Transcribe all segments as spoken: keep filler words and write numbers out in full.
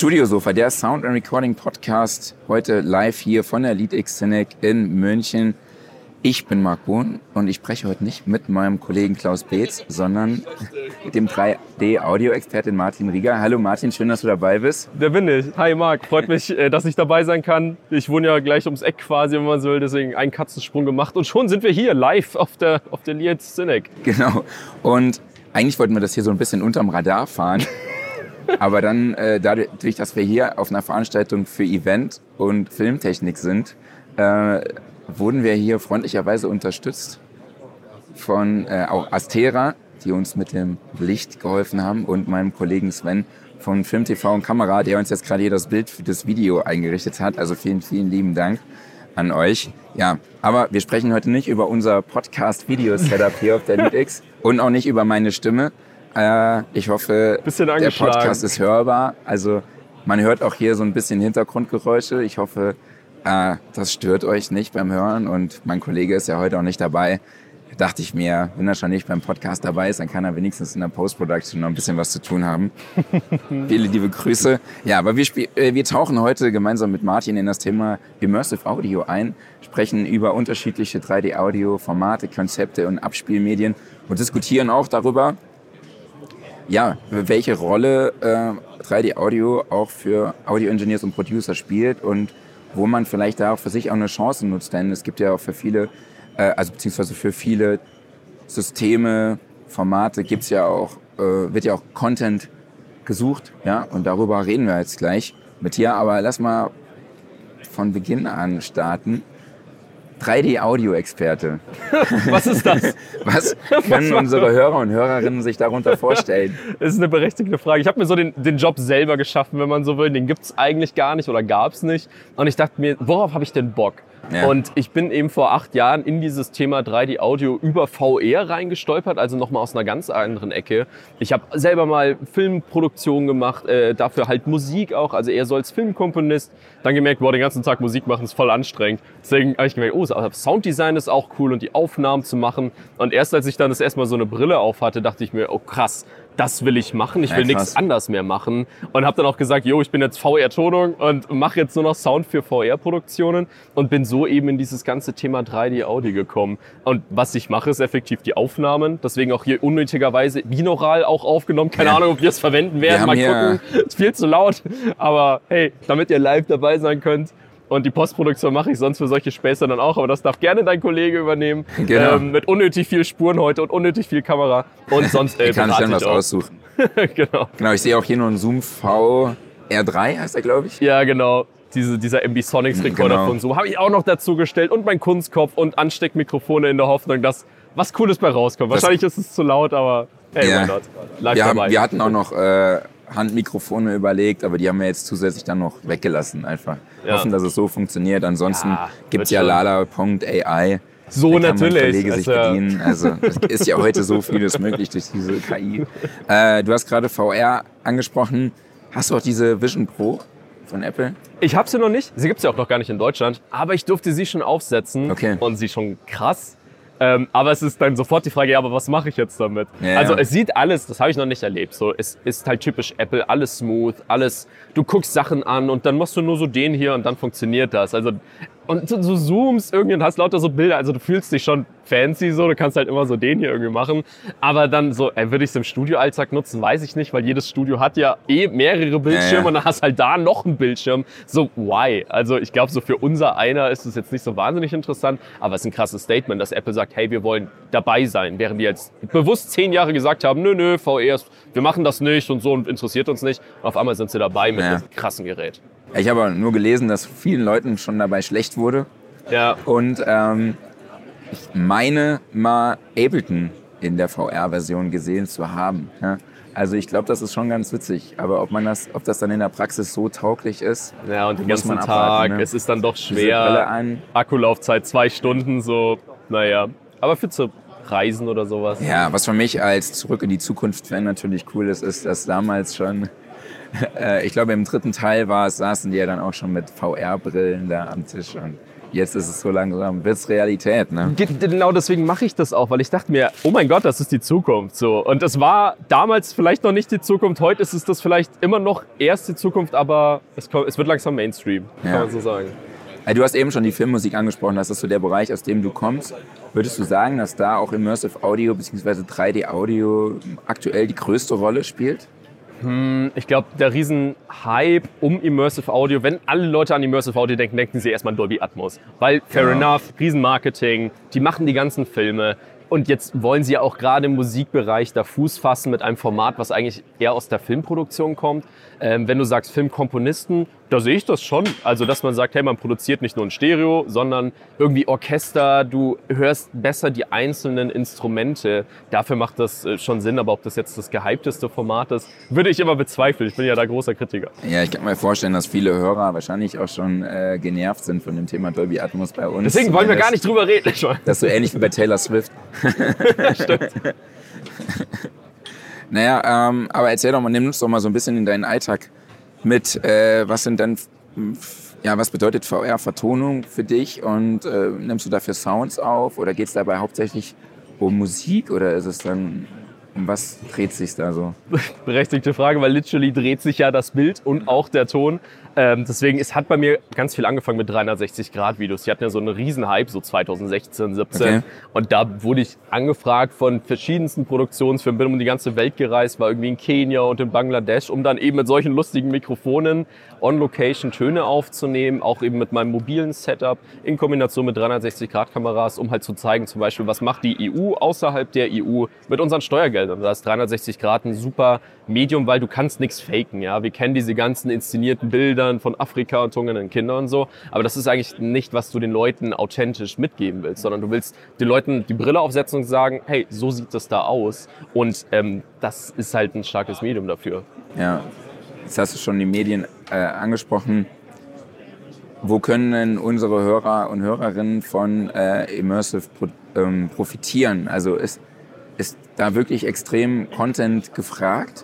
Studiosofa, der Sound and Recording Podcast, heute live hier von der LeadX Cinec in München. Ich bin Marc Bohn und ich spreche heute nicht mit meinem Kollegen Klaus Beetz, sondern mit dem drei D-Audio-Expertin Martin Rieger. Hallo Martin, schön, dass du dabei bist. Der bin ich. Hi Marc, freut mich, dass ich dabei sein kann. Ich wohne ja gleich ums Eck quasi, wenn man so will, deswegen einen Katzensprung gemacht. Und schon sind wir hier live auf der, auf der LeadX Cinec. Genau. Und eigentlich wollten wir das hier so ein bisschen unterm Radar fahren. Aber dann, äh, dadurch, dass wir hier auf einer Veranstaltung für Event und Filmtechnik sind, äh, wurden wir hier freundlicherweise unterstützt von äh, auch Astera, die uns mit dem Licht geholfen haben, und meinem Kollegen Sven von Film T V und Kamera, der uns jetzt gerade hier das Bild für das Video eingerichtet hat. Also vielen, vielen lieben Dank an euch. Ja, aber wir sprechen heute nicht über unser Podcast-Video-Setup hier auf der LeadX und auch nicht über meine Stimme. Äh, ich hoffe, der Podcast ist hörbar. Also man hört auch hier so ein bisschen Hintergrundgeräusche. Ich hoffe, äh, das stört euch nicht beim Hören. Und mein Kollege ist ja heute auch nicht dabei. Da dachte ich mir, wenn er schon nicht beim Podcast dabei ist, dann kann er wenigstens in der Post-Production noch ein bisschen was zu tun haben. Viele liebe Grüße. Ja, aber wir, spiel- äh, wir tauchen heute gemeinsam mit Martin in das Thema Immersive Audio ein, sprechen über unterschiedliche drei D-Audio-Formate, Konzepte und Abspielmedien und diskutieren auch darüber, ja, welche Rolle äh, drei D-Audio auch für Audio-Engineers und Producer spielt und wo man vielleicht da auch für sich auch eine Chance nutzt. Denn es gibt ja auch für viele, äh, also beziehungsweise für viele Systeme, Formate gibt's ja auch, äh, wird ja auch Content gesucht, ja, und darüber reden wir jetzt gleich mit dir. Aber lass mal von Beginn an starten. drei D-Audio-Experte. Was ist das? Was können unsere Hörer und Hörerinnen sich darunter vorstellen? Das ist eine berechtigte Frage. Ich habe mir so den, den Job selber geschaffen, wenn man so will. Den gibt's eigentlich gar nicht oder gab's nicht. Und ich dachte mir, worauf habe ich denn Bock? Ja. Und ich bin eben vor acht Jahren in dieses Thema drei D-Audio über V R reingestolpert, also nochmal aus einer ganz anderen Ecke. Ich habe selber mal Filmproduktion gemacht, äh, dafür halt Musik auch, also eher so als Filmkomponist. Dann gemerkt, boah, den ganzen Tag Musik machen ist voll anstrengend. Deswegen habe ich gemerkt, oh, Sounddesign ist auch cool und die Aufnahmen zu machen. Und erst als ich dann das erstmal so eine Brille auf hatte, dachte ich mir, oh krass, das will ich machen, ich will ja, nichts anders mehr machen. Und habe dann auch gesagt, jo, ich bin jetzt V R-Tonung und mache jetzt nur noch Sound für V R-Produktionen und bin so eben in dieses ganze Thema drei D-Audio gekommen. Und was ich mache, ist effektiv die Aufnahmen. Deswegen auch hier unnötigerweise binaural auch aufgenommen. Keine ja. Ahnung, ob wir es verwenden werden. Mal gucken. Ist viel zu laut. Aber hey, damit ihr live dabei sein könnt. Und die Postproduktion mache ich sonst für solche Späße dann auch. Aber das darf gerne dein Kollege übernehmen. Genau. Ähm, mit unnötig viel Spuren heute und unnötig viel Kamera. Und sonst äh, kann ich dann was auch. aussuchen. Genau. Genau, ich sehe auch hier nur einen Zoom V R drei, heißt der, glaube ich. Ja, genau. Diese, dieser Ambisonics-Recorder genau. von Zoom habe ich auch noch dazu gestellt. Und mein Kunstkopf und Ansteckmikrofone in der Hoffnung, dass was Cooles bei rauskommt. Das Wahrscheinlich ist es zu laut, aber hey, ja. why not? Live wir, dabei. Haben, wir hatten auch noch äh, Handmikrofone überlegt, aber die haben wir jetzt zusätzlich dann noch weggelassen. Einfach ja. hoffen, dass es so funktioniert. Ansonsten ja, gibt es ja lala Punkt A I. So da kann natürlich. Kollege sich also, bedienen. Also es ist ja heute so vieles möglich durch diese K I. Äh, du hast gerade V R angesprochen. Hast du auch diese Vision Pro von Apple? Ich habe sie noch nicht. Sie gibt es ja auch noch gar nicht in Deutschland. Aber ich durfte sie schon aufsetzen. Okay. Und sie schon krass. Ähm, aber es ist dann sofort die Frage, ja, aber was mache ich jetzt damit? Ja, also ja. es sieht alles, das habe ich noch nicht erlebt. So, es ist halt typisch Apple, alles smooth, alles. Du guckst Sachen an und dann machst du nur so den hier und dann funktioniert das. Also und du, du zoomst irgendwie und hast lauter so Bilder. Also du fühlst dich schon fancy so, du kannst halt immer so den hier irgendwie machen. Aber dann so, ey, würde ich es im Studioalltag nutzen, weiß ich nicht, weil jedes Studio hat ja eh mehrere Bildschirme ja, ja. und dann hast halt da noch einen Bildschirm. So, why? Also ich glaube, so für unser einer ist es jetzt nicht so wahnsinnig interessant, aber es ist ein krasses Statement, dass Apple sagt, hey, wir wollen dabei sein, während die jetzt bewusst zehn Jahre gesagt haben, nö, nö, V R, wir machen das nicht und so und interessiert uns nicht. Und auf einmal sind sie dabei mit ja. einem krassen Gerät. Ich habe nur gelesen, dass vielen Leuten schon dabei schlecht wurde. Ja. Und ähm, ich meine mal Ableton in der V R-Version gesehen zu haben. Ja? Also ich glaube, das ist schon ganz witzig. Aber ob man das, ob das dann in der Praxis so tauglich ist, ja, und den muss ganzen man Tag, abwarten, ne? Es ist dann doch schwer. Akkulaufzeit zwei Stunden, so, naja. Aber für zu Reisen oder sowas. Ja, was für mich als Zurück in die Zukunft-Fan natürlich cool ist, ist, dass damals schon, äh, ich glaube im dritten Teil war es, saßen die ja dann auch schon mit V R-Brillen da am Tisch und jetzt ist es so langsam, wird es Realität, ne? Genau deswegen mache ich das auch, weil ich dachte mir, oh mein Gott, das ist die Zukunft. So. Und es war damals vielleicht noch nicht die Zukunft, heute ist es das vielleicht immer noch erst die Zukunft, aber es, kommt, es wird langsam Mainstream, kann ja. man so sagen. Du hast eben schon die Filmmusik angesprochen, das ist so der Bereich, aus dem du kommst. Würdest du sagen, dass da auch Immersive Audio bzw. drei D Audio aktuell die größte Rolle spielt? Hm, ich glaube, der Riesen-Hype um Immersive Audio, wenn alle Leute an Immersive Audio denken, denken sie erstmal an Dolby Atmos. Weil, fair ja. enough, Riesenmarketing, die machen die ganzen Filme. Und jetzt wollen sie ja auch gerade im Musikbereich da Fuß fassen mit einem Format, was eigentlich eher aus der Filmproduktion kommt. Ähm, wenn du sagst Filmkomponisten, da sehe ich das schon. Also, dass man sagt, hey, man produziert nicht nur ein Stereo, sondern irgendwie Orchester, du hörst besser die einzelnen Instrumente. Dafür macht das schon Sinn, aber ob das jetzt das gehypteste Format ist, würde ich immer bezweifeln. Ich bin ja da großer Kritiker. Ja, ich kann mir vorstellen, dass viele Hörer wahrscheinlich auch schon äh, genervt sind von dem Thema Dolby Atmos bei uns. Deswegen wollen wir das, gar nicht drüber reden. Das ist so ähnlich wie bei Taylor Swift. Stimmt. Naja, ähm, aber erzähl doch mal, nimm uns doch mal so ein bisschen in deinen Alltag mit. Äh, was sind denn, ja, was bedeutet V R-Vertonung für dich und äh, nimmst du dafür Sounds auf oder geht es dabei hauptsächlich um Musik oder ist es dann, um was dreht sich da so? Berechtigte Frage, weil literally dreht sich ja das Bild und auch der Ton. Ähm, deswegen, es hat bei mir ganz viel angefangen mit dreihundertsechzig Grad Videos. Die hatten ja so einen riesen Hype, so zweitausendsechzehn, siebzehn. Okay. Und da wurde ich angefragt von verschiedensten Produktionsfirmen, bin um die ganze Welt gereist, war irgendwie in Kenia und in Bangladesch, um dann eben mit solchen lustigen Mikrofonen on Location Töne aufzunehmen, auch eben mit meinem mobilen Setup in Kombination mit dreihundertsechzig Grad Kameras, um halt zu zeigen, zum Beispiel, was macht die E U außerhalb der E U mit unseren Steuergeldern. Da ist dreihundertsechzig Grad ein super Medium, weil du kannst nichts faken. Ja? Wir kennen diese ganzen inszenierten Bilder von Afrika und hungernden Kindern und so. Aber das ist eigentlich nicht, was du den Leuten authentisch mitgeben willst, sondern du willst den Leuten die Brille aufsetzen und sagen, hey, so sieht das da aus. Und ähm, das ist halt ein starkes Medium dafür. Ja, jetzt hast du schon die Medien äh, angesprochen. Wo können denn unsere Hörer und Hörerinnen von äh, Immersive pro, ähm, profitieren? Also ist, ist da wirklich extrem Content gefragt?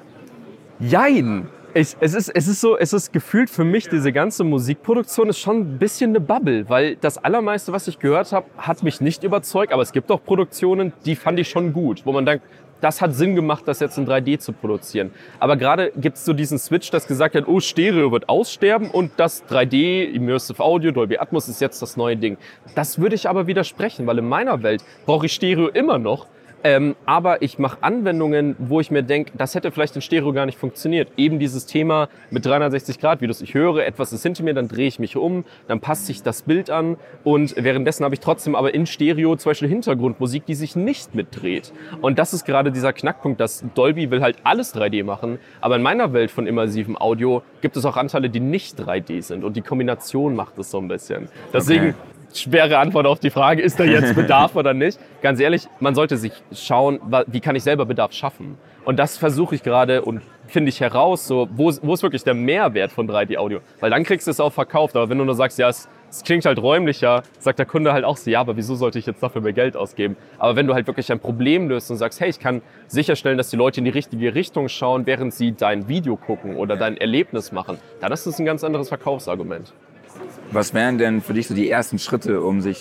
Jein! Ich, es, ist, es ist so, es ist gefühlt für mich, diese ganze Musikproduktion ist schon ein bisschen eine Bubble, weil das Allermeiste, was ich gehört habe, hat mich nicht überzeugt, aber es gibt auch Produktionen, die fand ich schon gut, wo man denkt, das hat Sinn gemacht, das jetzt in drei D zu produzieren. Aber gerade gibt es so diesen Switch, das gesagt hat, oh, Stereo wird aussterben und das drei D, Immersive Audio, Dolby Atmos ist jetzt das neue Ding. Das würde ich aber widersprechen, weil in meiner Welt brauche ich Stereo immer noch. Ähm, aber ich mache Anwendungen, wo ich mir denke, das hätte vielleicht in Stereo gar nicht funktioniert. Eben dieses Thema mit dreihundertsechzig Grad Videos. Ich höre, etwas ist hinter mir, dann drehe ich mich um, dann passt sich das Bild an und währenddessen habe ich trotzdem aber in Stereo zum Beispiel Hintergrundmusik, die sich nicht mitdreht. Und das ist gerade dieser Knackpunkt, dass Dolby will halt alles drei D machen, aber in meiner Welt von immersivem Audio gibt es auch Anteile, die nicht drei D sind und die Kombination macht es so ein bisschen. Deswegen... Okay. Schwere Antwort auf die Frage, ist da jetzt Bedarf oder nicht? Ganz ehrlich, man sollte sich schauen, wie kann ich selber Bedarf schaffen? Und das versuche ich gerade und finde ich heraus, so, wo, wo ist wirklich der Mehrwert von drei D Audio? Weil dann kriegst du es auch verkauft. Aber wenn du nur sagst, ja, es, es klingt halt räumlicher, sagt der Kunde halt auch so, ja, aber wieso sollte ich jetzt dafür mehr Geld ausgeben? Aber wenn du halt wirklich ein Problem löst und sagst, hey, ich kann sicherstellen, dass die Leute in die richtige Richtung schauen, während sie dein Video gucken oder dein Erlebnis machen, dann ist das ein ganz anderes Verkaufsargument. Was wären denn für dich so die ersten Schritte, um sich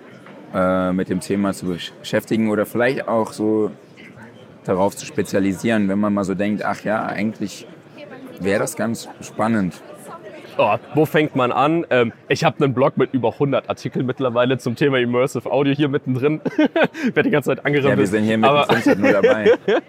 äh, mit dem Thema zu beschäftigen oder vielleicht auch so darauf zu spezialisieren, wenn man mal so denkt, ach ja, eigentlich wäre das ganz spannend? Oh, wo fängt man an? Ähm, ich habe einen Blog mit über hundert Artikeln mittlerweile zum Thema Immersive Audio hier mittendrin. Werde die ganze Zeit angerempelt. Ja, wir sind hier mittendrin nur dabei.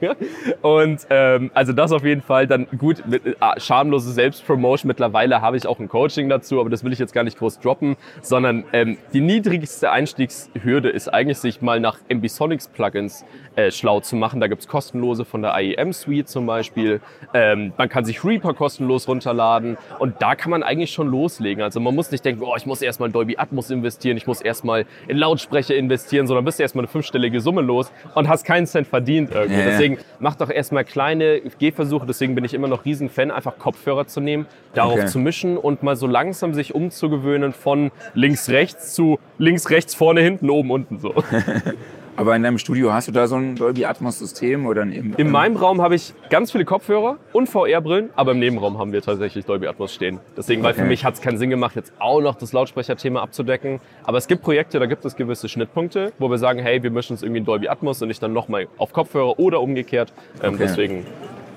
Und ähm, also das auf jeden Fall. Dann gut, mit, äh, schamlose Selbstpromotion. Mittlerweile habe ich auch ein Coaching dazu, aber das will ich jetzt gar nicht groß droppen, sondern ähm, die niedrigste Einstiegshürde ist eigentlich, sich mal nach Ambisonics Plugins äh, schlau zu machen. Da gibt's kostenlose von der I E M Suite zum Beispiel. Ähm, man kann sich Reaper kostenlos runterladen und da kann man eigentlich schon loslegen. Also man muss nicht denken, oh, ich muss erstmal in Dolby Atmos investieren, ich muss erstmal in Lautsprecher investieren, sondern bist erstmal eine fünfstellige Summe los und hast keinen Cent verdient irgendwie. Ja. Deswegen mach doch erstmal kleine Gehversuche. Deswegen bin ich immer noch Riesenfan, einfach Kopfhörer zu nehmen, darauf okay. zu mischen und mal so langsam sich umzugewöhnen von links, rechts zu links, rechts, vorne, hinten, oben, unten so. Aber in deinem Studio hast du da so ein Dolby Atmos System oder ein, in meinem Raum habe ich ganz viele Kopfhörer und V R-Brillen, aber im Nebenraum haben wir tatsächlich Dolby Atmos stehen. Deswegen, weil okay. für mich hat es keinen Sinn gemacht, jetzt auch noch das Lautsprecherthema abzudecken. Aber es gibt Projekte, da gibt es gewisse Schnittpunkte, wo wir sagen, hey, wir mischen es irgendwie in Dolby Atmos und nicht dann nochmal auf Kopfhörer oder umgekehrt. Ähm, okay. Deswegen.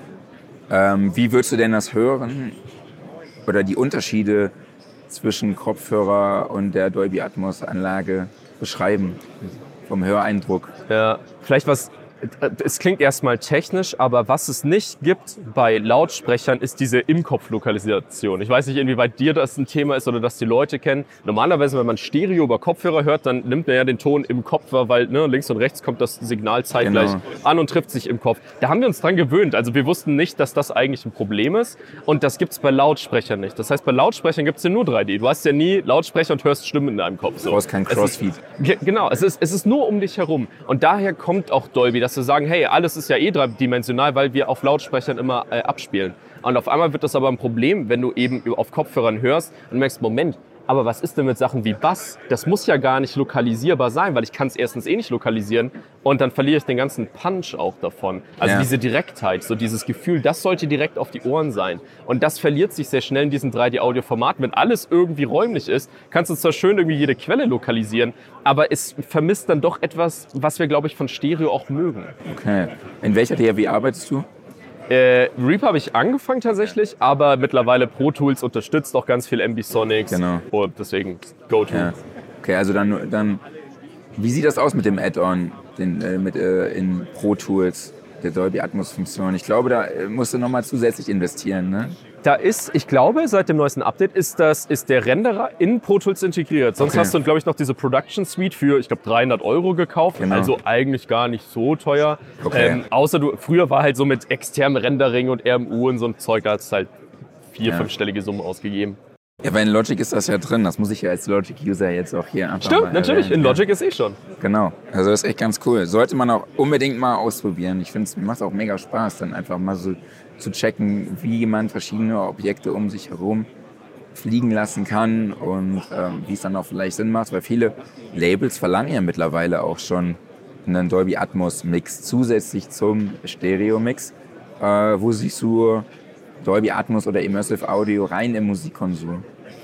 Ähm, wie würdest du denn das hören oder die Unterschiede zwischen Kopfhörer und der Dolby Atmos Anlage beschreiben? Vom Höreindruck. Ja, vielleicht was, es klingt erstmal technisch, aber was es nicht gibt bei Lautsprechern, ist diese Im-Kopf-Lokalisation. Ich weiß nicht, inwieweit dir das ein Thema ist oder das die Leute kennen. Normalerweise, wenn man Stereo über Kopfhörer hört, dann nimmt man ja den Ton im Kopf wahr, weil ne, links und rechts kommt das Signal zeitgleich genau. an und trifft sich im Kopf. Da haben wir uns dran gewöhnt. Also wir wussten nicht, dass das eigentlich ein Problem ist und das gibt es bei Lautsprechern nicht. Das heißt, bei Lautsprechern gibt es ja nur drei D. Du hast ja nie Lautsprecher und hörst Stimmen in deinem Kopf. So. Du brauchst kein Crossfeed. Es ist, genau, es ist, es ist nur um dich herum. Und daher kommt auch Dolby, dass wir sagen, hey, alles ist ja eh dreidimensional, weil wir auf Lautsprechern immer äh, abspielen. Und auf einmal wird das aber ein Problem, wenn du eben auf Kopfhörern hörst und merkst, Moment, aber was ist denn mit Sachen wie Bass? Das muss ja gar nicht lokalisierbar sein, weil ich kann es erstens eh nicht lokalisieren und dann verliere ich den ganzen Punch auch davon. Also ja. diese Direktheit, so dieses Gefühl, das sollte direkt auf die Ohren sein. Und das verliert sich sehr schnell in diesen drei D-Audio-Formaten. Wenn alles irgendwie räumlich ist, kannst du zwar schön irgendwie jede Quelle lokalisieren, aber es vermisst dann doch etwas, was wir, glaube ich, von Stereo auch mögen. Okay. In welcher D A W arbeitest du? Äh, Reaper habe ich angefangen tatsächlich, aber mittlerweile Pro Tools unterstützt auch ganz viel Ambisonics genau. und deswegen Go-To. Ja. Okay, also dann, dann, wie sieht das aus mit dem Add-on den, äh, mit, äh, in Pro Tools, der Dolby Atmos Funktion? Ich glaube, da musst du nochmal zusätzlich investieren, ne? Da ist, ich glaube, seit dem neuesten Update ist, das, ist der Renderer in Pro Tools integriert. Sonst okay. hast du, glaube ich, noch diese Production Suite für, ich glaube, dreihundert Euro gekauft. Genau. Also eigentlich gar nicht so teuer. Okay. Ähm, außer du, früher war halt so mit externem Rendering und R M U und so ein Zeug, da hat es halt vier-, ja. fünfstellige Summen ausgegeben. Ja, weil in Logic ist das ja drin. Das muss ich ja als Logic-User jetzt auch hier einfach Stimmt, mal natürlich. erwähnen. In Logic ist eh schon. Genau. Also das ist echt ganz cool. Sollte man auch unbedingt mal ausprobieren. Ich finde, es macht auch mega Spaß, dann einfach mal so zu checken, wie man verschiedene Objekte um sich herum fliegen lassen kann und ähm, wie es dann auch vielleicht Sinn macht. Weil viele Labels verlangen ja mittlerweile auch schon einen Dolby Atmos Mix zusätzlich zum Stereo Mix. Äh, wo siehst du Dolby Atmos oder Immersive Audio rein im Musikkonsum?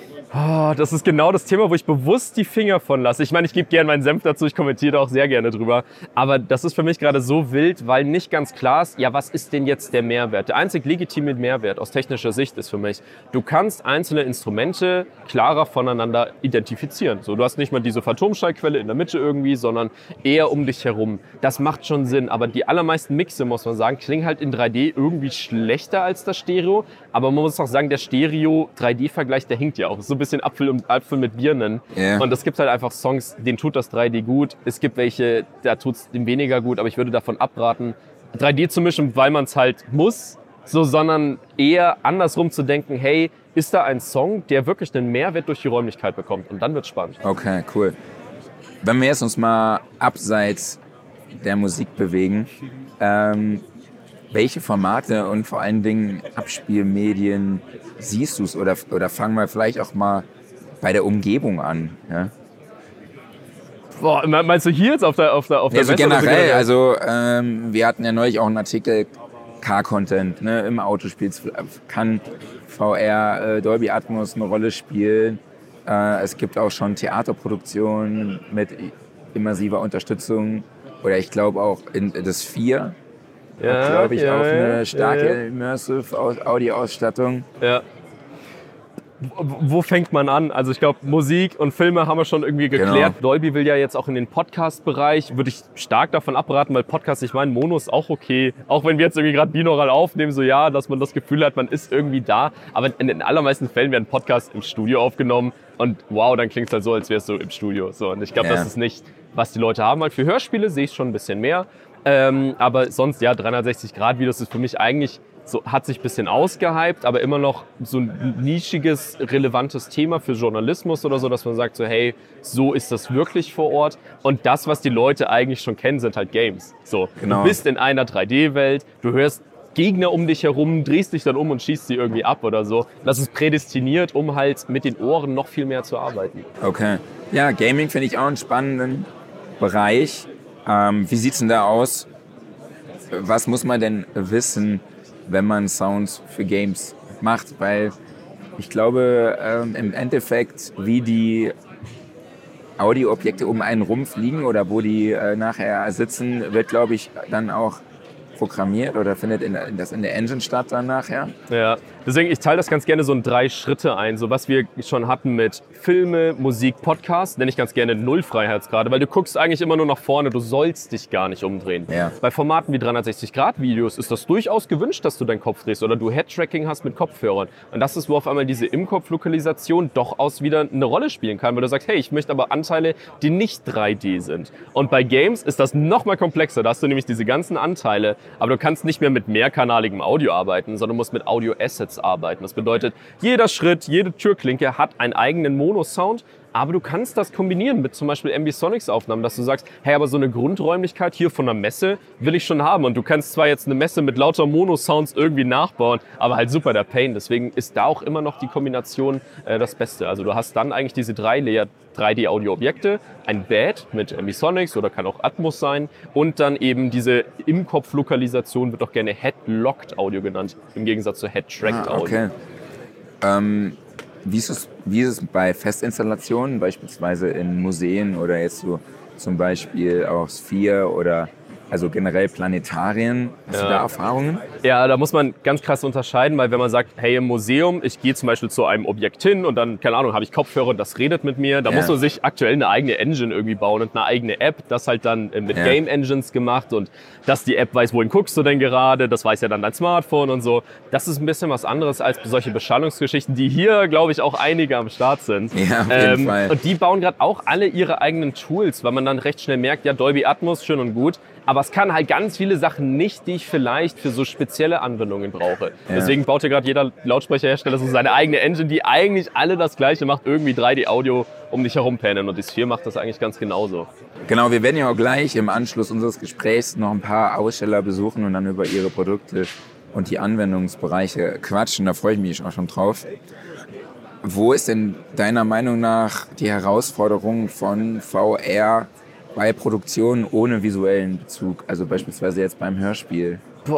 Oh, das ist genau das Thema, wo ich bewusst die Finger von lasse. Ich meine, ich gebe gerne meinen Senf dazu, ich kommentiere auch sehr gerne drüber. Aber das ist für mich gerade so wild, weil nicht ganz klar ist, ja, was ist denn jetzt der Mehrwert? Der einzig legitime Mehrwert aus technischer Sicht ist für mich, du kannst einzelne Instrumente klarer voneinander identifizieren. So, du hast nicht mal diese Phantomschallquelle in der Mitte irgendwie, sondern eher um dich herum. Das macht schon Sinn, aber die allermeisten Mixe, muss man sagen, klingen halt in drei D irgendwie schlechter als das Stereo. Aber man muss auch sagen, der Stereo-drei D-Vergleich, der hinkt ja auch. So ein bisschen Apfel, und, Apfel mit Birnen. Yeah. Und es gibt halt einfach Songs, denen tut das drei D gut. Es gibt welche, da tut es dem weniger gut. Aber ich würde davon abraten, drei D zu mischen, weil man es halt muss, so, sondern eher andersrum zu denken, hey, ist da ein Song, der wirklich einen Mehrwert durch die Räumlichkeit bekommt? Und dann wird es spannend. Okay, cool. Wenn wir jetzt uns mal abseits der Musik bewegen, ähm, welche Formate und vor allen Dingen Abspielmedien siehst du es? Oder, oder fangen wir vielleicht auch mal bei der Umgebung an. Ja? Boah, meinst du hier jetzt auf der auf der auf der ja, so generell, so generell, also ähm, wir hatten ja neulich auch einen Artikel, Car-Content, ne, im Autospiel kann V R, äh, Dolby Atmos eine Rolle spielen. Äh, es gibt auch schon Theaterproduktionen mit immersiver Unterstützung. Oder ich glaube auch in das vier. Ja, glaube ich, ja, auch eine starke ja, ja. Immersive Audio-Ausstattung. Ja. Wo fängt man an? Also ich glaube, Musik und Filme haben wir schon irgendwie geklärt. Genau. Dolby will ja jetzt auch in den Podcast-Bereich. Würde ich stark davon abraten, weil Podcast, ich meine, Mono ist auch okay. Auch wenn wir jetzt irgendwie gerade binaural aufnehmen, so ja, dass man das Gefühl hat, man ist irgendwie da. Aber in den allermeisten Fällen werden Podcasts im Studio aufgenommen. Und wow, dann klingt es halt so, als wärst du im Studio. So, und ich glaube, ja. das ist nicht, was die Leute haben. Halt für Hörspiele sehe ich schon ein bisschen mehr. Ähm, aber sonst, ja, dreihundertsechzig Grad Videos ist für mich eigentlich so, hat sich ein bisschen ausgehypt, aber immer noch so ein nischiges, relevantes Thema für Journalismus oder so, dass man sagt so, hey, so ist das wirklich vor Ort. Und das, was die Leute eigentlich schon kennen, sind halt Games. So, genau. Du bist in einer drei D-Welt, du hörst Gegner um dich herum, drehst dich dann um und schießt sie irgendwie ab oder so. Das ist prädestiniert, um halt mit den Ohren noch viel mehr zu arbeiten. Okay. Ja, Gaming finde ich auch einen spannenden Bereich. Ähm, wie sieht's denn da aus? Was muss man denn wissen, wenn man Sounds für Games macht? Weil ich glaube, ähm, im Endeffekt, wie die Audioobjekte um einen rumfliegen oder wo die äh, nachher sitzen, wird, glaube ich, dann auch programmiert oder findet in, das in der Engine statt dann nachher. Ja, deswegen, ich teile das ganz gerne so in drei Schritte ein. So was wir schon hatten mit Filme, Musik, Podcast, nenne ich ganz gerne Nullfreiheitsgrade, weil du guckst eigentlich immer nur nach vorne, du sollst dich gar nicht umdrehen. Ja. Bei Formaten wie dreihundertsechzig Grad Videos ist das durchaus gewünscht, dass du deinen Kopf drehst oder du Head-Tracking hast mit Kopfhörern. Und das ist, wo auf einmal diese Im-Kopf-Lokalisation doch aus wieder eine Rolle spielen kann, weil du sagst, hey, ich möchte aber Anteile, die nicht drei D sind. Und bei Games ist das noch mal komplexer, da hast du nämlich diese ganzen Anteile, aber du kannst nicht mehr mit mehrkanaligem Audio arbeiten, sondern musst mit Audio-Assets arbeiten. Das bedeutet, jeder Schritt, jede Türklinke hat einen eigenen Mono-Sound, aber du kannst das kombinieren mit zum Beispiel Ambisonics-Aufnahmen, dass du sagst, hey, aber so eine Grundräumlichkeit hier von einer Messe will ich schon haben. Und du kannst zwar jetzt eine Messe mit lauter Mono-Sounds irgendwie nachbauen, aber halt super der Pain. Deswegen ist da auch immer noch die Kombination äh, das Beste. Also du hast dann eigentlich diese drei Layer drei D-Audio-Objekte, ein Bed mit Ambisonics oder kann auch Atmos sein und dann eben diese Im-Kopf-Lokalisation wird auch gerne Head-Locked-Audio genannt, im Gegensatz zu Head-Tracked-Audio. Ah, okay. Ähm, wie, ist es, wie ist es bei Festinstallationen, beispielsweise in Museen oder jetzt so zum Beispiel auch Sphere oder also generell Planetarien? Hast ja. du da Erfahrungen? Ja, da muss man ganz krass unterscheiden, weil wenn man sagt, hey, im Museum, ich gehe zum Beispiel zu einem Objekt hin und dann, keine Ahnung, habe ich Kopfhörer und das redet mit mir, da ja. muss man sich aktuell eine eigene Engine irgendwie bauen und eine eigene App, das halt dann mit ja. Game Engines gemacht und dass die App weiß, wohin guckst du denn gerade, das weiß ja dann dein Smartphone und so. Das ist ein bisschen was anderes als solche Beschallungsgeschichten, die hier, glaube ich, auch einige am Start sind. Ja, auf jeden ähm, Fall. Und die bauen gerade auch alle ihre eigenen Tools, weil man dann recht schnell merkt, ja, Dolby Atmos, schön und gut, aber es kann halt ganz viele Sachen nicht, die ich vielleicht für so spezielle Anwendungen brauche. Ja. Deswegen baut ja gerade jeder Lautsprecherhersteller so seine eigene Engine, die eigentlich alle das Gleiche macht, irgendwie drei D-Audio um dich herum pannen. Und die Sphere macht das eigentlich ganz genauso. Genau, wir werden ja auch gleich im Anschluss unseres Gesprächs noch ein paar Aussteller besuchen und dann über ihre Produkte und die Anwendungsbereiche quatschen. Da freue ich mich auch schon drauf. Wo ist denn deiner Meinung nach die Herausforderung von V R bei Produktionen ohne visuellen Bezug, also beispielsweise jetzt beim Hörspiel?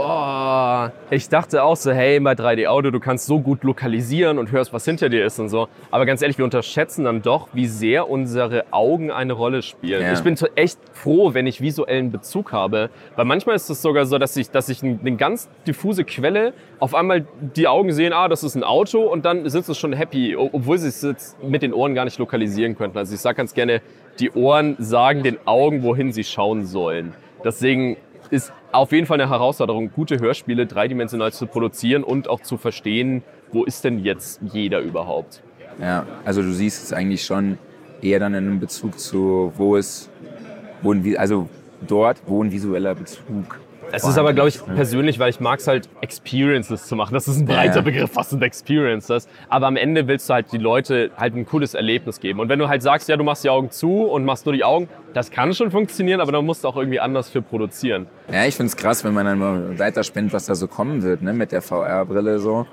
Boah, ich dachte auch so, hey, bei drei D-Audio, du kannst so gut lokalisieren und hörst, was hinter dir ist und so. Aber ganz ehrlich, wir unterschätzen dann doch, wie sehr unsere Augen eine Rolle spielen. Ja. Ich bin echt froh, wenn ich visuellen Bezug habe, weil manchmal ist es sogar so, dass ich, dass ich eine ganz diffuse Quelle auf einmal die Augen sehen, ah, das ist ein Auto und dann sind sie schon happy, obwohl sie es jetzt mit den Ohren gar nicht lokalisieren könnten. Also ich sage ganz gerne, die Ohren sagen den Augen, wohin sie schauen sollen. Deswegen ist auf jeden Fall eine Herausforderung, gute Hörspiele dreidimensional zu produzieren und auch zu verstehen, wo ist denn jetzt jeder überhaupt. Ja, also du siehst es eigentlich schon eher dann in einem Bezug zu, wo es, wo ein, also dort, wo ein visueller Bezug. Es ist aber, glaube ich, persönlich, weil ich mag es halt, Experiences zu machen. Das ist ein breiter ja. Begriff, was sind Experiences. Aber am Ende willst du halt die Leute halt ein cooles Erlebnis geben. Und wenn du halt sagst, ja, du machst die Augen zu und machst nur die Augen, das kann schon funktionieren, aber dann musst du auch irgendwie anders für produzieren. Ja, ich finde es krass, wenn man dann mal weiterspinnt, was da so kommen wird, ne, mit der V R-Brille so.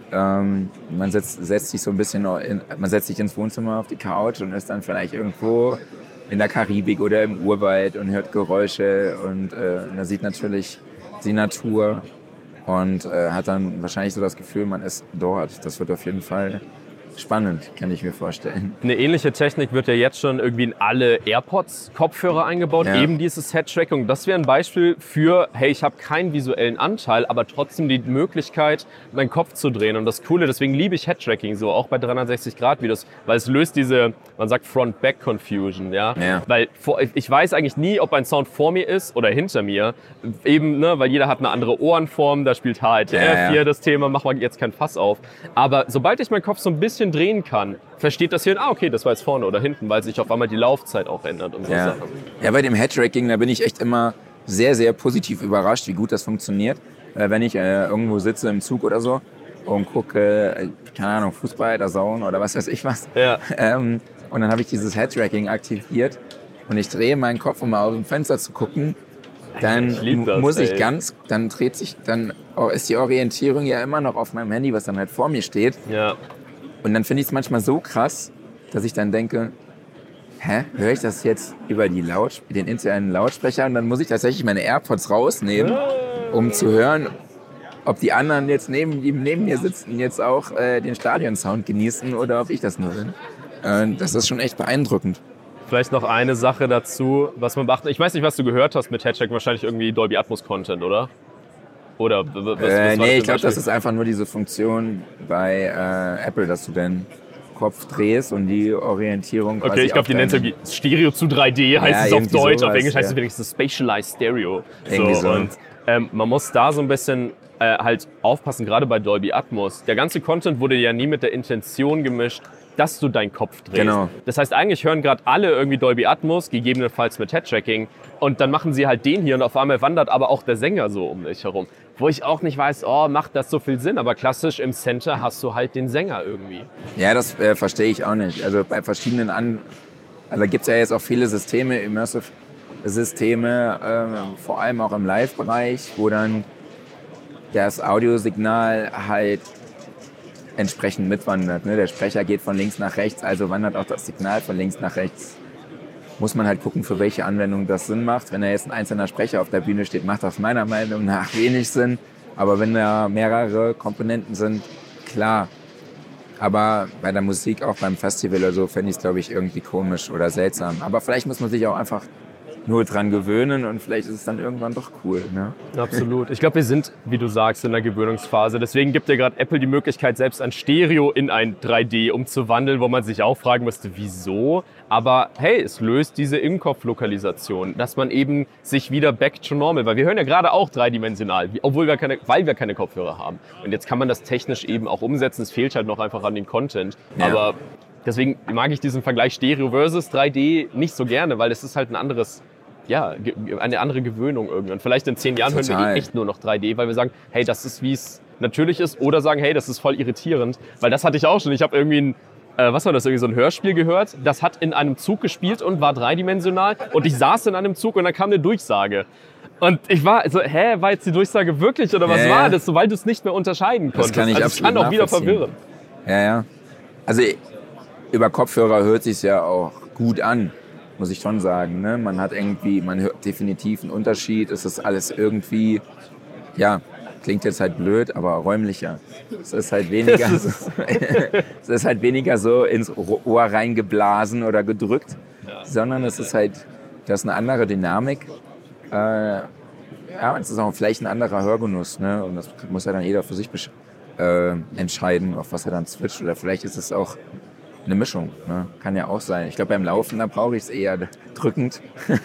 Ähm, man setzt, setzt sich so ein bisschen, in, man setzt sich ins Wohnzimmer auf die Couch und ist dann vielleicht irgendwo in der Karibik oder im Urwald und hört Geräusche und äh, man sieht natürlich die Natur und äh, hat dann wahrscheinlich so das Gefühl, man ist dort. Das wird auf jeden Fall spannend, kann ich mir vorstellen. Eine ähnliche Technik wird ja jetzt schon irgendwie in alle AirPods-Kopfhörer eingebaut, ja. eben dieses Head-Tracking. Das wäre ein Beispiel für, hey, ich habe keinen visuellen Anteil, aber trotzdem die Möglichkeit, meinen Kopf zu drehen. Und das Coole, deswegen liebe ich Head-Tracking so, auch bei dreihundertsechzig Grad Videos, weil es löst diese, man sagt Front-Back-Confusion, ja? ja. Weil vor, ich weiß eigentlich nie, ob ein Sound vor mir ist oder hinter mir, eben, ne, weil jeder hat eine andere Ohrenform, da spielt H R T F ja, ja. hier das Thema, machen wir jetzt kein Fass auf. Aber sobald ich meinen Kopf so ein bisschen drehen kann, versteht das Hirn, ah, okay, das war jetzt vorne oder hinten, weil sich auf einmal die Laufzeit auch ändert und so ja. Sachen. Ja, bei dem Head-Tracking, da bin ich echt immer sehr, sehr positiv überrascht, wie gut das funktioniert. Äh, wenn ich äh, irgendwo sitze im Zug oder so und gucke, äh, keine Ahnung, Fußball, der Zone oder was weiß ich was. Ja. Ähm, und dann habe ich dieses Head-Tracking aktiviert und ich drehe meinen Kopf, um mal aus dem Fenster zu gucken. Dann ich das, muss ich ey. ganz, dann dreht sich, dann ist die Orientierung ja immer noch auf meinem Handy, was dann halt vor mir steht. Ja. Und dann finde ich es manchmal so krass, dass ich dann denke, hä, höre ich das jetzt über die Laut, den internen Lautsprecher und dann muss ich tatsächlich meine AirPods rausnehmen, um zu hören, ob die anderen jetzt neben, die neben mir sitzen, jetzt auch äh, den Stadionsound genießen oder ob ich das nur bin. Äh, das ist schon echt beeindruckend. Vielleicht noch eine Sache dazu, was man beachten. Ich weiß nicht, was du gehört hast mit Headcheck, wahrscheinlich irgendwie Dolby Atmos Content, oder? Oder was, was äh, war Nee, ich das glaube, das ist einfach nur diese Funktion bei äh, Apple, dass du den Kopf drehst und die Orientierung quasi. Okay, ich glaube, die nennt irgendwie Stereo zu drei D, heißt ja, es auf Deutsch. Sowas, auf Englisch heißt ja. es wenigstens Spatialized Stereo. Irgendwie so. Und ähm, man muss da so ein bisschen äh, halt aufpassen, gerade bei Dolby Atmos. Der ganze Content wurde ja nie mit der Intention gemischt, dass du deinen Kopf drehst. Genau. Das heißt, eigentlich hören gerade alle irgendwie Dolby Atmos, gegebenenfalls mit Head-Tracking. Und dann machen sie halt den hier und auf einmal wandert aber auch der Sänger so um dich herum. Wo ich auch nicht weiß, oh, macht das so viel Sinn? Aber klassisch im Center hast du halt den Sänger irgendwie. Ja, das äh, verstehe ich auch nicht. Also bei verschiedenen An... Also gibt es ja jetzt auch viele Systeme, Immersive-Systeme, äh, vor allem auch im Live-Bereich, wo dann das Audiosignal halt entsprechend mitwandert. Ne? Der Sprecher geht von links nach rechts, also wandert auch das Signal von links nach rechts. Muss man halt gucken, für welche Anwendung das Sinn macht. Wenn da jetzt ein einzelner Sprecher auf der Bühne steht, macht das meiner Meinung nach wenig Sinn. Aber wenn da mehrere Komponenten sind, klar. Aber bei der Musik, auch beim Festival oder so, fände ich es, glaube ich, irgendwie komisch oder seltsam. Aber vielleicht muss man sich auch einfach nur dran gewöhnen und vielleicht ist es dann irgendwann doch cool. Ne? Absolut. Ich glaube, wir sind, wie du sagst, in der Gewöhnungsphase. Deswegen gibt ja gerade Apple die Möglichkeit, selbst ein Stereo in ein drei D umzuwandeln, wo man sich auch fragen müsste, wieso? Aber hey, es löst diese Im-Kopf-Lokalisation, dass man eben sich wieder back to normal, weil wir hören ja gerade auch dreidimensional, obwohl wir keine, weil wir keine Kopfhörer haben. Und jetzt kann man das technisch eben auch umsetzen. Es fehlt halt noch einfach an den Content. Ja. Aber deswegen mag ich diesen Vergleich Stereo versus drei D nicht so gerne, weil es ist halt ein anderes, ja, eine andere Gewöhnung irgendwann. Vielleicht in zehn Jahren Total. hören wir eh echt nur noch drei D, weil wir sagen, hey, das ist, wie es natürlich ist. Oder sagen, hey, das ist voll irritierend. Weil das hatte ich auch schon. Ich habe irgendwie ein, äh, was war das, irgendwie so ein Hörspiel gehört. Das hat in einem Zug gespielt und war dreidimensional. Und ich saß in einem Zug und dann kam eine Durchsage. Und ich war so, hä, war jetzt die Durchsage wirklich oder was ja, war das? So, weil du es nicht mehr unterscheiden konntest. Das kann ich also absolut es kann auch wieder verwirren. Ja, ja. Also über Kopfhörer hört sich ja auch gut an, muss ich schon sagen. Ne? Man hat irgendwie, man hört definitiv einen Unterschied. Es ist alles irgendwie, ja, klingt jetzt halt blöd, aber räumlicher. Es ist halt weniger, so, es ist halt weniger so ins Ohr reingeblasen oder gedrückt, ja. Sondern es ist halt, das ist eine andere Dynamik. Äh, ja, es ist auch vielleicht ein anderer Hörgenuss, ne? Und das muss ja dann jeder für sich äh, entscheiden, auf was er dann switcht. Oder vielleicht ist es auch eine Mischung, ne? Kann ja auch sein. Ich glaube, beim Laufen, da brauche ich es eher drückend.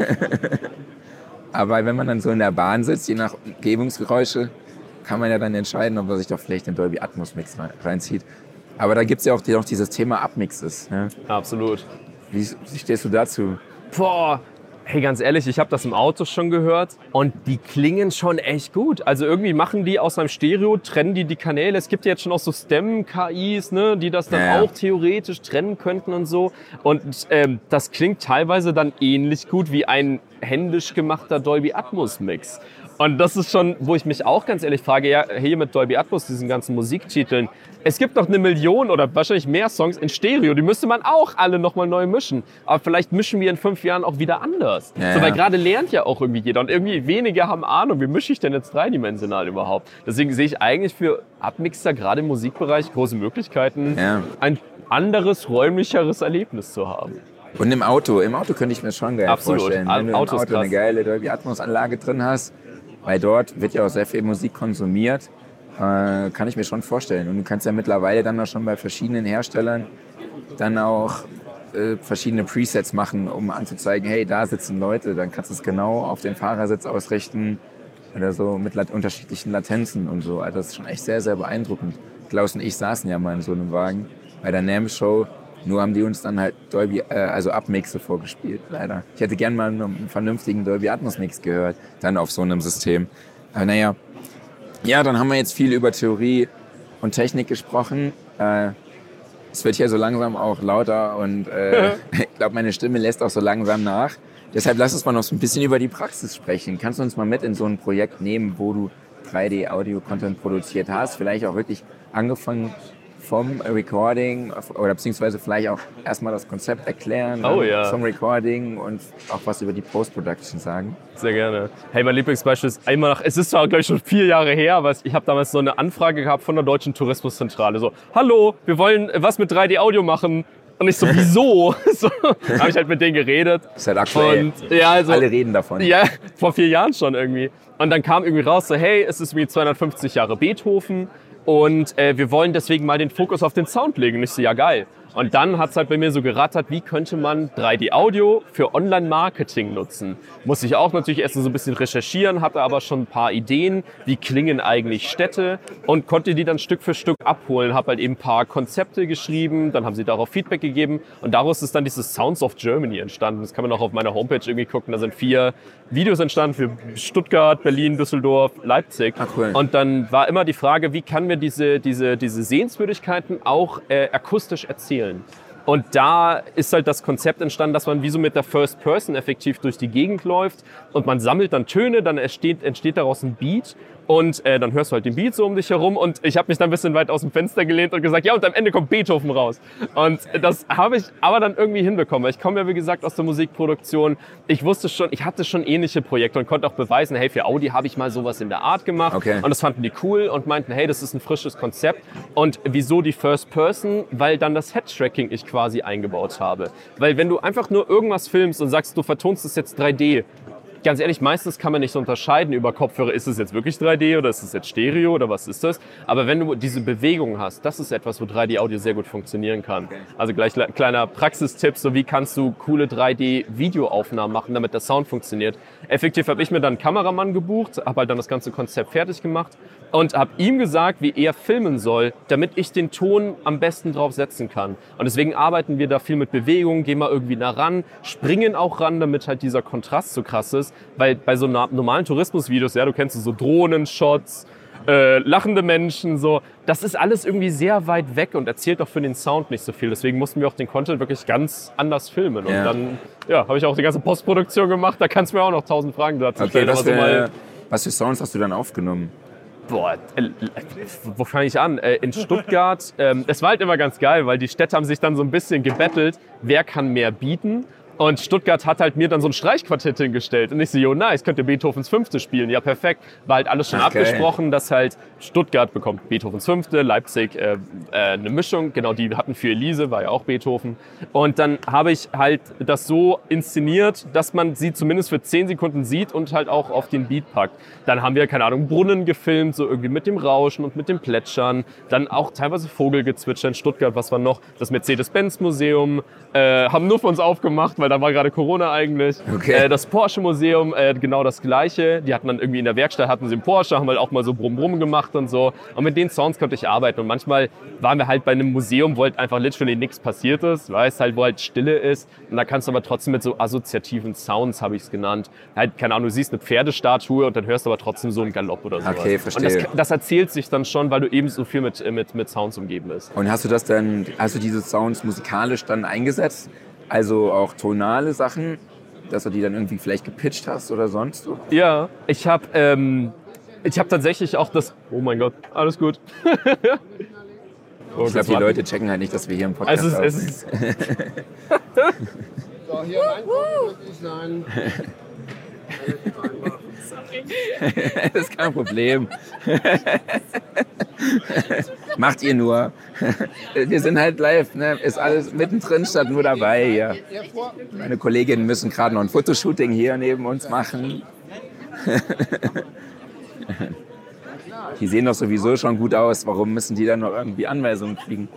Aber wenn man dann so in der Bahn sitzt, je nach Umgebungsgeräusche, kann man ja dann entscheiden, ob man sich doch vielleicht den Dolby Atmos Mix reinzieht. Aber da gibt es ja auch noch dieses Thema Abmixes. Ne? Absolut. Wie, wie stehst du dazu? Boah, hey, ganz ehrlich, ich habe das im Auto schon gehört und die klingen schon echt gut. Also irgendwie machen die aus einem Stereo, trennen die die Kanäle. Es gibt ja jetzt schon auch so Stem-K Is, ne, die das dann ja. auch theoretisch trennen könnten und so. Und ähm, das klingt teilweise dann ähnlich gut wie ein händisch gemachter Dolby Atmos Mix. Und das ist schon, wo ich mich auch ganz ehrlich frage, ja, hier mit Dolby Atmos, diesen ganzen Musiktiteln, es gibt noch eine Million oder wahrscheinlich mehr Songs in Stereo, die müsste man auch alle nochmal neu mischen. Aber vielleicht mischen wir in fünf Jahren auch wieder anders. Ja, so, weil ja. gerade lernt ja auch irgendwie jeder und irgendwie wenige haben Ahnung, wie mische ich denn jetzt dreidimensional überhaupt? Deswegen sehe ich eigentlich für Abmixer gerade im Musikbereich große Möglichkeiten, ja. ein anderes, räumlicheres Erlebnis zu haben. Und im Auto, im Auto könnte ich mir schon geil Absolut. vorstellen. Wenn du im Autos Auto krass. eine geile Dolby Atmos Anlage drin hast, weil dort wird ja auch sehr viel Musik konsumiert, äh, kann ich mir schon vorstellen. Und du kannst ja mittlerweile dann auch schon bei verschiedenen Herstellern dann auch äh, verschiedene Presets machen, um anzuzeigen, hey, da sitzen Leute, dann kannst du es genau auf den Fahrersitz ausrichten oder so mit lat- unterschiedlichen Latenzen und so. Also das ist schon echt sehr, sehr beeindruckend. Klaus und ich saßen ja mal in so einem Wagen bei der NAMM-Show. Nur haben die uns dann halt Dolby, äh, also Abmixe vorgespielt, leider. Ich hätte gern mal einen vernünftigen Dolby Atmos Mix gehört, dann auf so einem System. Aber naja, ja, dann haben wir jetzt viel über Theorie und Technik gesprochen. Äh, es wird hier so langsam auch lauter und äh, ich glaube, meine Stimme lässt auch so langsam nach. Deshalb lass uns mal noch so ein bisschen über die Praxis sprechen. Kannst du uns mal mit in so ein Projekt nehmen, wo du drei D Audio-Content produziert hast? Vielleicht auch wirklich angefangen vom Recording oder beziehungsweise vielleicht auch erstmal das Konzept erklären, oh, ja. zum Recording und auch was über die Post-Production sagen? Sehr gerne. Hey, mein Lieblingsbeispiel ist einmal nach, es ist zwar, glaube ich, schon vier Jahre her, aber ich habe damals so eine Anfrage gehabt von der Deutschen Tourismuszentrale. So, hallo, wir wollen was mit drei D Audio machen. Und ich so, wieso? So, habe ich halt mit denen geredet. Das ist halt aktuell. Und, ja, also, alle reden davon. Ja, vor vier Jahren schon irgendwie. Und dann kam irgendwie raus, so, hey, es ist wie zweihundertfünfzig Jahre Beethoven und äh, wir wollen deswegen mal den Fokus auf den Sound legen. Und ich so, ja geil. Und dann hat es halt bei mir so gerattert, wie könnte man drei D Audio für Online-Marketing nutzen. Musste ich auch natürlich erst so ein bisschen recherchieren, hatte aber schon ein paar Ideen, wie klingen eigentlich Städte und konnte die dann Stück für Stück abholen. Habe halt eben ein paar Konzepte geschrieben, dann haben sie darauf Feedback gegeben und daraus ist dann dieses Sounds of Germany entstanden. Das kann man auch auf meiner Homepage irgendwie gucken. Da sind vier Videos entstanden für Stuttgart, Berlin, Düsseldorf, Leipzig. Ach, cool. Und dann war immer die Frage, wie kann mir diese, diese, diese Sehenswürdigkeiten auch äh, akustisch erzählen. Und da ist halt das Konzept entstanden, dass man wie so mit der First Person effektiv durch die Gegend läuft und man sammelt dann Töne, dann entsteht, entsteht daraus ein Beat und äh, dann hörst du halt den Beat so um dich herum und ich habe mich dann ein bisschen weit aus dem Fenster gelehnt und gesagt, ja und am Ende kommt Beethoven raus. Und das habe ich aber dann irgendwie hinbekommen, weil ich komme ja wie gesagt aus der Musikproduktion. Ich wusste schon, ich hatte schon ähnliche Projekte und konnte auch beweisen, hey für Audi habe ich mal sowas in der Art gemacht okay. Und das fanden die cool und meinten, hey das ist ein frisches Konzept und wieso die First Person, weil dann das Head-Tracking ich quasi eingebaut habe. Weil wenn du einfach nur irgendwas filmst und sagst, du vertonst es jetzt drei D, ganz ehrlich, meistens kann man nicht so unterscheiden über Kopfhörer, ist es jetzt wirklich drei D oder ist es jetzt Stereo oder was ist das? Aber wenn du diese Bewegung hast, das ist etwas, wo drei D Audio sehr gut funktionieren kann. Also gleich ein kleiner Praxistipp, so wie kannst du coole drei D Videoaufnahmen machen, damit der Sound funktioniert. Effektiv habe ich mir dann einen Kameramann gebucht, habe halt dann das ganze Konzept fertig gemacht und habe ihm gesagt, wie er filmen soll, damit ich den Ton am besten drauf setzen kann. Und deswegen arbeiten wir da viel mit Bewegung, gehen mal irgendwie nah ran, springen auch ran, damit halt dieser Kontrast so krass ist. Weil bei so normalen Tourismusvideos, ja, du kennst so Drohnenshots, äh, lachende Menschen, so, das ist alles irgendwie sehr weit weg und erzählt auch für den Sound nicht so viel. Deswegen mussten wir auch den Content wirklich ganz anders filmen. Und ja. dann ja, habe ich auch die ganze Postproduktion gemacht. Da kannst du mir auch noch tausend Fragen dazu okay, stellen. Was für, so mal, was für Sounds hast du dann aufgenommen? Boah, äh, wo fange ich an? Äh, in Stuttgart, ähm, es war halt immer ganz geil, weil die Städte haben sich dann so ein bisschen gebettelt, wer kann mehr bieten. Und Stuttgart hat halt mir dann so ein Streichquartett hingestellt. Und ich so, jo, nice, könnt ihr Beethovens Fünfte spielen? Ja, perfekt. War halt alles schon okay. abgesprochen, dass halt Stuttgart bekommt Beethovens Fünfte, Leipzig äh, äh, eine Mischung. Genau, die hatten für Elise, war ja auch Beethoven. Und dann habe ich halt das so inszeniert, dass man sie zumindest für zehn Sekunden sieht und halt auch auf den Beat packt. Dann haben wir, keine Ahnung, Brunnen gefilmt, so irgendwie mit dem Rauschen und mit dem Plätschern. Dann auch teilweise Vogelgezwitscher in Stuttgart. Was war noch? Das Mercedes-Benz-Museum. Äh, haben nur für uns aufgemacht, weil da war gerade Corona eigentlich. Okay. Äh, das Porsche-Museum, äh, genau das Gleiche. Die hatten dann irgendwie in der Werkstatt, hatten sie einen Porsche, haben halt auch mal so Brumm-Brumm gemacht und so. Und mit den Sounds konnte ich arbeiten. Und manchmal waren wir halt bei einem Museum, wo halt einfach literally nichts passiert ist, weißt halt, wo halt Stille ist. Und da kannst du aber trotzdem mit so assoziativen Sounds, habe ich es genannt, halt, keine Ahnung, du siehst eine Pferdestatue und dann hörst du aber trotzdem so einen Galopp oder sowas. Okay, verstehe. Und das, das erzählt sich dann schon, weil du eben so viel mit, mit, mit Sounds umgeben bist. Und hast du das dann, hast du diese Sounds musikalisch dann eingesetzt? Also auch tonale Sachen, dass du die dann irgendwie vielleicht gepitcht hast oder sonst so? Ja, ich habe ähm, ich habe tatsächlich auch das... Oh mein Gott, alles gut. oh, ich glaube, die Leute checken halt nicht, dass wir hier im Podcast sind. Es ist, es ist so, hier reingucken, wirklich sein. Das ist kein Problem. Macht ihr nur. Wir sind halt live, ne? Ist alles mittendrin statt nur dabei hier. Meine Kolleginnen müssen gerade noch ein Fotoshooting hier neben uns machen. Die sehen doch sowieso schon gut aus. Warum müssen die dann noch irgendwie Anweisungen kriegen?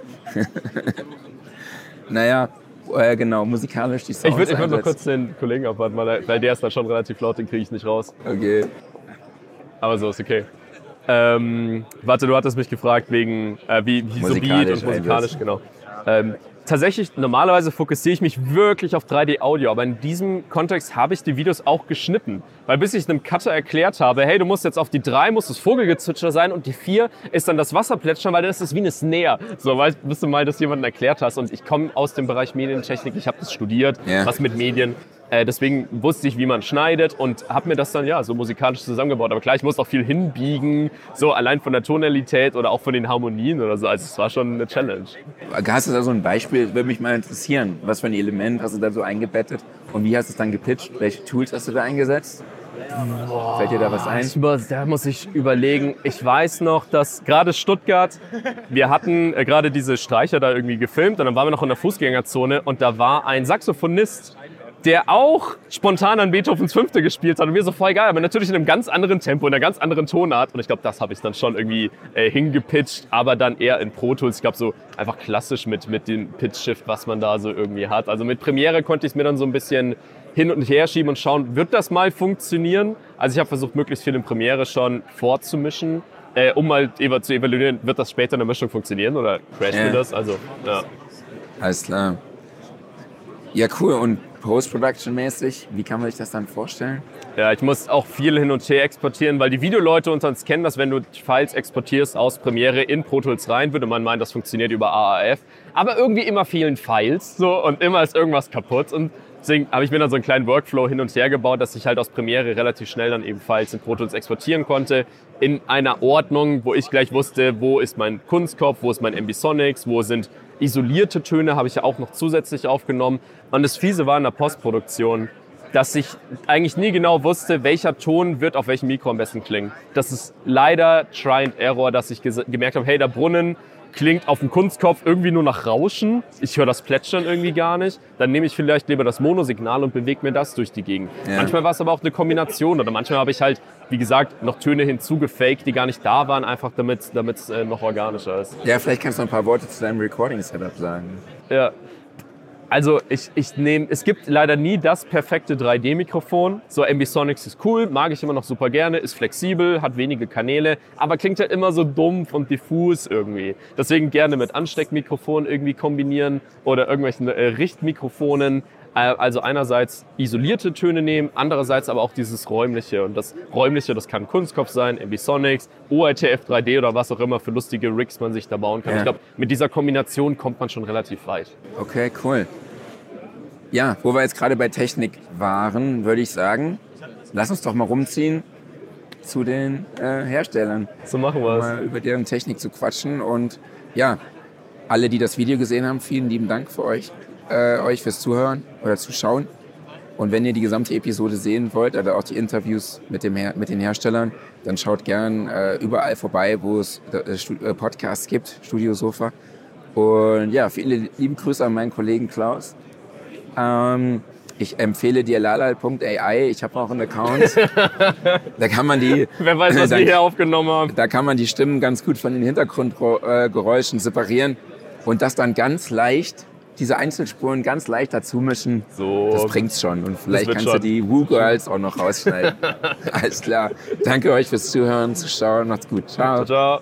Naja, äh, genau, musikalisch die Sounds. Ich würde würd noch kurz den Kollegen abwarten, weil der ist dann schon relativ laut, den kriege ich nicht raus. Okay. Aber so ist okay. Ähm, warte, du hattest mich gefragt wegen äh, wie, wie so Beat und musikalisch, genau. Ähm, tatsächlich, normalerweise fokussiere ich mich wirklich auf drei D Audio, aber in diesem Kontext habe ich die Videos auch geschnitten. Weil bis ich einem Cutter erklärt habe, hey, du musst jetzt auf die drei, muss das Vogelgezwitscher sein und die vier ist dann das Wasserplätschern, weil das ist wie eine Snare. So, weißt, bis du mal das jemandem erklärt hast. Und ich komme aus dem Bereich Medientechnik, ich habe das studiert, yeah. was mit Medien. Äh, deswegen wusste ich, wie man schneidet und habe mir das dann ja so musikalisch zusammengebaut. Aber klar, ich musste auch viel hinbiegen, so allein von der Tonalität oder auch von den Harmonien oder so. Also es war schon eine Challenge. Hast du da so ein Beispiel, würde mich mal interessieren. Was für ein Element hast du da so eingebettet und wie hast du es dann gepitcht? Welche Tools hast du da eingesetzt? Boah, fällt dir da was ein? Ich, da muss ich überlegen. Ich weiß noch, dass gerade Stuttgart, wir hatten äh, gerade diese Streicher da irgendwie gefilmt und dann waren wir noch in der Fußgängerzone und da war ein Saxophonist, der auch spontan an Beethovens Fünfte gespielt hat und mir so voll geil, aber natürlich in einem ganz anderen Tempo, in einer ganz anderen Tonart und ich glaube, das habe ich dann schon irgendwie äh, hingepitcht, aber dann eher in Pro Tools, ich glaube so einfach klassisch mit, mit dem Pitch-Shift, was man da so irgendwie hat. Also mit Premiere konnte ich es mir dann so ein bisschen hin und her schieben und schauen, wird das mal funktionieren? Also ich habe versucht, möglichst viel in Premiere schon vorzumischen, äh, um mal ev- zu evaluieren, wird das später in der Mischung funktionieren oder crasht ja. mir das? Also, ja. Alles klar. Ja, cool. Und Post-Production-mäßig, wie kann man sich das dann vorstellen? Ja, ich muss auch viel hin und her exportieren, weil die Videoleute unter uns kennen das, wenn du Files exportierst aus Premiere in Pro Tools rein, würde man meinen, das funktioniert über A A F. Aber irgendwie immer fehlen Files so und immer ist irgendwas kaputt. Und deswegen habe ich mir dann so einen kleinen Workflow hin und her gebaut, dass ich halt aus Premiere relativ schnell dann eben Files in Pro Tools exportieren konnte. In einer Ordnung, wo ich gleich wusste, wo ist mein Kunstkopf, wo ist mein Ambisonics, wo sind isolierte Töne, habe ich ja auch noch zusätzlich aufgenommen. Und das Fiese war in der Postproduktion, dass ich eigentlich nie genau wusste, welcher Ton wird auf welchem Mikro am besten klingen. Das ist leider Try and Error, dass ich ges- gemerkt habe, hey, der Brunnen klingt auf dem Kunstkopf irgendwie nur nach Rauschen. Ich höre das Plätschern irgendwie gar nicht. Dann nehme ich vielleicht lieber das Monosignal und bewege mir das durch die Gegend. Ja. Manchmal war es aber auch eine Kombination oder manchmal habe ich halt, wie gesagt, noch Töne hinzugefaked, die gar nicht da waren, einfach damit es äh, noch organischer ist. Ja, vielleicht kannst du ein paar Worte zu deinem Recording-Setup sagen. Ja. Also ich, ich nehme, es gibt leider nie das perfekte drei D-Mikrofon. So Ambisonics ist cool, mag ich immer noch super gerne, ist flexibel, hat wenige Kanäle, aber klingt halt immer so dumpf und diffus irgendwie. Deswegen gerne mit Ansteckmikrofon irgendwie kombinieren oder irgendwelchen äh, Richtmikrofonen. Äh, also einerseits isolierte Töne nehmen, andererseits aber auch dieses räumliche. Und das räumliche, das kann Kunstkopf sein, Ambisonics, O I T F drei D oder was auch immer für lustige Rigs man sich da bauen kann. Ja. Ich glaube, mit dieser Kombination kommt man schon relativ weit. Okay, cool. Ja, wo wir jetzt gerade bei Technik waren, würde ich sagen, lass uns doch mal rumziehen zu den äh, Herstellern. So machen wir es. Mal über deren Technik zu quatschen. Und ja, alle, die das Video gesehen haben, vielen lieben Dank für euch, äh, euch fürs Zuhören oder Zuschauen. Und wenn ihr die gesamte Episode sehen wollt, oder auch die Interviews mit, dem Her- mit den Herstellern, dann schaut gern äh, überall vorbei, wo es äh, Podcasts gibt, Studio Sofa. Und ja, viele liebe Grüße an meinen Kollegen Klaus. Ähm, ich empfehle dir lalal Punkt A I. Ich habe auch einen Account. Da kann man die. Wer weiß, was da, wir hier aufgenommen haben. Da kann man die Stimmen ganz gut von den Hintergrundgeräuschen separieren und das dann ganz leicht, diese Einzelspuren ganz leicht dazu mischen. So. Das bringt's schon. Und vielleicht kannst schon. du die Woo Girls auch noch rausschneiden. Alles klar. Danke euch fürs Zuhören, Zuschauen. Macht's gut. Ciao. Ciao.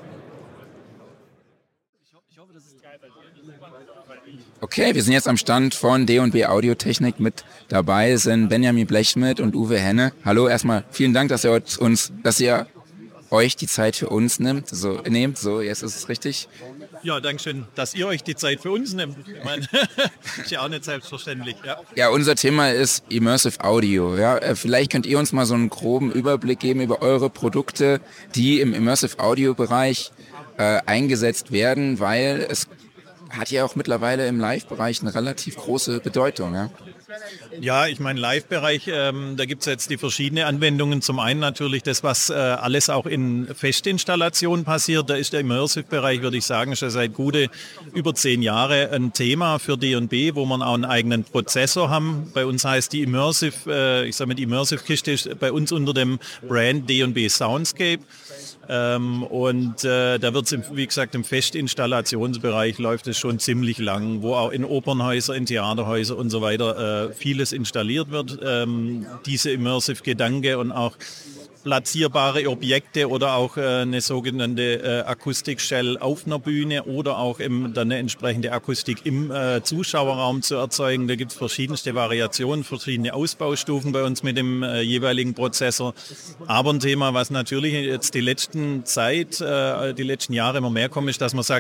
Okay, wir sind jetzt am Stand von D und B Audiotechnik. Mit dabei sind Benjamin Blechschmidt und Uwe Henne. Hallo, erstmal vielen Dank, dass ihr uns, dass ihr euch die Zeit für uns nimmt. So, nehmt, so, jetzt ist es richtig. Ja, danke schön, dass ihr euch die Zeit für uns nehmt. Ich meine, ist ja auch nicht selbstverständlich. Ja. Ja, unser Thema ist Immersive Audio. Ja, vielleicht könnt ihr uns mal so einen groben Überblick geben über eure Produkte, die im Immersive Audio Bereich äh, eingesetzt werden, weil es hat ja auch mittlerweile im Live-Bereich eine relativ große Bedeutung. Ja, ja ich meine, Live-Bereich, ähm, da gibt es jetzt die verschiedenen Anwendungen. Zum einen natürlich das, was äh, alles auch in Festinstallationen passiert. Da ist der Immersive-Bereich, würde ich sagen, schon seit gute über zehn Jahren ein Thema für D und B, wo man auch einen eigenen Prozessor haben. Bei uns heißt die Immersive, äh, ich sage mal, die Immersive-Kiste ist bei uns unter dem Brand D und B Soundscape. Ähm, und äh, da wird es, wie gesagt, im Festinstallationsbereich läuft es schon ziemlich lang, wo auch in Opernhäuser, in Theaterhäuser und so weiter äh, vieles installiert wird. Ähm, diese Immersive-Gedanke und auch platzierbare Objekte oder auch äh, eine sogenannte äh, Akustikshell auf einer Bühne oder auch im, dann eine entsprechende Akustik im äh, Zuschauerraum zu erzeugen. Da gibt es verschiedenste Variationen, verschiedene Ausbaustufen bei uns mit dem äh, jeweiligen Prozessor. Aber ein Thema, was natürlich jetzt die letzten Zeit, äh, die letzten Jahre immer mehr kommt, ist, dass man sagt,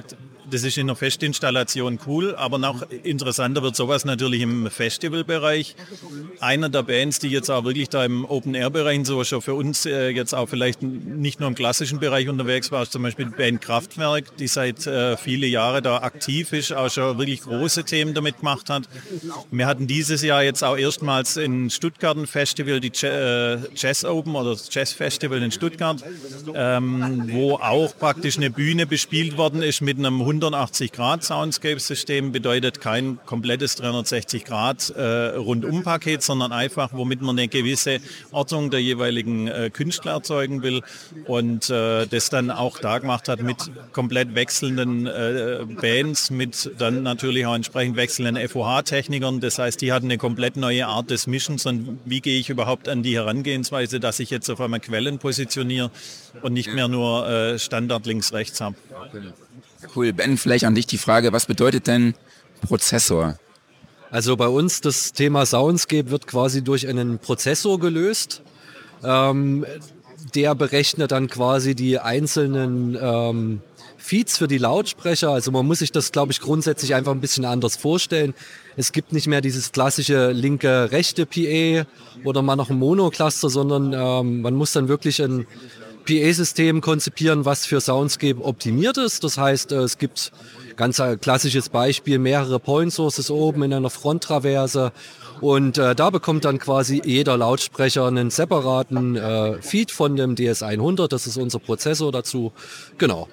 das ist in der Festinstallation cool, aber noch interessanter wird sowas natürlich im Festivalbereich. Einer der Bands, die jetzt auch wirklich da im Open-Air-Bereich so schon für uns äh, jetzt auch vielleicht nicht nur im klassischen Bereich unterwegs war, ist zum Beispiel die Band Kraftwerk, die seit äh, viele Jahre da aktiv ist, auch schon wirklich große Themen damit gemacht hat. Wir hatten dieses Jahr jetzt auch erstmals in Stuttgart ein Festival, die Jazz Open oder das Jazz Festival in Stuttgart, ähm, wo auch praktisch eine Bühne bespielt worden ist mit einem hundertachtzig Grad Soundscape-System, bedeutet kein komplettes dreihundertsechzig Grad äh, Rundum-Paket, sondern einfach, womit man eine gewisse Ortung der jeweiligen äh, Künstler erzeugen will und äh, das dann auch da gemacht hat mit komplett wechselnden äh, Bands, mit dann natürlich auch entsprechend wechselnden F O H-Technikern. Das heißt, die hatten eine komplett neue Art des Mischens und wie gehe ich überhaupt an die Herangehensweise, dass ich jetzt auf einmal Quellen positioniere und nicht mehr nur äh, Standard links-rechts habe. Cool. Ben, vielleicht an dich die Frage, was bedeutet denn Prozessor? Also bei uns das Thema Soundscape wird quasi durch einen Prozessor gelöst. Ähm, der berechnet dann quasi die einzelnen ähm, Feeds für die Lautsprecher. Also man muss sich das, glaube ich, grundsätzlich einfach ein bisschen anders vorstellen. Es gibt nicht mehr dieses klassische linke, rechte P A oder mal noch ein Monocluster, sondern ähm, man muss dann wirklich ein P A-System konzipieren, was für Soundscape optimiert ist. Das heißt, es gibt ganz ein klassisches Beispiel, mehrere Point Sources oben in einer Fronttraverse und äh, da bekommt dann quasi jeder Lautsprecher einen separaten äh, Feed von dem D S hundert. Das ist unser Prozessor dazu. Genau.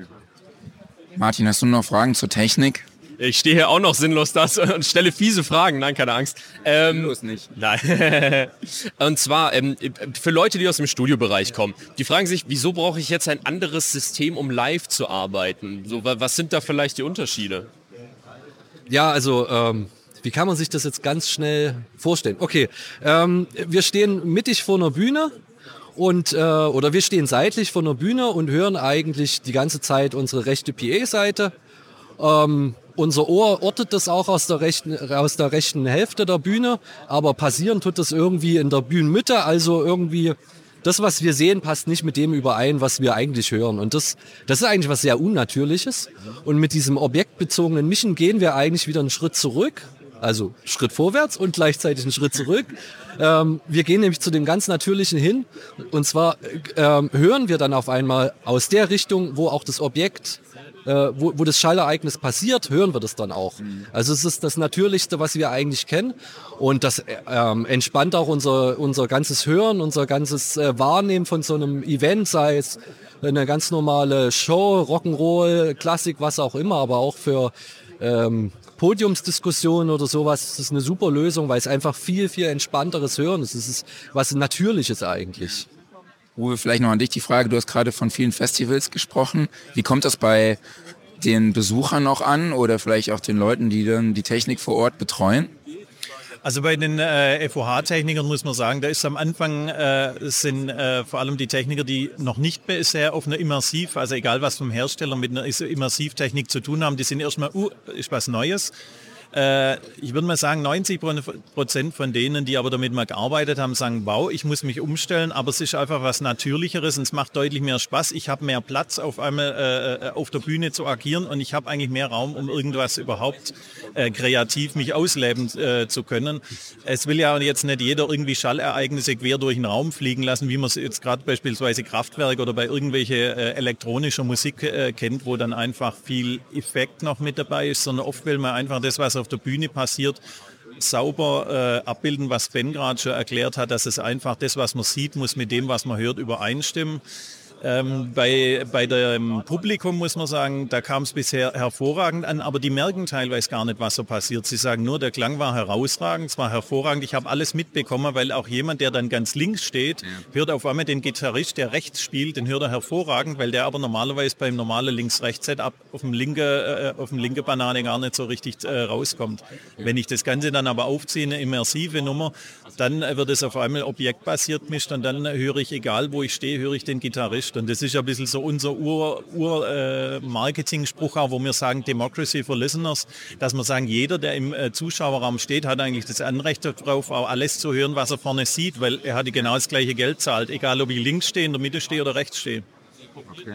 Martin, hast du noch Fragen zur Technik? Ich stehe hier auch noch sinnlos da und stelle fiese Fragen. Nein, keine Angst. Ähm, Sinnlos nicht. Nein. Und zwar ähm, für Leute, die aus dem Studiobereich kommen, die fragen sich, wieso brauche ich jetzt ein anderes System, um live zu arbeiten? So, was sind da vielleicht die Unterschiede? Ja, also ähm, wie kann man sich das jetzt ganz schnell vorstellen? Okay, ähm, wir stehen mittig vor einer Bühne. Und, äh, oder wir stehen seitlich vor einer Bühne und hören eigentlich die ganze Zeit unsere rechte P A-Seite. Ähm, unser Ohr ortet das auch aus der, rechten, aus der rechten Hälfte der Bühne, aber passieren tut das irgendwie in der Bühnenmitte. Also irgendwie das, was wir sehen, passt nicht mit dem überein, was wir eigentlich hören. Und das, das ist eigentlich was sehr Unnatürliches. Und mit diesem objektbezogenen Mischen gehen wir eigentlich wieder einen Schritt zurück. Also Schritt vorwärts und gleichzeitig einen Schritt zurück. Ähm, wir gehen nämlich zu dem ganz Natürlichen hin. Und zwar ähm, hören wir dann auf einmal aus der Richtung, wo auch das Objekt, äh, wo, wo das Schallereignis passiert, hören wir das dann auch. Also es ist das Natürlichste, was wir eigentlich kennen. Und das ähm, entspannt auch unser, unser ganzes Hören, unser ganzes äh, Wahrnehmen von so einem Event, sei es eine ganz normale Show, Rock'n'Roll, Klassik, was auch immer, aber auch für ähm, Podiumsdiskussionen oder sowas, das ist eine super Lösung, weil es einfach viel, viel entspannteres Hören ist. Es ist was Natürliches eigentlich. Uwe, vielleicht noch an dich die Frage, du hast gerade von vielen Festivals gesprochen. Wie kommt das bei den Besuchern noch an oder vielleicht auch den Leuten, die dann die Technik vor Ort betreuen? Also bei den äh, F O H-Technikern muss man sagen, da ist am Anfang äh, sind äh, vor allem die Techniker, die noch nicht bisher auf einer Immersiv, also egal was vom Hersteller mit einer Immersivtechnik zu tun haben, die sind erstmal, uh, ist was Neues. Äh, ich würde mal sagen, neunzig Prozent von denen, die aber damit mal gearbeitet haben, sagen, wow, ich muss mich umstellen, aber es ist einfach was Natürlicheres und es macht deutlich mehr Spaß. Ich habe mehr Platz, auf einmal äh, auf der Bühne zu agieren und ich habe eigentlich mehr Raum, um irgendwas überhaupt äh, kreativ mich ausleben äh, zu können. Es will ja jetzt nicht jeder irgendwie Schallereignisse quer durch den Raum fliegen lassen, wie man es jetzt gerade beispielsweise Kraftwerk oder bei irgendwelche äh, elektronischer Musik äh, kennt, wo dann einfach viel Effekt noch mit dabei ist, sondern oft will man einfach das, was auf der Bühne passiert, sauber äh, abbilden, was Ben gerade schon erklärt hat, dass es einfach das, was man sieht, muss mit dem, was man hört, übereinstimmen. Ähm, bei, bei dem Publikum muss man sagen, da kam es bisher hervorragend an, aber die merken teilweise gar nicht, was so passiert. Sie sagen nur, der Klang war herausragend, es war hervorragend. Ich habe alles mitbekommen, weil auch jemand, der dann ganz links steht, ja, hört auf einmal den Gitarrist, der rechts spielt, den hört er hervorragend, weil der aber normalerweise beim normalen Links-Rechts-Setup auf dem linken äh, auf dem linken Banane gar nicht so richtig äh, rauskommt. Ja. Wenn ich das Ganze dann aber aufziehe, eine immersive Nummer, dann äh, wird es auf einmal objektbasiert mischt und dann äh, höre ich, egal wo ich stehe, höre ich den Gitarrist. Und das ist ein bisschen so unser Ur-Marketing-Spruch, Ur, äh, wo wir sagen, Democracy for Listeners, dass wir sagen, jeder, der im äh, Zuschauerraum steht, hat eigentlich das Anrecht darauf, auch alles zu hören, was er vorne sieht, weil er hat genau das gleiche Geld zahlt, egal ob ich links stehe, in der Mitte stehe oder rechts stehe. Okay.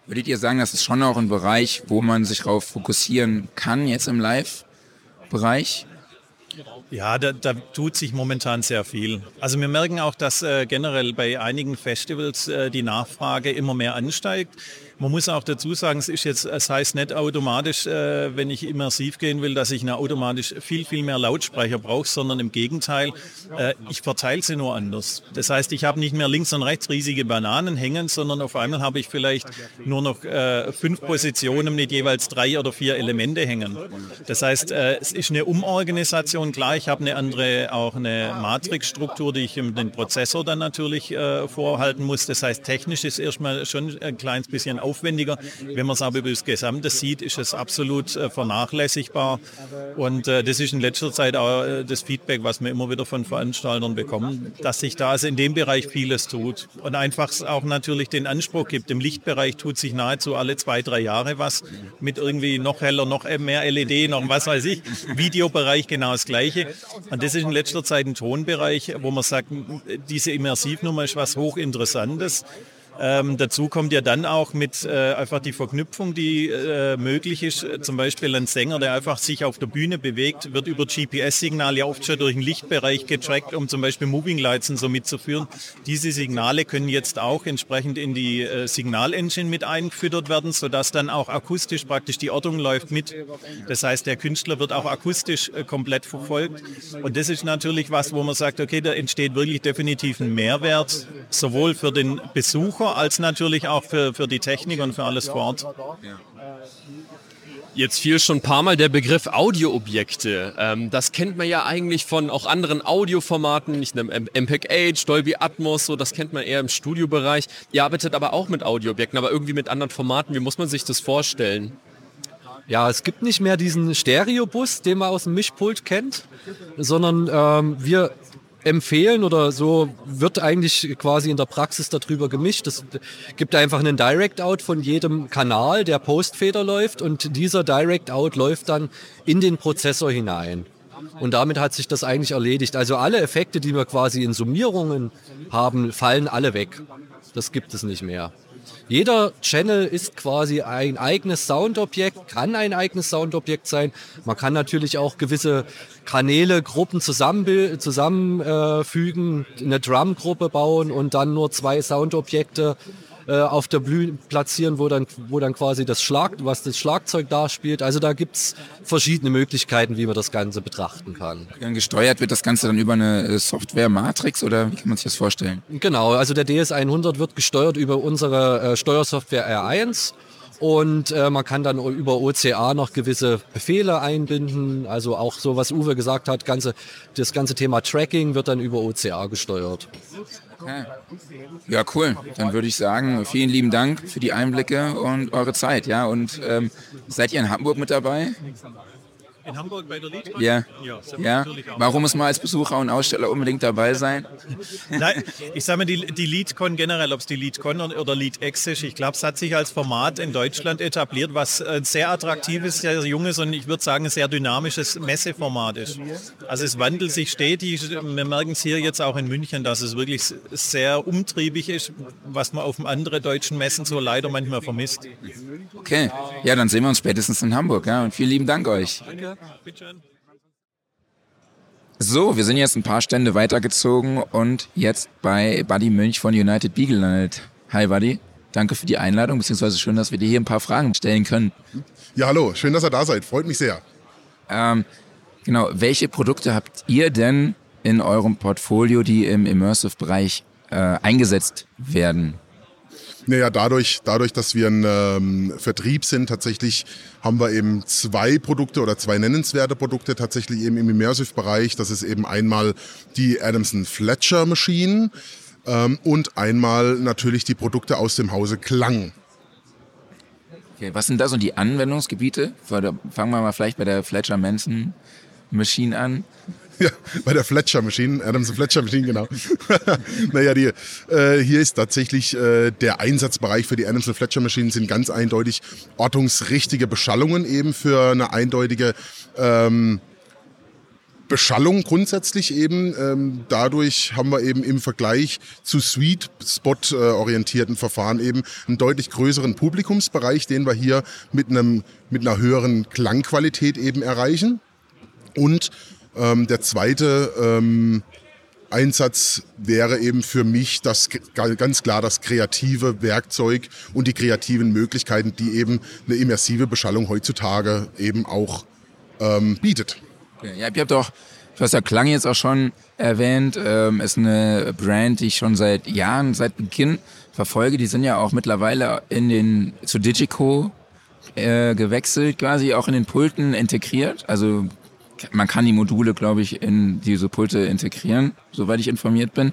Würdet ihr sagen, das ist schon auch ein Bereich, wo man sich darauf fokussieren kann, jetzt im Live-Bereich? Ja, da, da tut sich momentan sehr viel. Also wir merken auch, dass äh, generell bei einigen Festivals äh, die Nachfrage immer mehr ansteigt. Man muss auch dazu sagen, es ist jetzt, es heißt nicht automatisch, äh, wenn ich immersiv gehen will, dass ich eine automatisch viel, viel mehr Lautsprecher brauche, sondern im Gegenteil, äh, ich verteile sie nur anders. Das heißt, ich habe nicht mehr links und rechts riesige Bananen hängen, sondern auf einmal habe ich vielleicht nur noch äh, fünf Positionen mit jeweils drei oder vier Elemente hängen. Das heißt, äh, es ist eine Umorganisation. Klar, ich habe eine andere, auch eine Matrixstruktur, die ich im den Prozessor dann natürlich äh, vorhalten muss. Das heißt, technisch ist erstmal schon ein kleines bisschen aufwendiger. Wenn man es aber über das Gesamte sieht, ist es absolut äh, vernachlässigbar. Und äh, das ist in letzter Zeit auch äh, das Feedback, was wir immer wieder von Veranstaltern bekommen, dass sich da also in dem Bereich vieles tut. Und einfach auch natürlich den Anspruch gibt. Im Lichtbereich tut sich nahezu alle zwei, drei Jahre was mit irgendwie noch heller, noch mehr L E D, noch was weiß ich. Videobereich genau das Gleiche. Und das ist in letzter Zeit ein Tonbereich, wo man sagt, diese Immersivnummer ist was hochinteressantes. Ähm, dazu kommt ja dann auch mit äh, einfach die Verknüpfung, die äh, möglich ist. Zum Beispiel ein Sänger, der einfach sich auf der Bühne bewegt, wird über G P S-Signale oft schon durch den Lichtbereich getrackt, um zum Beispiel Moving Lights und so mitzuführen. Diese Signale können jetzt auch entsprechend in die äh, Signal-Engine mit eingefüttert werden, sodass dann auch akustisch praktisch die Ortung läuft mit. Das heißt, der Künstler wird auch akustisch äh, komplett verfolgt. Und das ist natürlich was, wo man sagt, okay, da entsteht wirklich definitiv ein Mehrwert, sowohl für den Besucher als natürlich auch für, für die Technik und für alles vor Ort. Jetzt fiel schon ein paar Mal der Begriff Audioobjekte. Ähm, das kennt man ja eigentlich von auch anderen Audioformaten, nicht einem M P E G H, Dolby Atmos, so, das kennt man eher im Studiobereich. Ihr arbeitet aber auch mit Audioobjekten, aber irgendwie mit anderen Formaten. Wie muss man sich das vorstellen? Ja, es gibt nicht mehr diesen Stereobus, den man aus dem Mischpult kennt, sondern ähm, wir empfehlen oder so wird eigentlich quasi in der Praxis darüber gemischt. Es gibt einfach einen Direct-Out von jedem Kanal, der Postfader läuft und dieser Direct-Out läuft dann in den Prozessor hinein. Und damit hat sich das eigentlich erledigt. Also alle Effekte, die wir quasi in Summierungen haben, fallen alle weg. Das gibt es nicht mehr. Jeder Channel ist quasi ein eigenes Soundobjekt, kann ein eigenes Soundobjekt sein. Man kann natürlich auch gewisse Kanäle, Gruppen zusammenfügen, zusammenfügen, eine Drumgruppe bauen und dann nur zwei Soundobjekte äh, auf der Bühne platzieren, wo dann, wo dann quasi das Schlag, was das Schlagzeug darspielt. Also da gibt's verschiedene Möglichkeiten, wie man das Ganze betrachten kann. Gesteuert wird das Ganze dann über eine Software-Matrix oder wie kann man sich das vorstellen? Genau, also der D S hundert wird gesteuert über unsere äh, Steuersoftware R eins. Und äh, man kann dann über O C A noch gewisse Befehle einbinden. Also auch so, was Uwe gesagt hat, ganze, das ganze Thema Tracking wird dann über O C A gesteuert. Okay. Ja, cool. Dann würde ich sagen, vielen lieben Dank für die Einblicke und eure Zeit. Ja, und ähm, seid ihr in Hamburg mit dabei? In Hamburg bei der Liedcon? Ja. Ja, ja. Warum muss man als Besucher und Aussteller unbedingt dabei sein? Nein, ich sage mal, die, die Liedcon generell, ob es die Liedcon oder Lied-X ist, ich glaube, es hat sich als Format in Deutschland etabliert, was ein sehr attraktives, sehr junges und ich würde sagen, ein sehr dynamisches Messeformat ist. Also es wandelt sich stetig. Wir merken es hier jetzt auch in München, dass es wirklich sehr umtriebig ist, was man auf anderen deutschen Messen so leider manchmal vermisst. Okay, ja, dann sehen wir uns spätestens in Hamburg. Ja? Und vielen lieben Dank euch. Danke. Bitteschön. So, wir sind jetzt ein paar Stände weitergezogen und jetzt bei Buddy Münch von United Beagle gelandet. Hi Buddy, danke für die Einladung, beziehungsweise schön, dass wir dir hier ein paar Fragen stellen können. Ja, hallo, schön, dass ihr da seid, freut mich sehr. Ähm, genau, welche Produkte habt ihr denn in eurem Portfolio, die im Immersive-Bereich äh, eingesetzt werden? Naja, dadurch, dadurch, dass wir ein ähm, Vertrieb sind, tatsächlich haben wir eben zwei Produkte oder zwei nennenswerte Produkte tatsächlich eben im Immersive-Bereich. Das ist eben einmal die Adamson Fletcher Machine ähm, und einmal natürlich die Produkte aus dem Hause Klang. Okay, was sind da so die Anwendungsgebiete? Fangen wir mal vielleicht bei der Fletcher Manson Machine an. Ja, bei der Fletcher Machine, Adamson Fletcher Machine, genau. naja, die, äh, hier ist tatsächlich äh, der Einsatzbereich für die Adamson Fletcher Machine sind ganz eindeutig ortungsrichtige Beschallungen eben für eine eindeutige ähm, Beschallung grundsätzlich eben. Ähm, dadurch haben wir eben im Vergleich zu Sweet-Spot-orientierten Verfahren eben einen deutlich größeren Publikumsbereich, den wir hier mit einem mit einer höheren Klangqualität eben erreichen. Und ähm, der zweite ähm, Einsatz wäre eben für mich das ganz klar das kreative Werkzeug und die kreativen Möglichkeiten, die eben eine immersive Beschallung heutzutage eben auch ähm, bietet. Ja, ihr habt auch, du hast ja Klang jetzt auch schon erwähnt, ähm, ist eine Brand, die ich schon seit Jahren, seit Beginn verfolge. Die sind ja auch mittlerweile in den zu Digico äh, gewechselt, quasi auch in den Pulten integriert. Also man kann die Module, glaube ich, in diese Pulte integrieren, soweit ich informiert bin.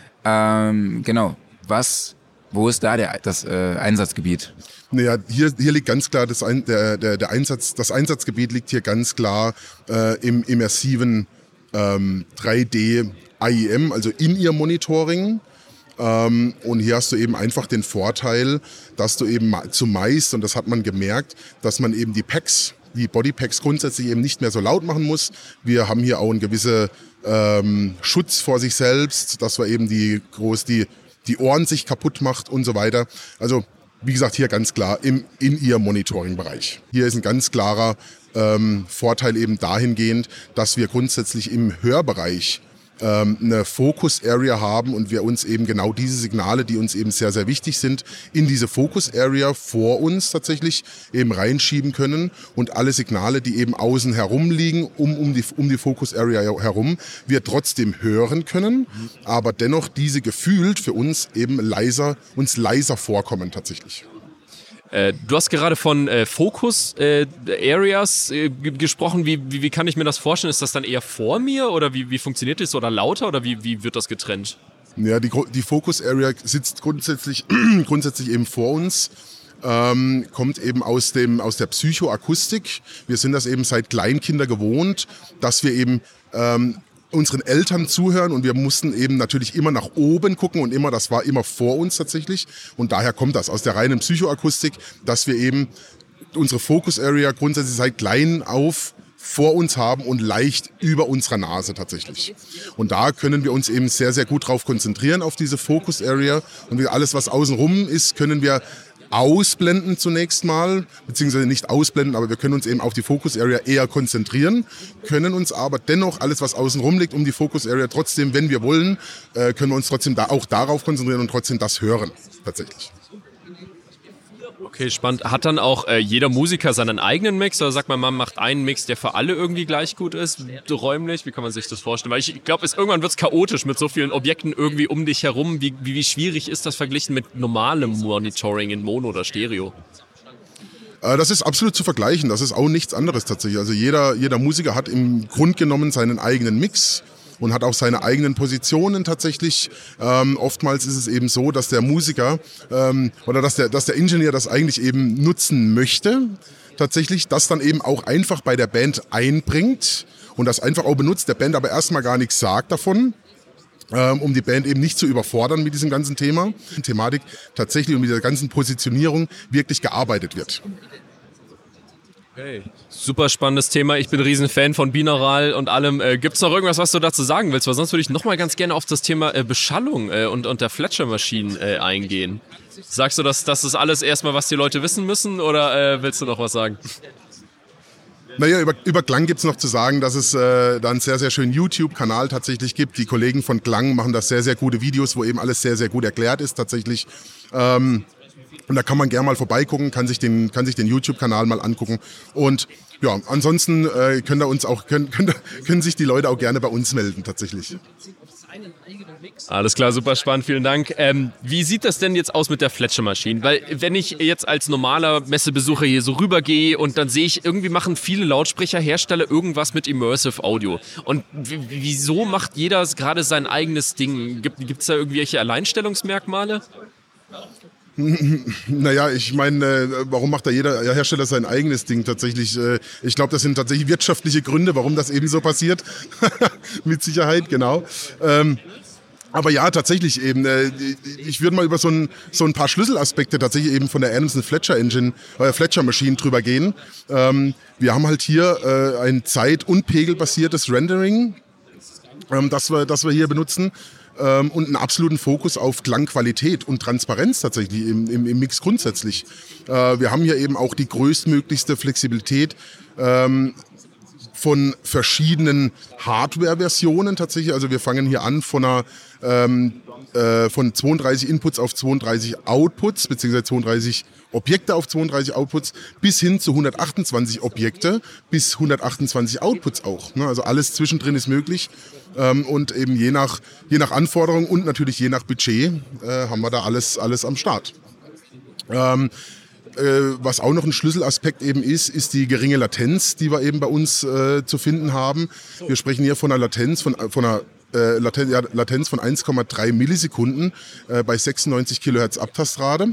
Ähm, genau, was, wo ist da der, das äh, Einsatzgebiet? Naja, hier, hier liegt ganz klar, das, ein, der, der, der Einsatz, das Einsatzgebiet liegt hier ganz klar äh, im immersiven ähm, drei D I E M, also In-Ear-Monitoring. Ähm, und hier hast du eben einfach den Vorteil, dass du eben zumeist, und das hat man gemerkt, dass man eben die Packs, die Bodypacks grundsätzlich eben nicht mehr so laut machen muss. Wir haben hier auch einen gewissen ähm, Schutz vor sich selbst, dass wir eben die groß die, die Ohren sich kaputt macht und so weiter. Also wie gesagt, hier ganz klar im In-Ear-Monitoring-Bereich. Hier ist ein ganz klarer ähm, Vorteil eben dahingehend, dass wir grundsätzlich im Hörbereich ähm, eine Focus-Area haben und wir uns eben genau diese Signale, die uns eben sehr, sehr wichtig sind, in diese Focus-Area vor uns tatsächlich eben reinschieben können und alle Signale, die eben außen herum liegen, um, um die, um die Focus-Area herum, wir trotzdem hören können, aber dennoch diese gefühlt für uns eben leiser, uns leiser vorkommen tatsächlich. Äh, du hast gerade von äh, Focus äh, Areas äh, g- gesprochen. Wie, wie, wie kann ich mir das vorstellen? Ist das dann eher vor mir oder wie, wie funktioniert das? Oder lauter oder wie, wie wird das getrennt? Ja, die, die Focus Area sitzt grundsätzlich, grundsätzlich eben vor uns. Ähm, kommt eben aus, dem, aus der Psychoakustik. Wir sind das eben seit Kleinkinder gewohnt, dass wir eben ähm, unseren Eltern zuhören und wir mussten eben natürlich immer nach oben gucken und immer, das war immer vor uns tatsächlich und daher kommt das aus der reinen Psychoakustik, dass wir eben unsere Focus Area grundsätzlich seit klein auf vor uns haben und leicht über unserer Nase tatsächlich. Und da können wir uns eben sehr, sehr gut drauf konzentrieren auf diese Focus Area und alles, was außenrum ist, können wir ausblenden zunächst mal, beziehungsweise nicht ausblenden, aber wir können uns eben auf die Focus Area eher konzentrieren, können uns aber dennoch alles, was außen rum liegt, um die Focus Area trotzdem, wenn wir wollen, äh, können wir uns trotzdem da auch darauf konzentrieren und trotzdem das hören, tatsächlich. Okay, spannend. Hat dann auch äh, jeder Musiker seinen eigenen Mix oder sagt man, man macht einen Mix, der für alle irgendwie gleich gut ist, räumlich? Wie kann man sich das vorstellen? Weil ich glaube, irgendwann wird es chaotisch mit so vielen Objekten irgendwie um dich herum. Wie, wie, wie schwierig ist das verglichen mit normalem Monitoring in Mono oder Stereo? Das ist absolut zu vergleichen. Das ist auch nichts anderes tatsächlich. Also jeder, jeder Musiker hat im Grunde genommen seinen eigenen Mix und hat auch seine eigenen Positionen tatsächlich. Ähm, oftmals ist es eben so, dass der Musiker ähm, oder dass der, dass der Ingenieur das eigentlich eben nutzen möchte, tatsächlich das dann eben auch einfach bei der Band einbringt und das einfach auch benutzt, der Band aber erstmal gar nichts sagt davon, ähm, um die Band eben nicht zu überfordern mit diesem ganzen Thema, Thematik tatsächlich und mit der ganzen Positionierung wirklich gearbeitet wird. Okay. Super spannendes Thema. Ich bin ein Riesenfan von Binaural und allem. Äh, Gibt es noch irgendwas, was du dazu sagen willst? Weil sonst würde ich noch mal ganz gerne auf das Thema äh, Beschallung äh, und, und der Fletcher-Maschinen äh, eingehen. Sagst du, dass das ist alles erstmal, was die Leute wissen müssen oder äh, willst du noch was sagen? Naja, über, über Klang gibt's noch zu sagen, dass es äh, da einen sehr, sehr schönen YouTube-Kanal tatsächlich gibt. Die Kollegen von Klang machen da sehr, sehr gute Videos, wo eben alles sehr, sehr gut erklärt ist tatsächlich. Ähm, Und da kann man gerne mal vorbeigucken, kann sich den, kann sich den YouTube-Kanal mal angucken. Und ja, ansonsten äh, können, da uns auch, können, können, können sich die Leute auch gerne bei uns melden, tatsächlich. Alles klar, super spannend, vielen Dank. Ähm, wie sieht das denn jetzt aus mit der Fletcher-Maschine? Weil wenn ich jetzt als normaler Messebesucher hier so rübergehe und dann sehe ich, irgendwie machen viele Lautsprecherhersteller irgendwas mit Immersive Audio. Und w- wieso macht jeder gerade sein eigenes Ding? Gibt es da irgendwelche Alleinstellungsmerkmale? Naja, ich meine, äh, warum macht da jeder Hersteller sein eigenes Ding tatsächlich? Äh, ich glaube, das sind tatsächlich wirtschaftliche Gründe, warum das eben so passiert. Mit Sicherheit, genau. Ähm, Aber ja, tatsächlich eben. Äh, ich würde mal über so ein, so ein paar Schlüsselaspekte tatsächlich eben von der Adamson Fletcher Engine, äh, Fletcher Machine drüber gehen. Ähm, wir haben halt hier äh, ein zeit- und pegelbasiertes Rendering, ähm, das wir, das wir hier benutzen. Ähm, und einen absoluten Fokus auf Klangqualität und Transparenz tatsächlich im, im, im Mix grundsätzlich. Äh, wir haben hier eben auch die größtmöglichste Flexibilität ähm, von verschiedenen Hardware-Versionen tatsächlich. Also wir fangen hier an von einer ähm, äh, von zweiunddreißig Inputs auf zweiunddreißig Outputs, beziehungsweise zweiunddreißig Objekte auf zweiunddreißig Outputs, bis hin zu hundertachtundzwanzig Objekte, bis hundertachtundzwanzig Outputs auch. Ne? Also alles zwischendrin ist möglich. Ähm, und eben je nach, je nach Anforderung und natürlich je nach Budget äh, haben wir da alles, alles am Start. Ähm, Äh, was auch noch ein Schlüsselaspekt eben ist, ist die geringe Latenz, die wir eben bei uns äh, zu finden haben. Wir sprechen hier von einer Latenz von, von einer äh, Latenz, ja, Latenz von eins Komma drei Millisekunden äh, bei sechsundneunzig Kilohertz Abtastrate.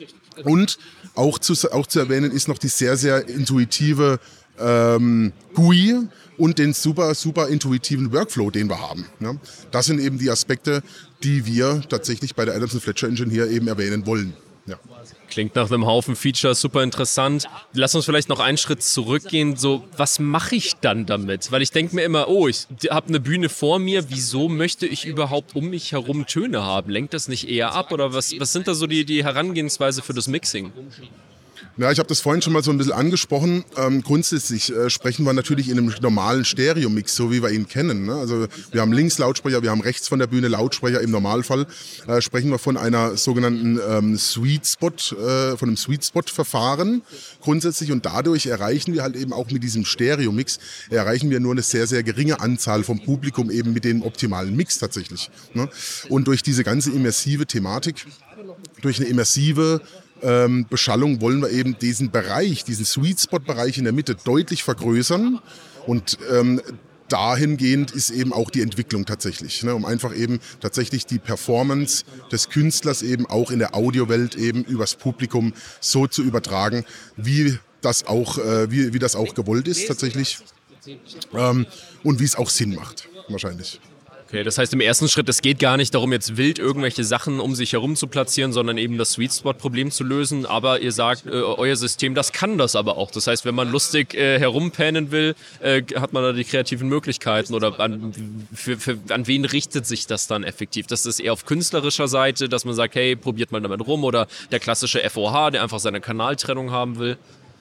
Und auch zu, auch zu erwähnen ist noch die sehr, sehr intuitive ähm, G U I und den super, super intuitiven Workflow, den wir haben. Ja. Das sind eben die Aspekte, die wir tatsächlich bei der Adamson Fletcher Engine hier eben erwähnen wollen. Ja. Klingt nach einem Haufen Features, super interessant. Lass uns vielleicht noch einen Schritt zurückgehen. So, was mache ich dann damit? Weil ich denke mir immer, oh, ich habe eine Bühne vor mir. Wieso möchte ich überhaupt um mich herum Töne haben? Lenkt das nicht eher ab? Oder was, was sind da so die, die Herangehensweise für das Mixing? Ja, ich habe das vorhin schon mal so ein bisschen angesprochen. Ähm, grundsätzlich äh, sprechen wir natürlich in einem normalen Stereo-Mix, so wie wir ihn kennen. Ne? Also wir haben links Lautsprecher, wir haben rechts von der Bühne Lautsprecher. Im Normalfall äh, sprechen wir von einer sogenannten ähm, Sweet Spot, äh, von einem Sweet Spot-Verfahren grundsätzlich. Und dadurch erreichen wir halt eben auch mit diesem Stereo-Mix, erreichen wir nur eine sehr, sehr geringe Anzahl vom Publikum eben mit dem optimalen Mix tatsächlich. Ne? Und durch diese ganze immersive Thematik, durch eine immersive Ähm, Beschallung wollen wir eben diesen Bereich, diesen Sweet Spot Bereich in der Mitte deutlich vergrößern und ähm, dahingehend ist eben auch die Entwicklung tatsächlich, ne, um einfach eben tatsächlich die Performance des Künstlers eben auch in der Audiowelt eben übers Publikum so zu übertragen, wie das auch, äh, wie, wie das auch gewollt ist tatsächlich ähm, und wie es auch Sinn macht wahrscheinlich. Okay, das heißt im ersten Schritt, es geht gar nicht darum, jetzt wild irgendwelche Sachen um sich herum zu platzieren, sondern eben das Sweet Spot-Problem zu lösen. Aber ihr sagt, äh, euer System, das kann das aber auch. Das heißt, wenn man lustig äh, herumpänen will, äh, hat man da die kreativen Möglichkeiten. Oder an, für, für, an wen richtet sich das dann effektiv? Das ist eher auf künstlerischer Seite, dass man sagt, hey, probiert mal damit rum. Oder der klassische F O H, der einfach seine Kanaltrennung haben will.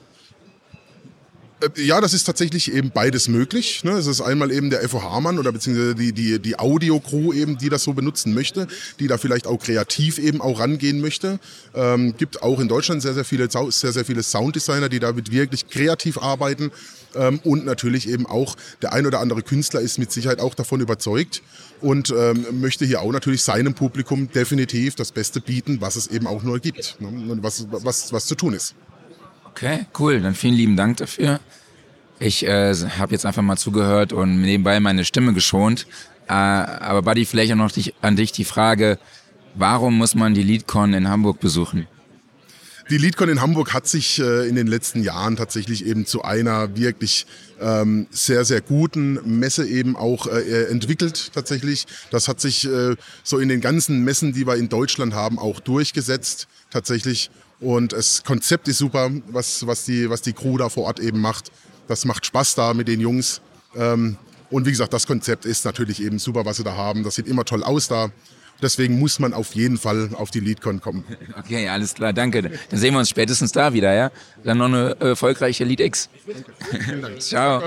Ja, das ist tatsächlich eben beides möglich. Es ist einmal eben der F O H-Mann oder beziehungsweise die, die, die Audio-Crew eben, die das so benutzen möchte, die da vielleicht auch kreativ eben auch rangehen möchte. Ähm, gibt auch in Deutschland sehr, sehr viele, sehr, sehr viele Sounddesigner, die damit wirklich kreativ arbeiten. Ähm, und natürlich eben auch der ein oder andere Künstler ist mit Sicherheit auch davon überzeugt und ähm, möchte hier auch natürlich seinem Publikum definitiv das Beste bieten, was es eben auch nur gibt, ne? Und was, was, was zu tun ist. Okay, cool. Dann vielen lieben Dank dafür. Ich äh, habe jetzt einfach mal zugehört und nebenbei meine Stimme geschont. Äh, aber Buddy, vielleicht auch noch dich, an dich die Frage, warum muss man die LeadCon in Hamburg besuchen? Die LeadCon in Hamburg hat sich äh, in den letzten Jahren tatsächlich eben zu einer wirklich ähm, sehr, sehr guten Messe eben auch äh, entwickelt tatsächlich. Das hat sich äh, so in den ganzen Messen, die wir in Deutschland haben, auch durchgesetzt tatsächlich. Und das Konzept ist super, was, was, die, was die Crew da vor Ort eben macht. Das macht Spaß da mit den Jungs. Ähm, und wie gesagt, das Konzept ist natürlich eben super, was sie da haben. Das sieht immer toll aus da. Deswegen muss man auf jeden Fall auf die LeadCon kommen. Okay, alles klar, danke. Dann sehen wir uns spätestens da wieder, ja? Dann noch eine erfolgreiche LeadX. Vielen Dank. Ciao.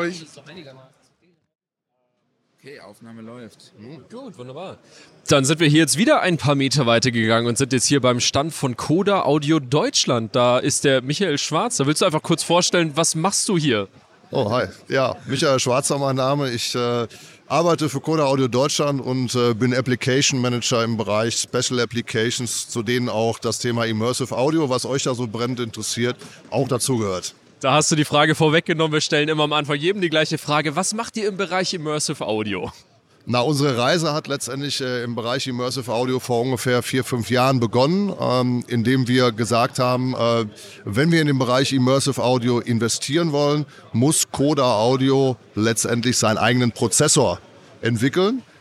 Okay, Aufnahme läuft. Gut, wunderbar. Dann sind wir hier jetzt wieder ein paar Meter weiter gegangen und sind jetzt hier beim Stand von Coda Audio Deutschland. Da ist der Michael Schwarzer. Willst du einfach kurz vorstellen, was machst du hier? Oh, hi. Ja, Michael Schwarzer mein Name. Ich äh, arbeite für Coda Audio Deutschland und äh, bin Application Manager im Bereich Special Applications, zu denen auch das Thema Immersive Audio, was euch da so brennend interessiert, auch dazugehört. Da hast du die Frage vorweggenommen. Wir stellen immer am Anfang jedem die gleiche Frage. Was macht ihr im Bereich Immersive Audio? Na, unsere Reise hat letztendlich äh, im Bereich Immersive Audio vor ungefähr vier, fünf Jahren begonnen, ähm, indem wir gesagt haben, äh, wenn wir in den Bereich Immersive Audio investieren wollen, muss Coda Audio letztendlich seinen eigenen Prozessor entwickeln,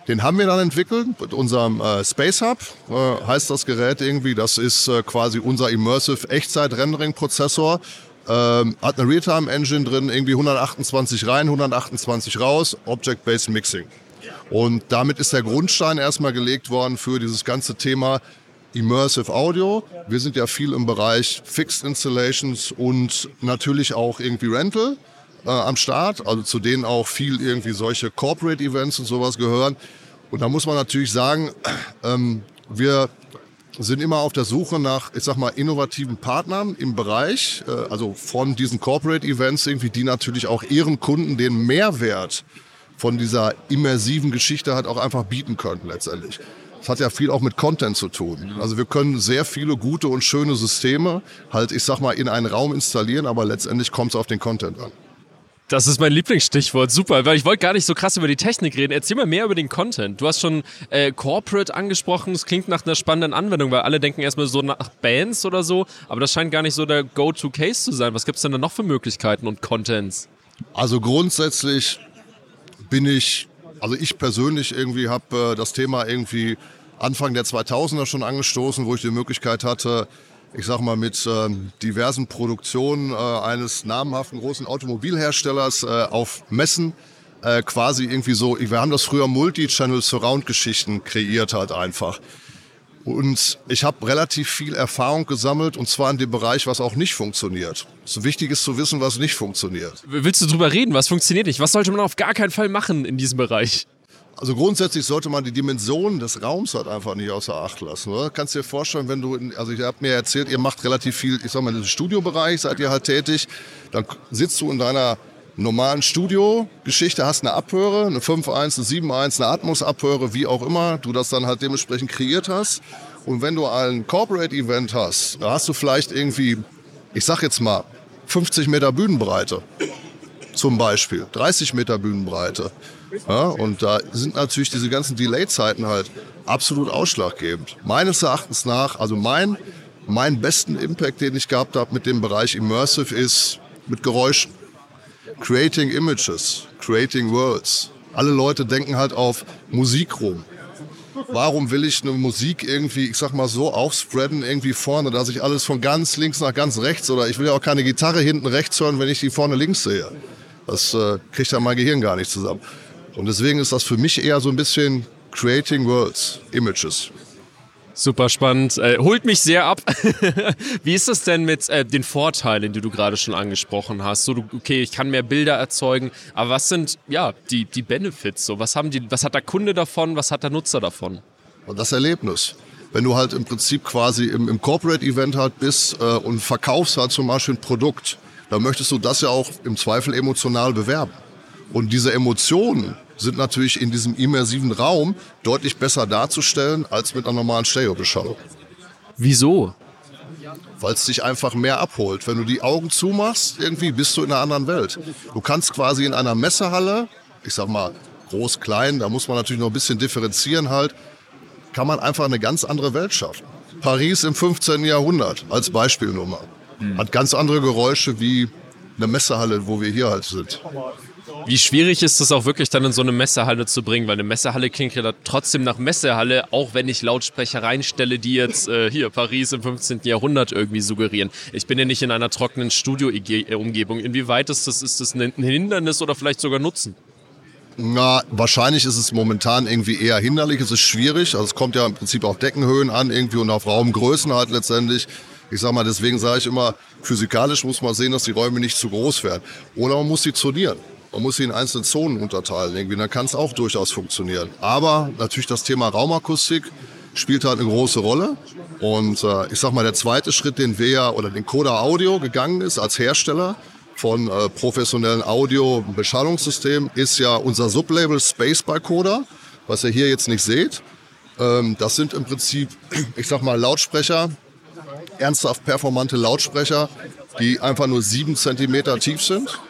Den haben wir dann entwickelt mit unserem äh, Space Hub, äh, heißt das Gerät irgendwie. Das ist äh, quasi unser Immersive Echtzeit-Rendering-Prozessor. Ähm, hat eine Realtime-Engine drin, irgendwie hundertachtundzwanzig rein, hundertachtundzwanzig raus, Object-Based Mixing. Und damit ist der Grundstein erstmal gelegt worden für dieses ganze Thema Immersive Audio. Wir sind ja viel im Bereich Fixed Installations und natürlich auch irgendwie Rental äh, am Start, also zu denen auch viel irgendwie solche Corporate Events und sowas gehören. Und da muss man natürlich sagen, ähm, wir sind immer auf der Suche nach, ich sag mal, innovativen Partnern im Bereich, äh, also von diesen Corporate Events irgendwie, die natürlich auch ihren Kunden den Mehrwert von dieser immersiven Geschichte halt auch einfach bieten können letztendlich. Das hat ja viel auch mit Content zu tun. Also wir können sehr viele gute und schöne Systeme halt, ich sag mal, in einen Raum installieren, aber letztendlich kommt es auf den Content an. Das ist mein Lieblingsstichwort, super, weil ich wollte gar nicht so krass über die Technik reden. Erzähl mal mehr über den Content. Du hast schon äh, Corporate angesprochen, es klingt nach einer spannenden Anwendung, weil alle denken erstmal so nach Bands oder so, aber das scheint gar nicht so der Go-To-Case zu sein. Was gibt es denn da noch für Möglichkeiten und Contents? Also grundsätzlich bin ich, also ich persönlich irgendwie habe äh, das Thema irgendwie Anfang der zweitausender schon angestoßen, wo ich die Möglichkeit hatte, ich sag mal, mit äh, diversen Produktionen äh, eines namhaften großen Automobilherstellers äh, auf Messen äh, quasi irgendwie so, wir haben das früher Multi-Channel-Surround-Geschichten kreiert halt einfach. Und ich habe relativ viel Erfahrung gesammelt und zwar in dem Bereich, was auch nicht funktioniert. So wichtig ist zu wissen, was nicht funktioniert. Willst du drüber reden? Was funktioniert nicht? Was sollte man auf gar keinen Fall machen in diesem Bereich? Also grundsätzlich sollte man die Dimensionen des Raums halt einfach nicht außer Acht lassen. Oder? Kannst dir vorstellen, wenn du, in, also ich habe mir erzählt, ihr macht relativ viel, ich sag mal, im Studiobereich seid ihr halt tätig, dann sitzt du in deiner normalen Studio-Geschichte, hast eine Abhöre, eine fünf eins, eine sieben eins, eine Atmos-Abhöre, wie auch immer, du das dann halt dementsprechend kreiert hast. Und wenn du ein Corporate-Event hast, da hast du vielleicht irgendwie, ich sag jetzt mal, fünfzig Meter Bühnenbreite zum Beispiel, dreißig Meter Bühnenbreite. Ja, und da sind natürlich diese ganzen Delay-Zeiten halt absolut ausschlaggebend. Meines Erachtens nach, also mein, mein besten Impact, den ich gehabt habe mit dem Bereich Immersive, ist mit Geräuschen. Creating Images, Creating Worlds. Alle Leute denken halt auf Musik rum. Warum will ich eine Musik irgendwie, ich sag mal so, aufspreaden irgendwie vorne, dass ich alles von ganz links nach ganz rechts, oder ich will ja auch keine Gitarre hinten rechts hören, wenn ich die vorne links sehe. Das äh, kriegt ja mein Gehirn gar nicht zusammen. Und deswegen ist das für mich eher so ein bisschen Creating Worlds, Images. Super spannend. Äh, holt mich sehr ab. Wie ist das denn mit äh, den Vorteilen, die du gerade schon angesprochen hast? So, du, okay, ich kann mehr Bilder erzeugen, aber was sind ja die, die Benefits? So, was haben die, was hat der Kunde davon, was hat der Nutzer davon? Und das Erlebnis. Wenn du halt im Prinzip quasi im, im Corporate-Event halt bist äh, und verkaufst halt zum Beispiel ein Produkt, dann möchtest du das ja auch im Zweifel emotional bewerben. Und diese Emotionen sind natürlich in diesem immersiven Raum deutlich besser darzustellen als mit einer normalen Stereobeschallung. Wieso? Weil es dich einfach mehr abholt. Wenn du die Augen zumachst, irgendwie bist du in einer anderen Welt. Du kannst quasi in einer Messehalle, ich sag mal groß, klein, da muss man natürlich noch ein bisschen differenzieren halt, kann man einfach eine ganz andere Welt schaffen. Paris im fünfzehnten Jahrhundert als Beispielnummer. Hat ganz andere Geräusche wie eine Messehalle, wo wir hier halt sind. Wie schwierig ist es auch wirklich dann in so eine Messehalle zu bringen? Weil eine Messehalle klingt ja trotzdem nach Messehalle, auch wenn ich Lautsprecher reinstelle, die jetzt äh, hier Paris im fünfzehnten Jahrhundert irgendwie suggerieren. Ich bin ja nicht in einer trockenen Studio-Umgebung. Inwieweit ist das, ist das ein Hindernis oder vielleicht sogar Nutzen? Na, wahrscheinlich ist es momentan irgendwie eher hinderlich. Es ist schwierig. Also es kommt ja im Prinzip auf Deckenhöhen an irgendwie und auf Raumgrößen halt letztendlich. Ich sag mal, deswegen sage ich immer, physikalisch muss man sehen, dass die Räume nicht zu groß werden. Oder man muss sie zonieren. Man muss sie in einzelne Zonen unterteilen. Irgendwie. Dann kann es auch durchaus funktionieren. Aber natürlich das Thema Raumakustik spielt halt eine große Rolle. Und äh, ich sag mal, der zweite Schritt, den wir ja, oder den Coda Audio gegangen ist als Hersteller von äh, professionellen Audio-Beschallungssystemen, ist ja unser Sublabel Space by Coda, was ihr hier jetzt nicht seht. Ähm, das sind im Prinzip, ich sag mal, Lautsprecher, ernsthaft performante Lautsprecher, die einfach nur sieben Zentimeter tief sind,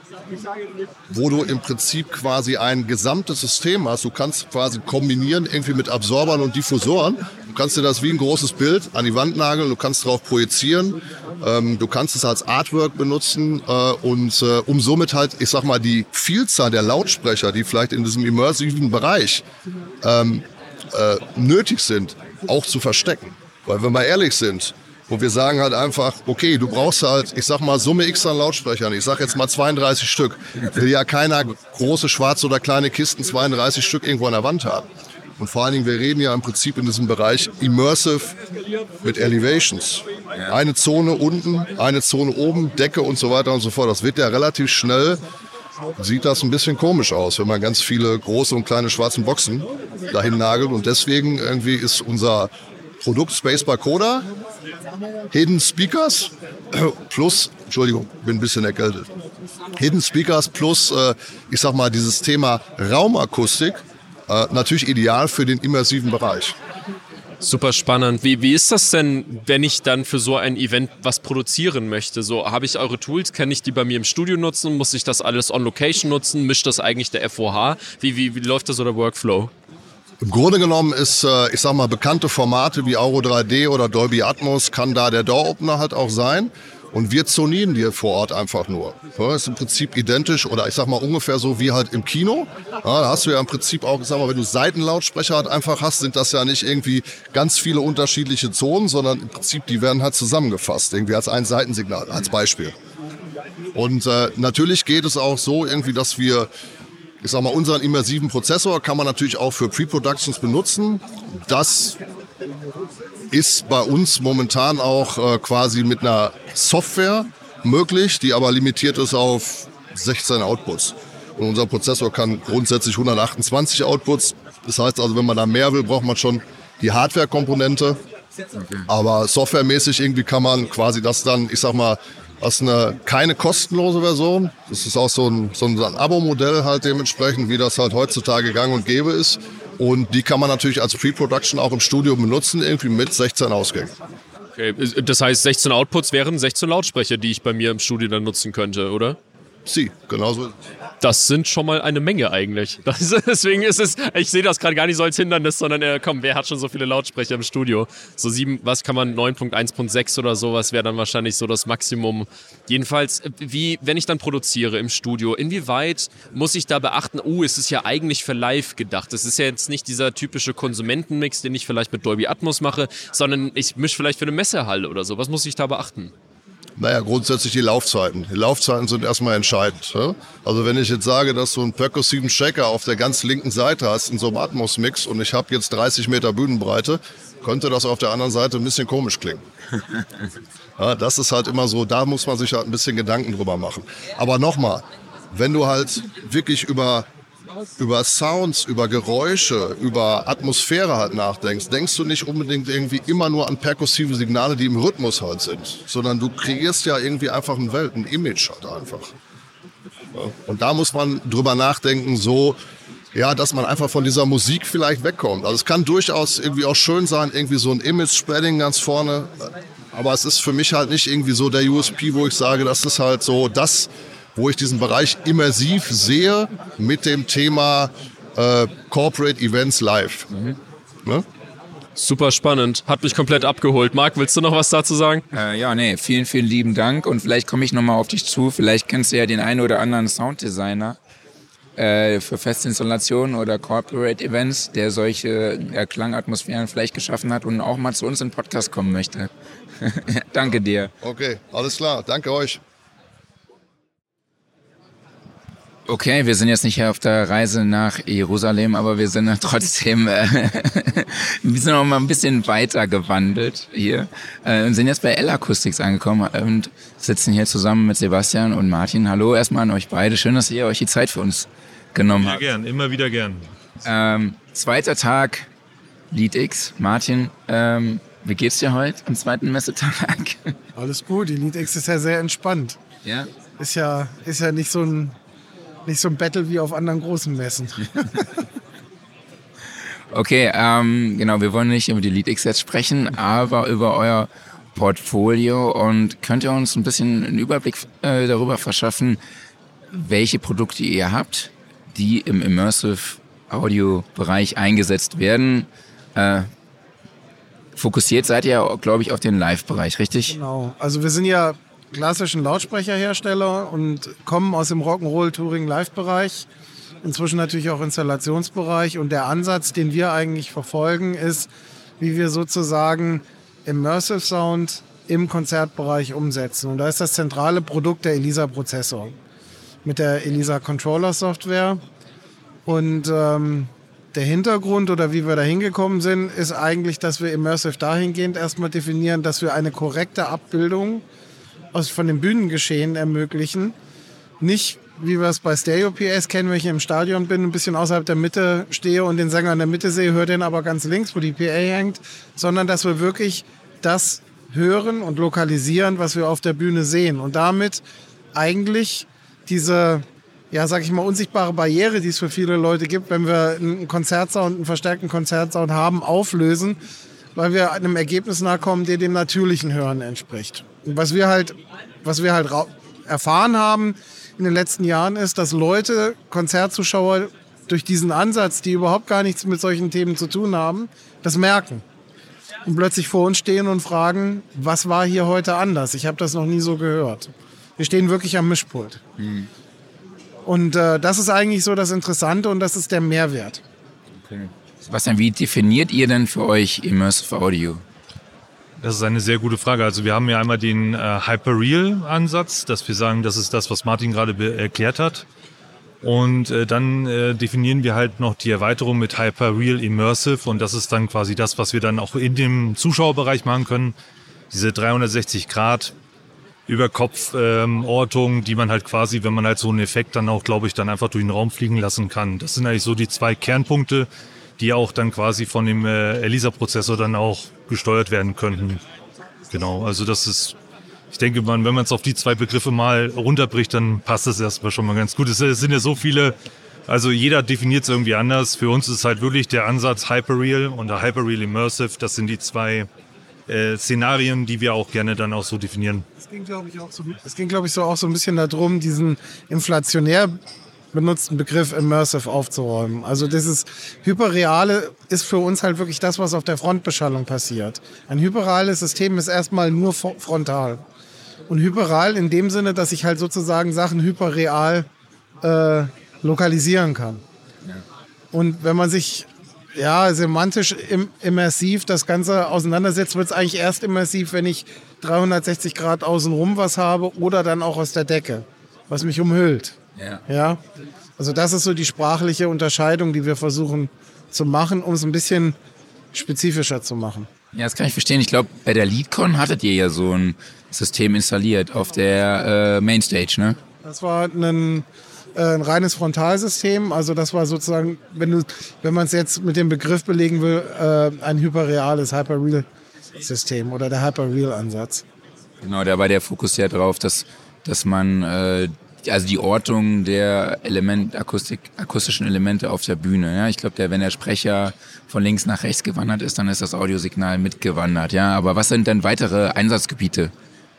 wo du im Prinzip quasi ein gesamtes System hast. Du kannst quasi kombinieren irgendwie mit Absorbern und Diffusoren. Du kannst dir das wie ein großes Bild an die Wand nageln, du kannst darauf projizieren Ähm, du kannst es als Artwork benutzen äh, und äh, um somit halt, ich sag mal, die Vielzahl der Lautsprecher, die vielleicht in diesem immersiven Bereich ähm, äh, nötig sind, auch zu verstecken. Weil wenn wir ehrlich sind, wo wir sagen halt einfach, okay, du brauchst halt, ich sag mal, Summe X an Lautsprechern. Ich sag jetzt mal zweiunddreißig Stück. Will ja keiner große, schwarze oder kleine Kisten zweiunddreißig Stück irgendwo an der Wand haben. Und vor allen Dingen, wir reden ja im Prinzip in diesem Bereich Immersive mit Elevations. Eine Zone unten, eine Zone oben, Decke und so weiter und so fort. Das wird ja relativ schnell, sieht das ein bisschen komisch aus, wenn man ganz viele große und kleine schwarzen Boxen dahin nagelt. Und deswegen irgendwie ist unser Produkt Spacebar Coda, Hidden Speakers plus, Entschuldigung, bin ein bisschen erkältet. Hidden Speakers plus, äh, ich sag mal, dieses Thema Raumakustik, äh, natürlich ideal für den immersiven Bereich. Super spannend. Wie, wie ist das denn, wenn ich dann für so ein Event was produzieren möchte? So, habe ich eure Tools, kann ich die bei mir im Studio nutzen? Muss ich das alles on Location nutzen? Mischt das eigentlich der F O H? Wie, wie, wie läuft da so der Workflow? Im Grunde genommen ist, äh, ich sag mal, bekannte Formate wie Auro drei D oder Dolby Atmos kann da der Door-Opener halt auch sein. Und wir zonieren die vor Ort einfach nur. Ja, ist im Prinzip identisch oder ich sag mal ungefähr so wie halt im Kino. Ja, da hast du ja im Prinzip auch, ich sag mal, wenn du Seitenlautsprecher halt einfach hast, sind das ja nicht irgendwie ganz viele unterschiedliche Zonen, sondern im Prinzip, die werden halt zusammengefasst, irgendwie als ein Seitensignal, als Beispiel. Und äh, natürlich geht es auch so irgendwie, dass wir, ich sag mal, unseren immersiven Prozessor kann man natürlich auch für Pre-Productions benutzen. Das ist bei uns momentan auch äh, quasi mit einer Software möglich, die aber limitiert ist auf sechzehn Outputs. Und unser Prozessor kann grundsätzlich hundertachtundzwanzig Outputs. Das heißt also, wenn man da mehr will, braucht man schon die Hardware-Komponente. Aber softwaremäßig irgendwie kann man quasi das dann, ich sag mal, das ist eine keine kostenlose Version. Das ist auch so ein, so ein Abo-Modell halt dementsprechend, wie das halt heutzutage gang und gäbe ist. Und die kann man natürlich als Pre-Production auch im Studio benutzen, irgendwie mit sechzehn Ausgängen. Okay, das heißt, sechzehn Outputs wären sechzehn Lautsprecher, die ich bei mir im Studio dann nutzen könnte, oder? Sie, genauso. Das sind schon mal eine Menge eigentlich. Das ist, deswegen ist es, ich sehe das gerade gar nicht so als Hindernis, sondern äh, komm, wer hat schon so viele Lautsprecher im Studio? So sieben, was kann man, neun Punkt eins Punkt sechs oder sowas wäre dann wahrscheinlich so das Maximum. Jedenfalls, wie, wenn ich dann produziere im Studio, inwieweit muss ich da beachten, oh, es ist ja eigentlich für live gedacht. Es ist ja jetzt nicht dieser typische Konsumentenmix, den ich vielleicht mit Dolby Atmos mache, sondern ich mische vielleicht für eine Messehalle oder so. Was muss ich da beachten? Naja, grundsätzlich die Laufzeiten. Die Laufzeiten sind erstmal entscheidend. Ja? Also wenn ich jetzt sage, dass du einen percussiven Checker auf der ganz linken Seite hast in so einem Atmos-Mix und ich habe jetzt dreißig Meter Bühnenbreite, könnte das auf der anderen Seite ein bisschen komisch klingen. Ja, das ist halt immer so, da muss man sich halt ein bisschen Gedanken drüber machen. Aber nochmal, wenn du halt wirklich über über Sounds, über Geräusche, über Atmosphäre halt nachdenkst, denkst du nicht unbedingt irgendwie immer nur an perkussive Signale, die im Rhythmus halt sind, sondern du kreierst ja irgendwie einfach eine Welt, ein Image halt einfach. Ja. Und da muss man drüber nachdenken, so, ja, dass man einfach von dieser Musik vielleicht wegkommt. Also es kann durchaus irgendwie auch schön sein, irgendwie so ein Image-Spreading ganz vorne, aber es ist für mich halt nicht irgendwie so der U S P, wo ich sage, das ist halt so das, wo ich diesen Bereich immersiv sehe mit dem Thema äh, Corporate Events live. Mhm. Ne? Super spannend, hat mich komplett abgeholt. Marc, willst du noch was dazu sagen? Äh, ja, nee, vielen, vielen lieben Dank und vielleicht komme ich nochmal auf dich zu. Vielleicht kennst du ja den einen oder anderen Sounddesigner äh, für Festinstallationen oder Corporate Events, der solche äh, Klangatmosphären vielleicht geschaffen hat und auch mal zu uns in den Podcast kommen möchte. Danke dir. Okay, alles klar, danke euch. Okay, wir sind jetzt nicht auf der Reise nach Jerusalem, aber wir sind trotzdem, äh, wir sind auch mal ein bisschen weiter gewandelt hier äh, und sind jetzt bei L-Acoustics angekommen und sitzen hier zusammen mit Sebastian und Martin. Hallo erstmal an euch beide, schön, dass ihr euch die Zeit für uns genommen habt. Ja, gern, immer wieder gern. Ähm, zweiter Tag, LeadX. Martin, ähm, wie geht's dir heute am zweiten Messetag? Alles gut, die LeadX ist ja sehr entspannt. Ja? Ist ja, ist ja nicht so ein Nicht so ein Battle wie auf anderen großen Messen. Okay, ähm, genau, wir wollen nicht über die LeadX jetzt sprechen, aber über euer Portfolio. Und könnt ihr uns ein bisschen einen Überblick äh, darüber verschaffen, welche Produkte ihr habt, die im Immersive Audio Bereich eingesetzt werden? Äh, Fokussiert seid ihr, glaube ich, auf den Live-Bereich, richtig? Genau. Also wir sind ja klassischen Lautsprecherhersteller und kommen aus dem Rock'n'Roll-Touring-Live-Bereich. Inzwischen natürlich auch Installationsbereich. Und der Ansatz, den wir eigentlich verfolgen, ist, wie wir sozusagen Immersive Sound im Konzertbereich umsetzen. Und da ist das zentrale Produkt der ELISA-Prozessor mit der ELISA Controller Software. Und ähm, der Hintergrund oder wie wir da hingekommen sind, ist eigentlich, dass wir Immersive dahingehend erstmal definieren, dass wir eine korrekte Abbildung aus, von dem Bühnengeschehen ermöglichen. Nicht, wie wir es bei Stereo-P S kennen, wenn ich im Stadion bin, ein bisschen außerhalb der Mitte stehe und den Sänger in der Mitte sehe, höre den aber ganz links, wo die P A hängt, sondern dass wir wirklich das hören und lokalisieren, was wir auf der Bühne sehen. Und damit eigentlich diese, ja, sag ich mal, unsichtbare Barriere, die es für viele Leute gibt, wenn wir einen Konzertsound, einen verstärkten Konzertsound haben, auflösen, weil wir einem Ergebnis nachkommen, der dem natürlichen Hören entspricht. Und was wir halt, was wir halt erfahren haben in den letzten Jahren ist, dass Leute, Konzertzuschauer durch diesen Ansatz, die überhaupt gar nichts mit solchen Themen zu tun haben, das merken. Und plötzlich vor uns stehen und fragen, was war hier heute anders? Ich habe das noch nie so gehört. Wir stehen wirklich am Mischpult. Mhm. Und äh, das ist eigentlich so das Interessante und das ist der Mehrwert. Okay. Sebastian, wie definiert ihr denn für euch Immersive Audio? Das ist eine sehr gute Frage. Also wir haben ja einmal den äh, Hyperreal-Ansatz, dass wir sagen, das ist das, was Martin gerade be- erklärt hat. Und äh, dann äh, definieren wir halt noch die Erweiterung mit Hyperreal Immersive und das ist dann quasi das, was wir dann auch in dem Zuschauerbereich machen können. Diese dreihundertsechzig Grad Überkopf-Ortung, ähm, die man halt quasi, wenn man halt so einen Effekt dann auch, glaube ich, dann einfach durch den Raum fliegen lassen kann. Das sind eigentlich so die zwei Kernpunkte, die auch dann quasi von dem äh, ELISA-Prozessor dann auch gesteuert werden könnten. Genau, also das ist, ich denke, man, wenn man es auf die zwei Begriffe mal runterbricht, dann passt das erstmal schon mal ganz gut. Es, es sind ja so viele, also jeder definiert es irgendwie anders. Für uns ist halt wirklich der Ansatz Hyperreal und der Hyperreal Immersive, das sind die zwei äh, Szenarien, die wir auch gerne dann auch so definieren. Es ging, glaube ich, auch so, es ging, glaube ich, so auch so ein bisschen darum, diesen inflationär benutzten Begriff Immersive aufzuräumen. Also dieses Hyperreale ist für uns halt wirklich das, was auf der Frontbeschallung passiert. Ein hyperreales System ist erstmal nur frontal. Und hyperreal in dem Sinne, dass ich halt sozusagen Sachen hyperreal äh, lokalisieren kann. Ja. Und wenn man sich ja semantisch im, immersiv das Ganze auseinandersetzt, wird es eigentlich erst immersiv, wenn ich dreihundertsechzig Grad außenrum was habe oder dann auch aus der Decke, was mich umhüllt. Ja. Ja. Also das ist so die sprachliche Unterscheidung, die wir versuchen zu machen, um es ein bisschen spezifischer zu machen. Ja, das kann ich verstehen. Ich glaube, bei der LeadCon hattet ihr ja so ein System installiert auf der äh, Mainstage, ne? Das war ein, äh, ein reines Frontalsystem. Also das war sozusagen, wenn du, wenn man es jetzt mit dem Begriff belegen will, äh, ein hyperreales Hyperreal-System oder der Hyperreal-Ansatz. Genau, da war der Fokus ja drauf, dass, dass man äh, also die Ortung der Element, Akustik, akustischen Elemente auf der Bühne. Ja? Ich glaube, der, wenn der Sprecher von links nach rechts gewandert ist, dann ist das Audiosignal mitgewandert. Ja? Aber was sind denn weitere Einsatzgebiete?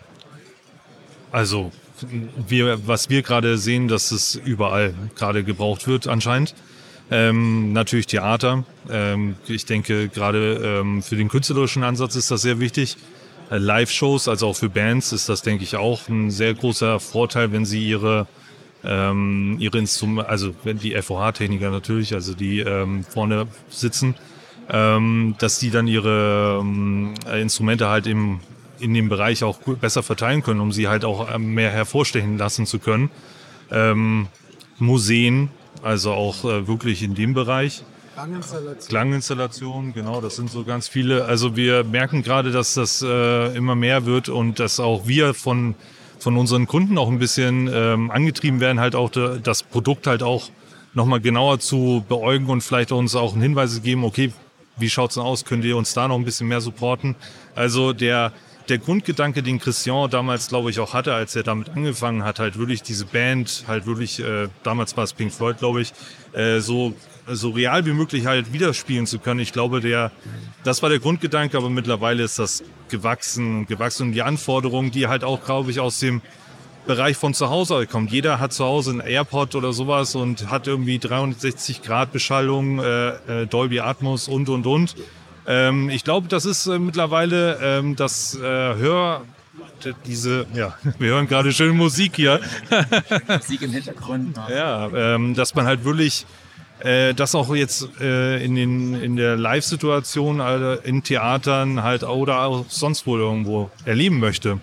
Also, wir, was wir gerade sehen, dass es überall gerade gebraucht wird anscheinend. Ähm, natürlich Theater. Ähm, ich denke, gerade ähm, für den künstlerischen Ansatz ist das sehr wichtig. Live-Shows, also auch für Bands, ist das, denke ich, auch ein sehr großer Vorteil, wenn sie ihre, ähm, ihre Instrumente, also wenn die F O H-Techniker natürlich, also die ähm, vorne sitzen, ähm, dass die dann ihre ähm, Instrumente halt im, in dem Bereich auch besser verteilen können, um sie halt auch mehr hervorstechen lassen zu können. Ähm, Museen, also auch äh, wirklich in dem Bereich. Klanginstallation. Klanginstallation, genau, das sind so ganz viele. Also wir merken gerade, dass das äh, immer mehr wird und dass auch wir von, von unseren Kunden auch ein bisschen ähm, angetrieben werden, halt auch de, das Produkt halt auch nochmal genauer zu beäugen und vielleicht uns auch Hinweise geben, okay, wie schaut's denn aus, könnt ihr uns da noch ein bisschen mehr supporten? Also der, der Grundgedanke, den Christian damals, glaube ich, auch hatte, als er damit angefangen hat, halt wirklich diese Band, halt wirklich, äh, damals war es Pink Floyd, glaube ich, äh, so so real wie möglich halt widerspielen zu können. Ich glaube, der, das war der Grundgedanke, aber mittlerweile ist das gewachsen und gewachsen. Und die Anforderungen, die halt auch, glaube ich, aus dem Bereich von zu Hause kommen. Jeder hat zu Hause einen AirPod oder sowas und hat irgendwie dreihundertsechzig Grad Beschallung, äh, Dolby Atmos und, und, und. Ähm, ich glaube, das ist äh, mittlerweile ähm, das äh, Hör... Diese, ja, wir hören gerade schön Musik hier. Musik im Hintergrund. Ja, ähm, dass man halt wirklich äh, das auch jetzt äh, in, den, in der Live-Situation, also in Theatern halt oder auch sonst wo irgendwo erleben möchte.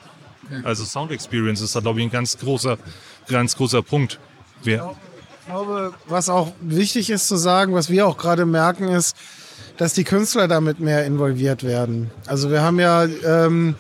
Also Sound Experience ist da, glaube ich, ein ganz großer, ganz großer Punkt. Wir Ich glaube, was auch wichtig ist zu sagen, was wir auch gerade merken, ist, dass die Künstler damit mehr involviert werden. Also wir haben ja ähm,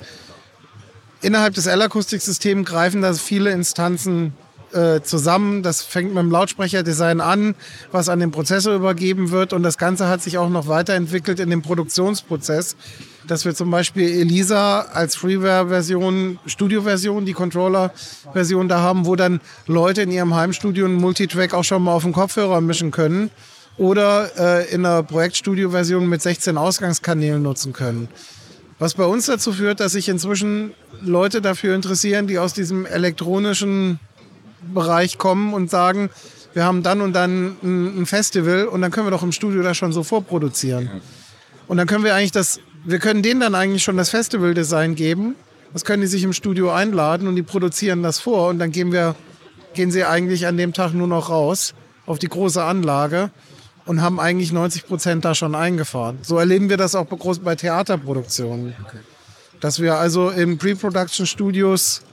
innerhalb des L-Akustiksystems greifen da viele Instanzen äh, zusammen. Das fängt mit dem Lautsprecherdesign an, was an den Prozessor übergeben wird. Und das Ganze hat sich auch noch weiterentwickelt in dem Produktionsprozess, dass wir zum Beispiel Elisa als Freeware-Version, Studio-Version, die Controller-Version da haben, wo dann Leute in ihrem Heimstudio einen Multitrack auch schon mal auf dem Kopfhörer mischen können oder äh, in einer Projektstudio-Version mit sechzehn Ausgangskanälen nutzen können. Was bei uns dazu führt, dass sich inzwischen Leute dafür interessieren, die aus diesem elektronischen Bereich kommen und sagen, wir haben dann und dann ein Festival und dann können wir doch im Studio das schon so vorproduzieren. Und dann können wir eigentlich das, wir können denen dann eigentlich schon das Festival-Design geben. Das können die sich im Studio einladen und die produzieren das vor und dann gehen wir, gehen sie eigentlich an dem Tag nur noch raus auf die große Anlage und haben eigentlich neunzig Prozent da schon eingefahren. So erleben wir das auch bei Theaterproduktionen. Okay. Dass wir also in Pre-Production-Studios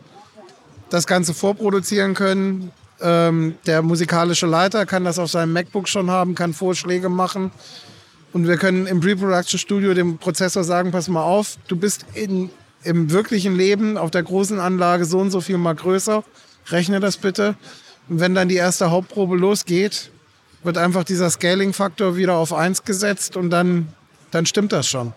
das Ganze vorproduzieren können. Ähm, der musikalische Leiter kann das auf seinem MacBook schon haben, kann Vorschläge machen. Und wir können im Pre-Production-Studio dem Prozessor sagen, pass mal auf, du bist in, im wirklichen Leben auf der großen Anlage so und so viel mal größer. Rechne das bitte. Und wenn dann die erste Hauptprobe losgeht, wird einfach dieser Scaling-Faktor wieder auf eins gesetzt und dann, dann stimmt das schon.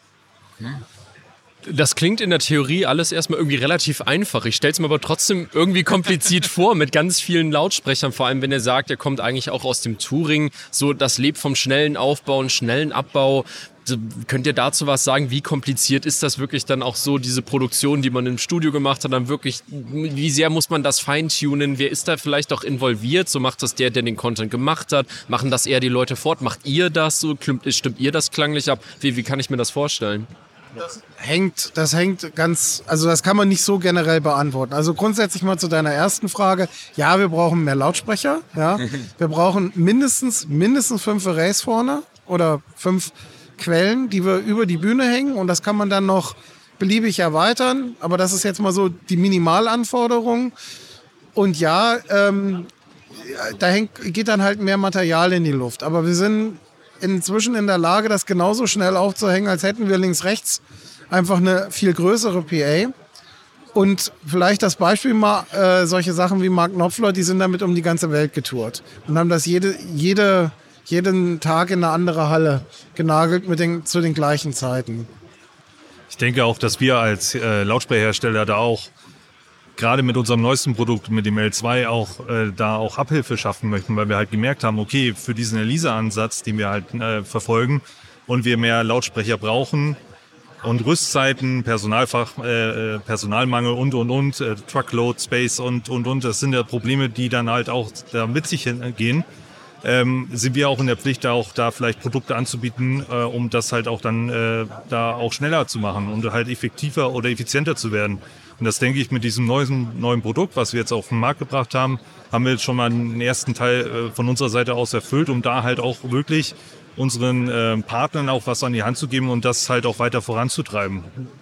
Das klingt in der Theorie alles erstmal irgendwie relativ einfach. Ich stelle es mir aber trotzdem irgendwie kompliziert vor mit ganz vielen Lautsprechern. Vor allem, wenn er sagt, er kommt eigentlich auch aus dem Touring. So, das lebt vom schnellen Aufbau und schnellen Abbau. Könnt ihr dazu was sagen? Wie kompliziert ist das wirklich dann auch so, diese Produktion, die man im Studio gemacht hat? Dann wirklich, wie sehr muss man das feintunen? Wer ist da vielleicht auch involviert? So macht das der, der den Content gemacht hat? Machen das eher die Leute fort? Macht ihr das so? Stimmt ihr das klanglich ab? Wie, wie kann ich mir das vorstellen? Das hängt, das hängt ganz, also das kann man nicht so generell beantworten. Also grundsätzlich mal zu deiner ersten Frage. Ja, wir brauchen mehr Lautsprecher. Ja, wir brauchen mindestens, mindestens fünf Arrays vorne oder fünf Quellen, die wir über die Bühne hängen und das kann man dann noch beliebig erweitern, aber das ist jetzt mal so die Minimalanforderung und ja, ähm, da hängt, geht dann halt mehr Material in die Luft, aber wir sind inzwischen in der Lage, das genauso schnell aufzuhängen, als hätten wir links-rechts einfach eine viel größere P A und vielleicht das Beispiel mal, äh, solche Sachen wie Mark Knopfler, die sind damit um die ganze Welt getourt und haben das jede, jede jeden Tag in eine andere Halle genagelt mit den, zu den gleichen Zeiten. Ich denke auch, dass wir als äh, Lautsprecherhersteller da auch gerade mit unserem neuesten Produkt, mit dem L zwei, auch äh, da auch Abhilfe schaffen möchten, weil wir halt gemerkt haben, okay, für diesen Elisa-Ansatz, den wir halt äh, verfolgen und wir mehr Lautsprecher brauchen und Rüstzeiten, Personalfach, äh, Personalmangel und, und, und, äh, Truckload, Space und, und, und, das sind ja Probleme, die dann halt auch da mit sich gehen. Ähm, sind wir auch in der Pflicht, da auch da vielleicht Produkte anzubieten, äh, um das halt auch dann äh, da auch schneller zu machen und halt effektiver oder effizienter zu werden. Und das denke ich mit diesem neuen, neuen Produkt, was wir jetzt auf den Markt gebracht haben, haben wir jetzt schon mal einen ersten Teil äh, von unserer Seite aus erfüllt, um da halt auch wirklich unseren äh, Partnern auch was an die Hand zu geben und das halt auch weiter voranzutreiben.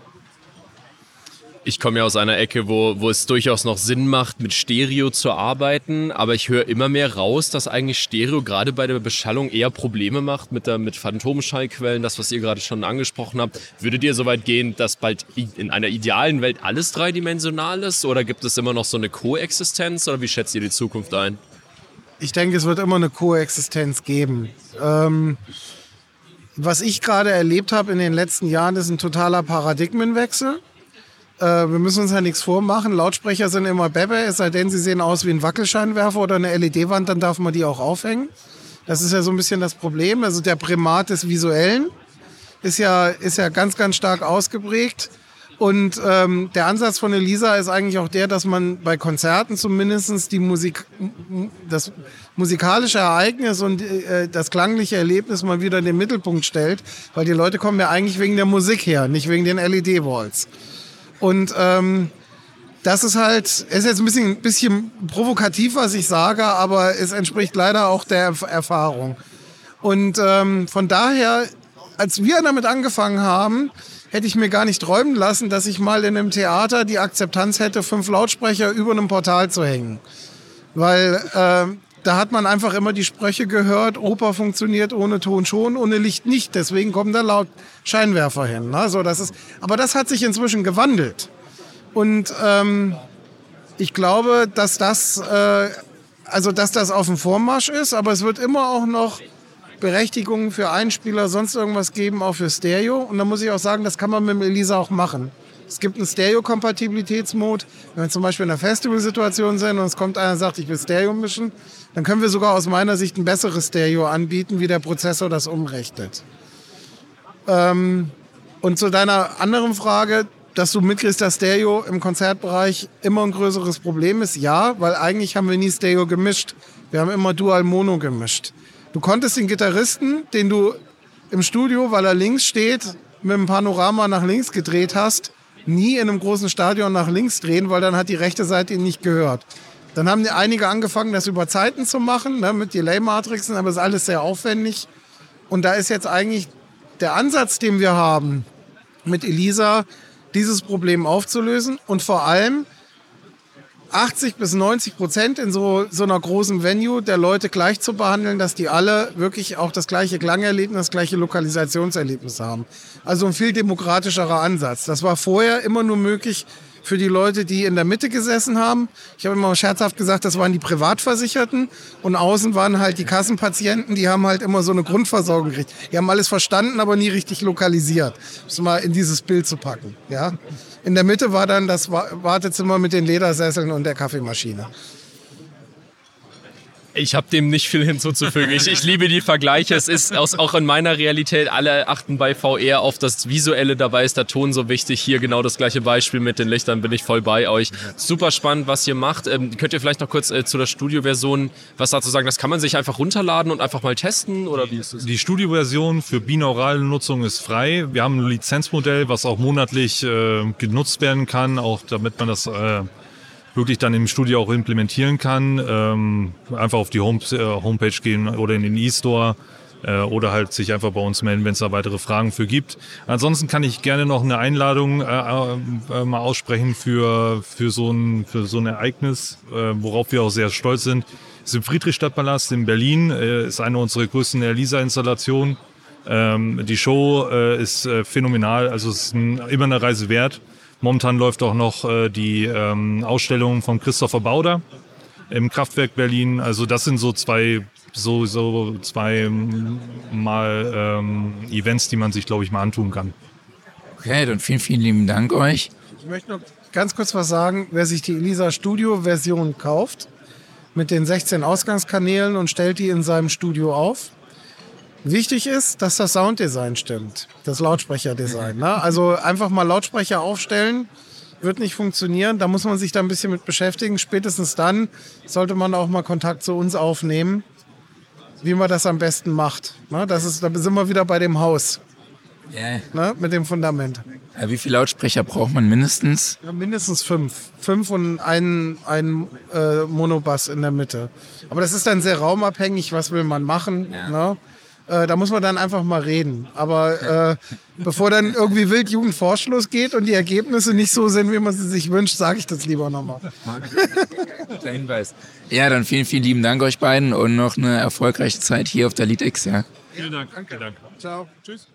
Ich komme ja aus einer Ecke, wo, wo es durchaus noch Sinn macht, mit Stereo zu arbeiten, aber ich höre immer mehr raus, dass eigentlich Stereo gerade bei der Beschallung eher Probleme macht mit, der, mit Phantomschallquellen, das, was ihr gerade schon angesprochen habt. Würdet ihr so weit gehen, dass bald in einer idealen Welt alles dreidimensional ist oder gibt es immer noch so eine Koexistenz oder wie schätzt ihr die Zukunft ein? Ich denke, es wird immer eine Koexistenz geben. Ähm, was ich gerade erlebt habe in den letzten Jahren, ist ein totaler Paradigmenwechsel. Wir müssen uns ja nichts vormachen. Lautsprecher sind immer Bebe, es sei denn, sie sehen aus wie ein Wackelscheinwerfer oder eine L E D-Wand, dann darf man die auch aufhängen. Das ist ja so ein bisschen das Problem. Also der Primat des Visuellen ist ja, ist ja ganz, ganz stark ausgeprägt. Und ähm, der Ansatz von Elisa ist eigentlich auch der, dass man bei Konzerten zumindest die Musik, das musikalische Ereignis und äh, das klangliche Erlebnis mal wieder in den Mittelpunkt stellt, weil die Leute kommen ja eigentlich wegen der Musik her, nicht wegen den L E D-Walls. Und ähm, das ist halt, ist jetzt ein bisschen, ein bisschen provokativ, was ich sage, aber es entspricht leider auch der Erf- Erfahrung. Und ähm, von daher, als wir damit angefangen haben, hätte ich mir gar nicht träumen lassen, dass ich mal in einem Theater die Akzeptanz hätte, fünf Lautsprecher über einem Portal zu hängen. Weil äh, da hat man einfach immer die Sprüche gehört, Oper funktioniert ohne Ton schon, ohne Licht nicht. Deswegen kommen da laut Scheinwerfer hin. Ne? So, das ist, aber das hat sich inzwischen gewandelt. Und ähm, ich glaube, dass das, äh, also dass das auf dem Vormarsch ist, aber es wird immer auch noch Berechtigungen für Einspieler, sonst irgendwas geben, auch für Stereo. Und da muss ich auch sagen, das kann man mit dem Elisa auch machen. Es gibt einen Stereo-Kompatibilitätsmode. Wenn wir zum Beispiel in einer Festivalsituation sind und es kommt einer und sagt, ich will Stereo mischen, dann können wir sogar aus meiner Sicht ein besseres Stereo anbieten, wie der Prozessor das umrechnet. Ähm, und zu deiner anderen Frage, dass du mitkriegst, dass Stereo im Konzertbereich immer ein größeres Problem ist. Ja, weil eigentlich haben wir nie Stereo gemischt. Wir haben immer Dual-Mono gemischt. Du konntest den Gitarristen, den du im Studio, weil er links steht, mit dem Panorama nach links gedreht hast, nie in einem großen Stadion nach links drehen, weil dann hat die rechte Seite ihn nicht gehört. Dann haben einige angefangen, das über Zeiten zu machen, ne, mit Delay-Matrixen, aber es ist alles sehr aufwendig. Und da ist jetzt eigentlich der Ansatz, den wir haben, mit Elisa, dieses Problem aufzulösen und vor allem achtzig bis neunzig Prozent in so, so einer großen Venue der Leute gleich zu behandeln, dass die alle wirklich auch das gleiche Klangerlebnis, das gleiche Lokalisationserlebnis haben. Also ein viel demokratischerer Ansatz. Das war vorher immer nur möglich für die Leute, die in der Mitte gesessen haben. Ich habe immer scherzhaft gesagt, das waren die Privatversicherten und außen waren halt die Kassenpatienten, die haben halt immer so eine Grundversorgung gekriegt. Die haben alles verstanden, aber nie richtig lokalisiert. Das mal in dieses Bild zu packen. Ja? In der Mitte war dann das Wartezimmer mit den Ledersesseln und der Kaffeemaschine. Ich habe dem nicht viel hinzuzufügen. Ich, ich liebe die Vergleiche. Es ist aus, auch in meiner Realität, alle achten bei V R auf das Visuelle, dabei ist der Ton so wichtig. Hier genau das gleiche Beispiel mit den Lichtern, bin ich voll bei euch. Super spannend, was ihr macht. Ähm, könnt ihr vielleicht noch kurz äh, zu der Studioversion was dazu sagen? Das kann man sich einfach runterladen und einfach mal testen? Oder wie ist das? Die Studioversion für binaurale Nutzung ist frei. Wir haben ein Lizenzmodell, was auch monatlich äh, genutzt werden kann, auch damit man das äh, wirklich dann im Studio auch implementieren kann. Ähm, einfach auf die Home, äh, Homepage gehen oder in den E-Store äh, oder halt sich einfach bei uns melden, wenn es da weitere Fragen für gibt. Ansonsten kann ich gerne noch eine Einladung äh, äh, mal aussprechen für, für, so ein, für so ein Ereignis, äh, worauf wir auch sehr stolz sind. Das ist im Friedrichstadtpalast in Berlin, äh, ist eine unserer größten Elisa-Installationen. Ähm, die Show äh, ist äh, phänomenal, also es ist ein, immer eine Reise wert. Momentan läuft auch noch äh, die ähm, Ausstellung von Christopher Bauder im Kraftwerk Berlin. Also das sind so zwei, so, so zwei mal ähm, Events, die man sich, glaube ich, mal antun kann. Okay, dann vielen, vielen lieben Dank euch. Ich möchte noch ganz kurz was sagen. Wer sich die Elisa Studio Version kauft, mit den sechzehn Ausgangskanälen und stellt die in seinem Studio auf, wichtig ist, dass das Sounddesign stimmt, das Lautsprecherdesign. Ne? Also einfach mal Lautsprecher aufstellen, wird nicht funktionieren. Da muss man sich da ein bisschen mit beschäftigen. Spätestens dann sollte man auch mal Kontakt zu uns aufnehmen, wie man das am besten macht. Ne? Das ist, da sind wir wieder bei dem Haus, Yeah. ne? Mit dem Fundament. Ja, wie viele Lautsprecher braucht man mindestens? Ja, mindestens fünf. Fünf und ein, ein äh, Monobass in der Mitte. Aber das ist dann sehr raumabhängig, was will man machen. Ja. Ne? Äh, da muss man dann einfach mal reden. Aber äh, bevor dann irgendwie wild Jugendvorschluss geht und die Ergebnisse nicht so sind, wie man sie sich wünscht, sage ich das lieber nochmal. Der Hinweis. Ja, dann vielen, vielen lieben Dank euch beiden und noch eine erfolgreiche Zeit hier auf der LeadX. Ja. Vielen Dank. Danke. Danke. Ciao. Tschüss.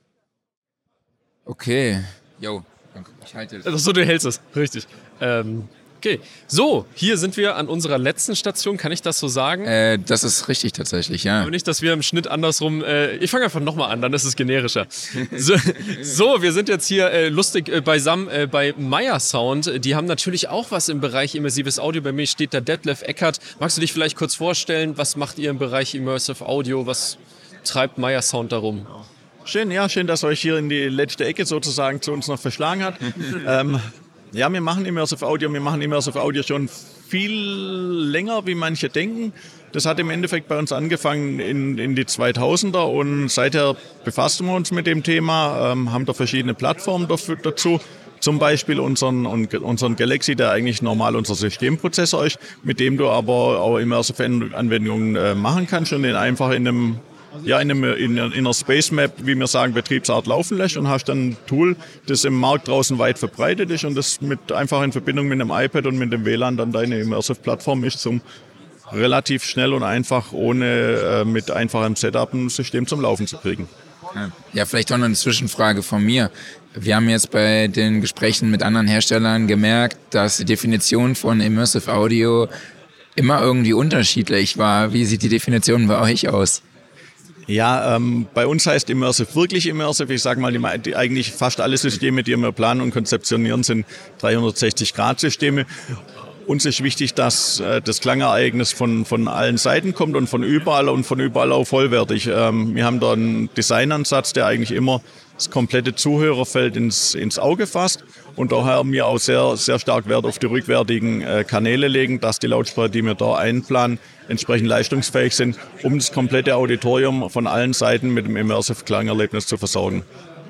Okay. Jo, danke. Ich halte das. Also so, du hältst es. Richtig. Ähm, okay. So, hier sind wir an unserer letzten Station. Kann ich das so sagen? Äh, das ist richtig tatsächlich, ja. Aber nicht, dass wir im Schnitt andersrum... Äh, ich fange einfach nochmal an, dann ist es generischer. So, so wir sind jetzt hier äh, lustig äh, beisammen äh, bei Meyer Sound. Die haben natürlich auch was im Bereich immersives Audio. Bei mir steht da Detlef Eckert. Magst du dich vielleicht kurz vorstellen? Was macht ihr im Bereich Immersive Audio? Was treibt Meyer Sound darum? Schön, ja, schön, dass euch hier in die letzte Ecke sozusagen zu uns noch verschlagen hat. ähm, ja, wir machen Immersive Audio, wir machen Immersive Audio schon viel länger, wie manche denken. Das hat im Endeffekt bei uns angefangen in, in die zweitausender und seither befassen wir uns mit dem Thema, ähm, haben da verschiedene Plattformen dafür, dazu. Zum Beispiel unseren, unseren Galaxy, der eigentlich normal unser Systemprozessor ist, mit dem du aber auch Immersive-Anwendungen äh, machen kannst und den einfach in einem, ja, in, einem, in, in einer Space Map, wie wir sagen, Betriebsart laufen lässt und hast dann ein Tool, das im Markt draußen weit verbreitet ist und das mit einfach in Verbindung mit einem iPad und mit dem W L A N dann deine Immersive-Plattform ist, zum relativ schnell und einfach ohne äh, mit einfachem Setup ein System zum Laufen zu kriegen. Ja, vielleicht auch noch eine Zwischenfrage von mir. Wir haben jetzt bei den Gesprächen mit anderen Herstellern gemerkt, dass die Definition von Immersive Audio immer irgendwie unterschiedlich war. Wie sieht die Definition bei euch aus? Ja, ähm, bei uns heißt Immersive wirklich Immersive. Ich sage mal, die, die, eigentlich fast alle Systeme, die wir planen und konzeptionieren, sind dreihundertsechzig Grad Systeme. Uns ist wichtig, dass äh, das Klangereignis von, von allen Seiten kommt und von überall und von überall auch vollwertig. Ähm, wir haben da einen Designansatz, der eigentlich immer das komplette Zuhörerfeld ins, ins Auge fasst und daher haben wir auch sehr, sehr stark Wert auf die rückwärtigen äh, Kanäle legen, dass die Lautsprecher, die wir da einplanen, entsprechend leistungsfähig sind, um das komplette Auditorium von allen Seiten mit dem Immersive Klangerlebnis zu versorgen.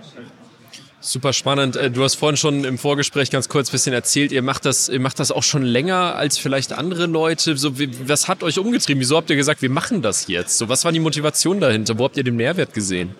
Super spannend. Du hast vorhin schon im Vorgespräch ganz kurz ein bisschen erzählt, ihr macht das, ihr macht das auch schon länger als vielleicht andere Leute. So, wie, was hat euch umgetrieben? Wieso habt ihr gesagt, wir machen das jetzt? So, was war die Motivation dahinter? Wo habt ihr den Mehrwert gesehen?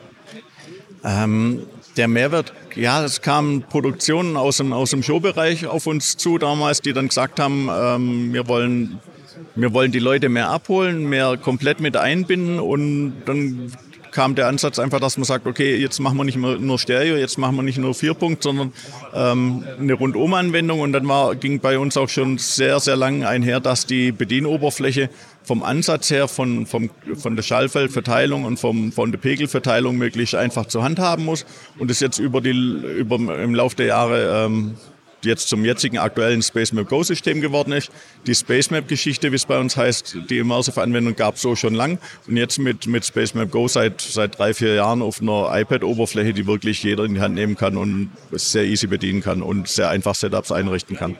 Ähm, der Mehrwert, ja, es kamen Produktionen aus dem, aus dem Showbereich auf uns zu damals, die dann gesagt haben, ähm, wir wollen, wir wollen die Leute mehr abholen, mehr komplett mit einbinden und dann kam der Ansatz einfach, dass man sagt, okay, jetzt machen wir nicht mehr nur Stereo, jetzt machen wir nicht nur Vierpunkt, sondern ähm, eine Rundum-Anwendung. Und dann war, ging bei uns auch schon sehr, sehr lang einher, dass die Bedienoberfläche vom Ansatz her, von, vom, von der Schallfeldverteilung und vom, von der Pegelverteilung möglichst einfach zu handhaben muss. Und das jetzt über die, über, im Laufe der Jahre ähm, jetzt zum jetzigen aktuellen SpaceMap Go-System geworden ist. Die SpaceMap-Geschichte, wie es bei uns heißt, die Immersive-Anwendung gab es so schon lang. Und jetzt mit, mit SpaceMap Go seit, seit drei, vier Jahren auf einer iPad-Oberfläche, die wirklich jeder in die Hand nehmen kann und sehr easy bedienen kann und sehr einfach Setups einrichten kann.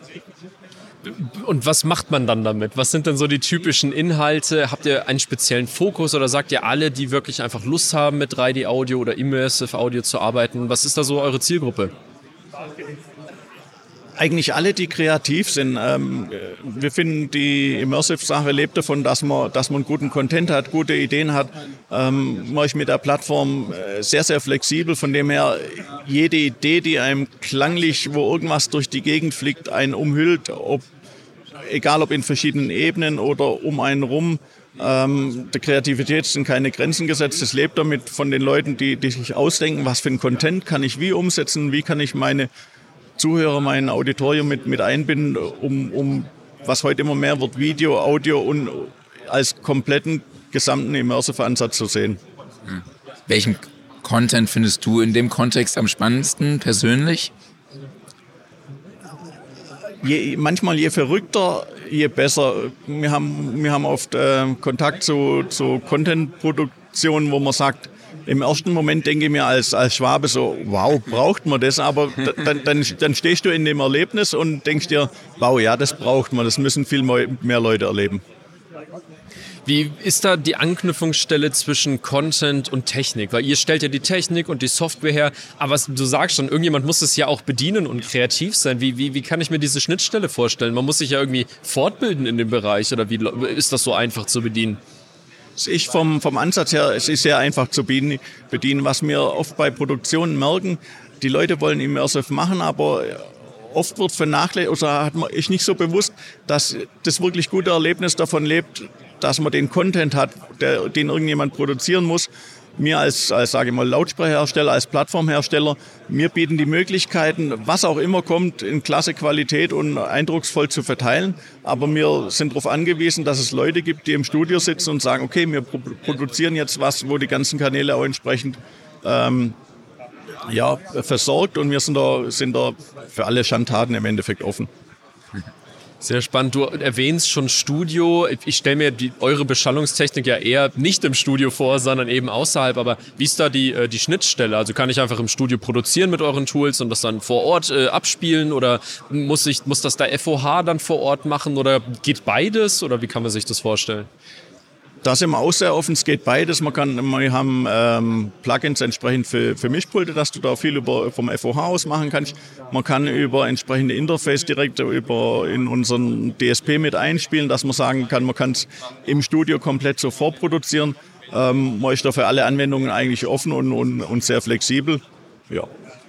Und was macht man dann damit? Was sind denn so die typischen Inhalte? Habt ihr einen speziellen Fokus oder sagt ihr alle, die wirklich einfach Lust haben, mit drei D Audio oder Immersive Audio zu arbeiten? Was ist da so eure Zielgruppe? Eigentlich alle, die kreativ sind. Ähm, wir finden, die Immersive-Sache lebt davon, dass man, dass man guten Content hat, gute Ideen hat. Ähm, man ist mit der Plattform sehr, sehr flexibel. Von dem her, jede Idee, die einem klanglich, wo irgendwas durch die Gegend fliegt, einen umhüllt, ob, egal ob in verschiedenen Ebenen oder um einen rum. Ähm, der Kreativität sind keine Grenzen gesetzt. Es lebt damit von den Leuten, die, die sich ausdenken, was für ein Content kann ich wie umsetzen, wie kann ich meine Zuhörer, mein Auditorium mit, mit einbinden, um, um, was heute immer mehr wird, Video, Audio und als kompletten gesamten Immersive-Ansatz zu sehen. Hm. Welchen Content findest du in dem Kontext am spannendsten, persönlich? Je, manchmal je verrückter, je besser. Wir haben, wir haben oft äh, Kontakt zu, zu Content-Produktionen, wo man sagt, im ersten Moment denke ich mir als, als Schwabe so, wow, braucht man das? Aber dann, dann, dann stehst du in dem Erlebnis und denkst dir, wow, ja, das braucht man, das müssen viel mehr Leute erleben. Wie ist da die Anknüpfungsstelle zwischen Content und Technik? Weil ihr stellt ja die Technik und die Software her, aber du sagst schon, irgendjemand muss es ja auch bedienen und kreativ sein. Wie, wie, wie kann ich mir diese Schnittstelle vorstellen? Man muss sich ja irgendwie fortbilden in dem Bereich oder wie ist das so einfach zu bedienen? Es ist vom, vom Ansatz her, es ist sehr einfach zu bedienen. Was wir oft bei Produktionen merken, die Leute wollen Immersive machen, aber oft wird vernachlässigt, oder hat man, ist nicht so bewusst, dass das wirklich gute Erlebnis davon lebt, dass man den Content hat, der, den irgendjemand produzieren muss. Wir als, als sage ich mal, Lautsprecherhersteller, als Plattformhersteller, wir bieten die Möglichkeiten, was auch immer kommt, in klasse Qualität und eindrucksvoll zu verteilen. Aber wir sind darauf angewiesen, dass es Leute gibt, die im Studio sitzen und sagen, okay, wir produzieren jetzt was, wo die ganzen Kanäle auch entsprechend ähm, ja, versorgt und wir sind da, sind da für alle Schandtaten im Endeffekt offen. Sehr spannend. Du erwähnst schon Studio. Ich stelle mir die, eure Beschallungstechnik ja eher nicht im Studio vor, sondern eben außerhalb. Aber wie ist da die, die Schnittstelle? Also kann ich einfach im Studio produzieren mit euren Tools und das dann vor Ort äh, abspielen? Oder muss, ich, muss das da F O H dann vor Ort machen? Oder geht beides? Oder wie kann man sich das vorstellen? Da sind wir auch sehr offen, es geht beides. Man kann, wir haben ähm, Plugins entsprechend für, für Mischpulte, dass du da viel über, vom F O H aus machen kannst. Man kann über entsprechende Interface direkt über in unseren D S P mit einspielen, dass man sagen kann, man kann es im Studio komplett so vorproduzieren. Ähm, man ist da für alle Anwendungen eigentlich offen und, und, und sehr flexibel. Ja.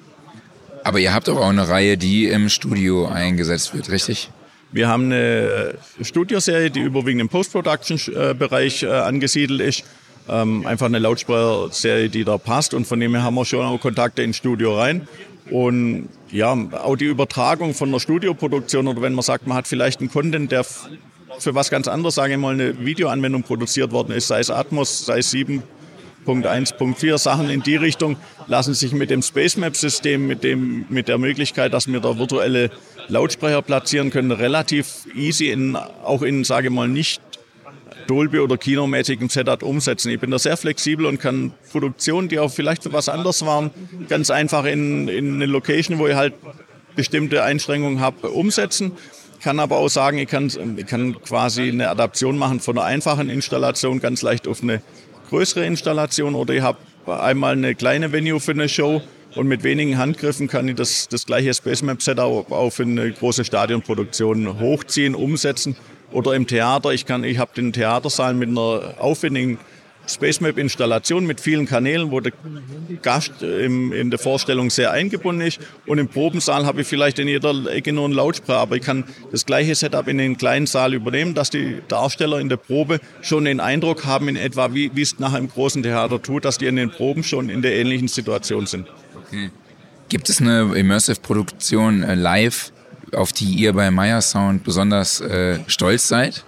Aber ihr habt doch auch eine Reihe, die im Studio eingesetzt wird, richtig? Wir haben eine Studioserie, die überwiegend im Post-Production-Bereich angesiedelt ist. Ähm, einfach eine Lautsprecherserie, die da passt. Und von dem her haben wir schon auch Kontakte ins Studio rein. Und ja, auch die Übertragung von der Studioproduktion oder wenn man sagt, man hat vielleicht einen Content, der für was ganz anderes, sage ich mal, eine Videoanwendung produziert worden ist, sei es Atmos, sei es sieben Punkt eins Punkt vier, Sachen in die Richtung, lassen sich mit dem SpaceMap-System, mit dem, mit der Möglichkeit, dass wir da virtuelle Lautsprecher platzieren können, relativ easy in, auch in, sage ich mal, nicht Dolby- oder kinomäßigem Setup umsetzen. Ich bin da sehr flexibel und kann Produktionen, die auch vielleicht für was anderes waren, ganz einfach in, in eine Location, wo ich halt bestimmte Einschränkungen habe, umsetzen. Kann aber auch sagen, ich kann, ich kann quasi eine Adaption machen von einer einfachen Installation ganz leicht auf eine größere Installation oder ich habe einmal eine kleine Venue für eine Show und mit wenigen Handgriffen kann ich das, das gleiche SpaceMap-Setup auch für eine große Stadionproduktion hochziehen, umsetzen. Oder im Theater, ich, kann, ich habe den Theatersaal mit einer aufwendigen SpaceMap-Installation mit vielen Kanälen, wo der Gast im, in der Vorstellung sehr eingebunden ist. Und im Probensaal habe ich vielleicht in jeder Ecke nur einen Lautsprecher, aber ich kann das gleiche Setup in den kleinen Saal übernehmen, dass die Darsteller in der Probe schon den Eindruck haben, in etwa wie, wie es nachher im großen Theater tut, dass die in den Proben schon in der ähnlichen Situation sind. Okay. Gibt es eine Immersive-Produktion äh, live, auf die ihr bei Meyer Sound besonders äh, stolz seid?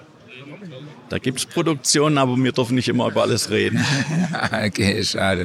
Da gibt es Produktionen, aber wir dürfen nicht immer über alles reden. Okay, schade.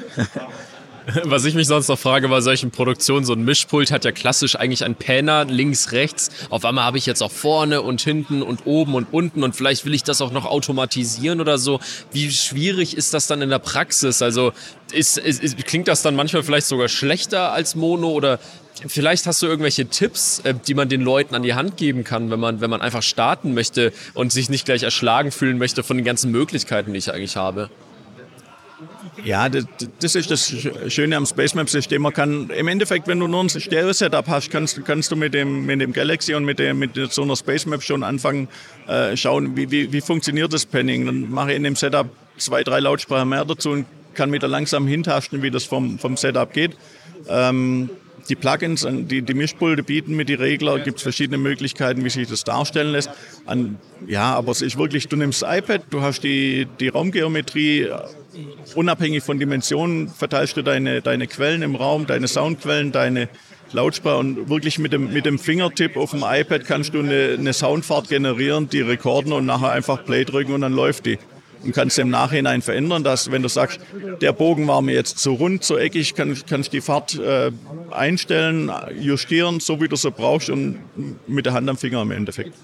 Was ich mich sonst noch frage bei solchen Produktionen, so ein Mischpult hat ja klassisch eigentlich einen Panner, links, rechts. Auf einmal habe ich jetzt auch vorne und hinten und oben und unten und vielleicht will ich das auch noch automatisieren oder so. Wie schwierig ist das dann in der Praxis? Also ist, ist, ist, klingt das dann manchmal vielleicht sogar schlechter als Mono oder vielleicht hast du irgendwelche Tipps, die man den Leuten an die Hand geben kann, wenn man, wenn man einfach starten möchte und sich nicht gleich erschlagen fühlen möchte von den ganzen Möglichkeiten, die ich eigentlich habe? Ja, das, das ist das Schöne am SpaceMap-System. Man kann im Endeffekt, wenn du nur ein Stereo-Setup hast, kannst, kannst du mit dem, mit dem Galaxy und mit, dem, mit so einer SpaceMap schon anfangen, äh, schauen, wie, wie, wie funktioniert das Panning. Dann mache ich in dem Setup zwei, drei Lautsprecher mehr dazu und kann wieder langsam hintasten, wie das vom, vom Setup geht. Ähm, Die Plugins, die, die Mischpulte bieten mit die Regler, gibt es verschiedene Möglichkeiten, wie sich das darstellen lässt. An, ja, aber es ist wirklich, du nimmst das iPad, du hast die, die Raumgeometrie, unabhängig von Dimensionen verteilst du deine, deine Quellen im Raum, deine Soundquellen, deine Lautsprecher und wirklich mit dem, mit dem Fingertipp auf dem iPad kannst du eine, eine Soundfahrt generieren, die rekorden und nachher einfach Play drücken und dann läuft die. Und kannst im Nachhinein verändern, dass wenn du sagst, der Bogen war mir jetzt zu rund, zu eckig, kann, kannst die Fahrt äh, einstellen, justieren, so wie du sie brauchst und mit der Hand am Finger im Endeffekt.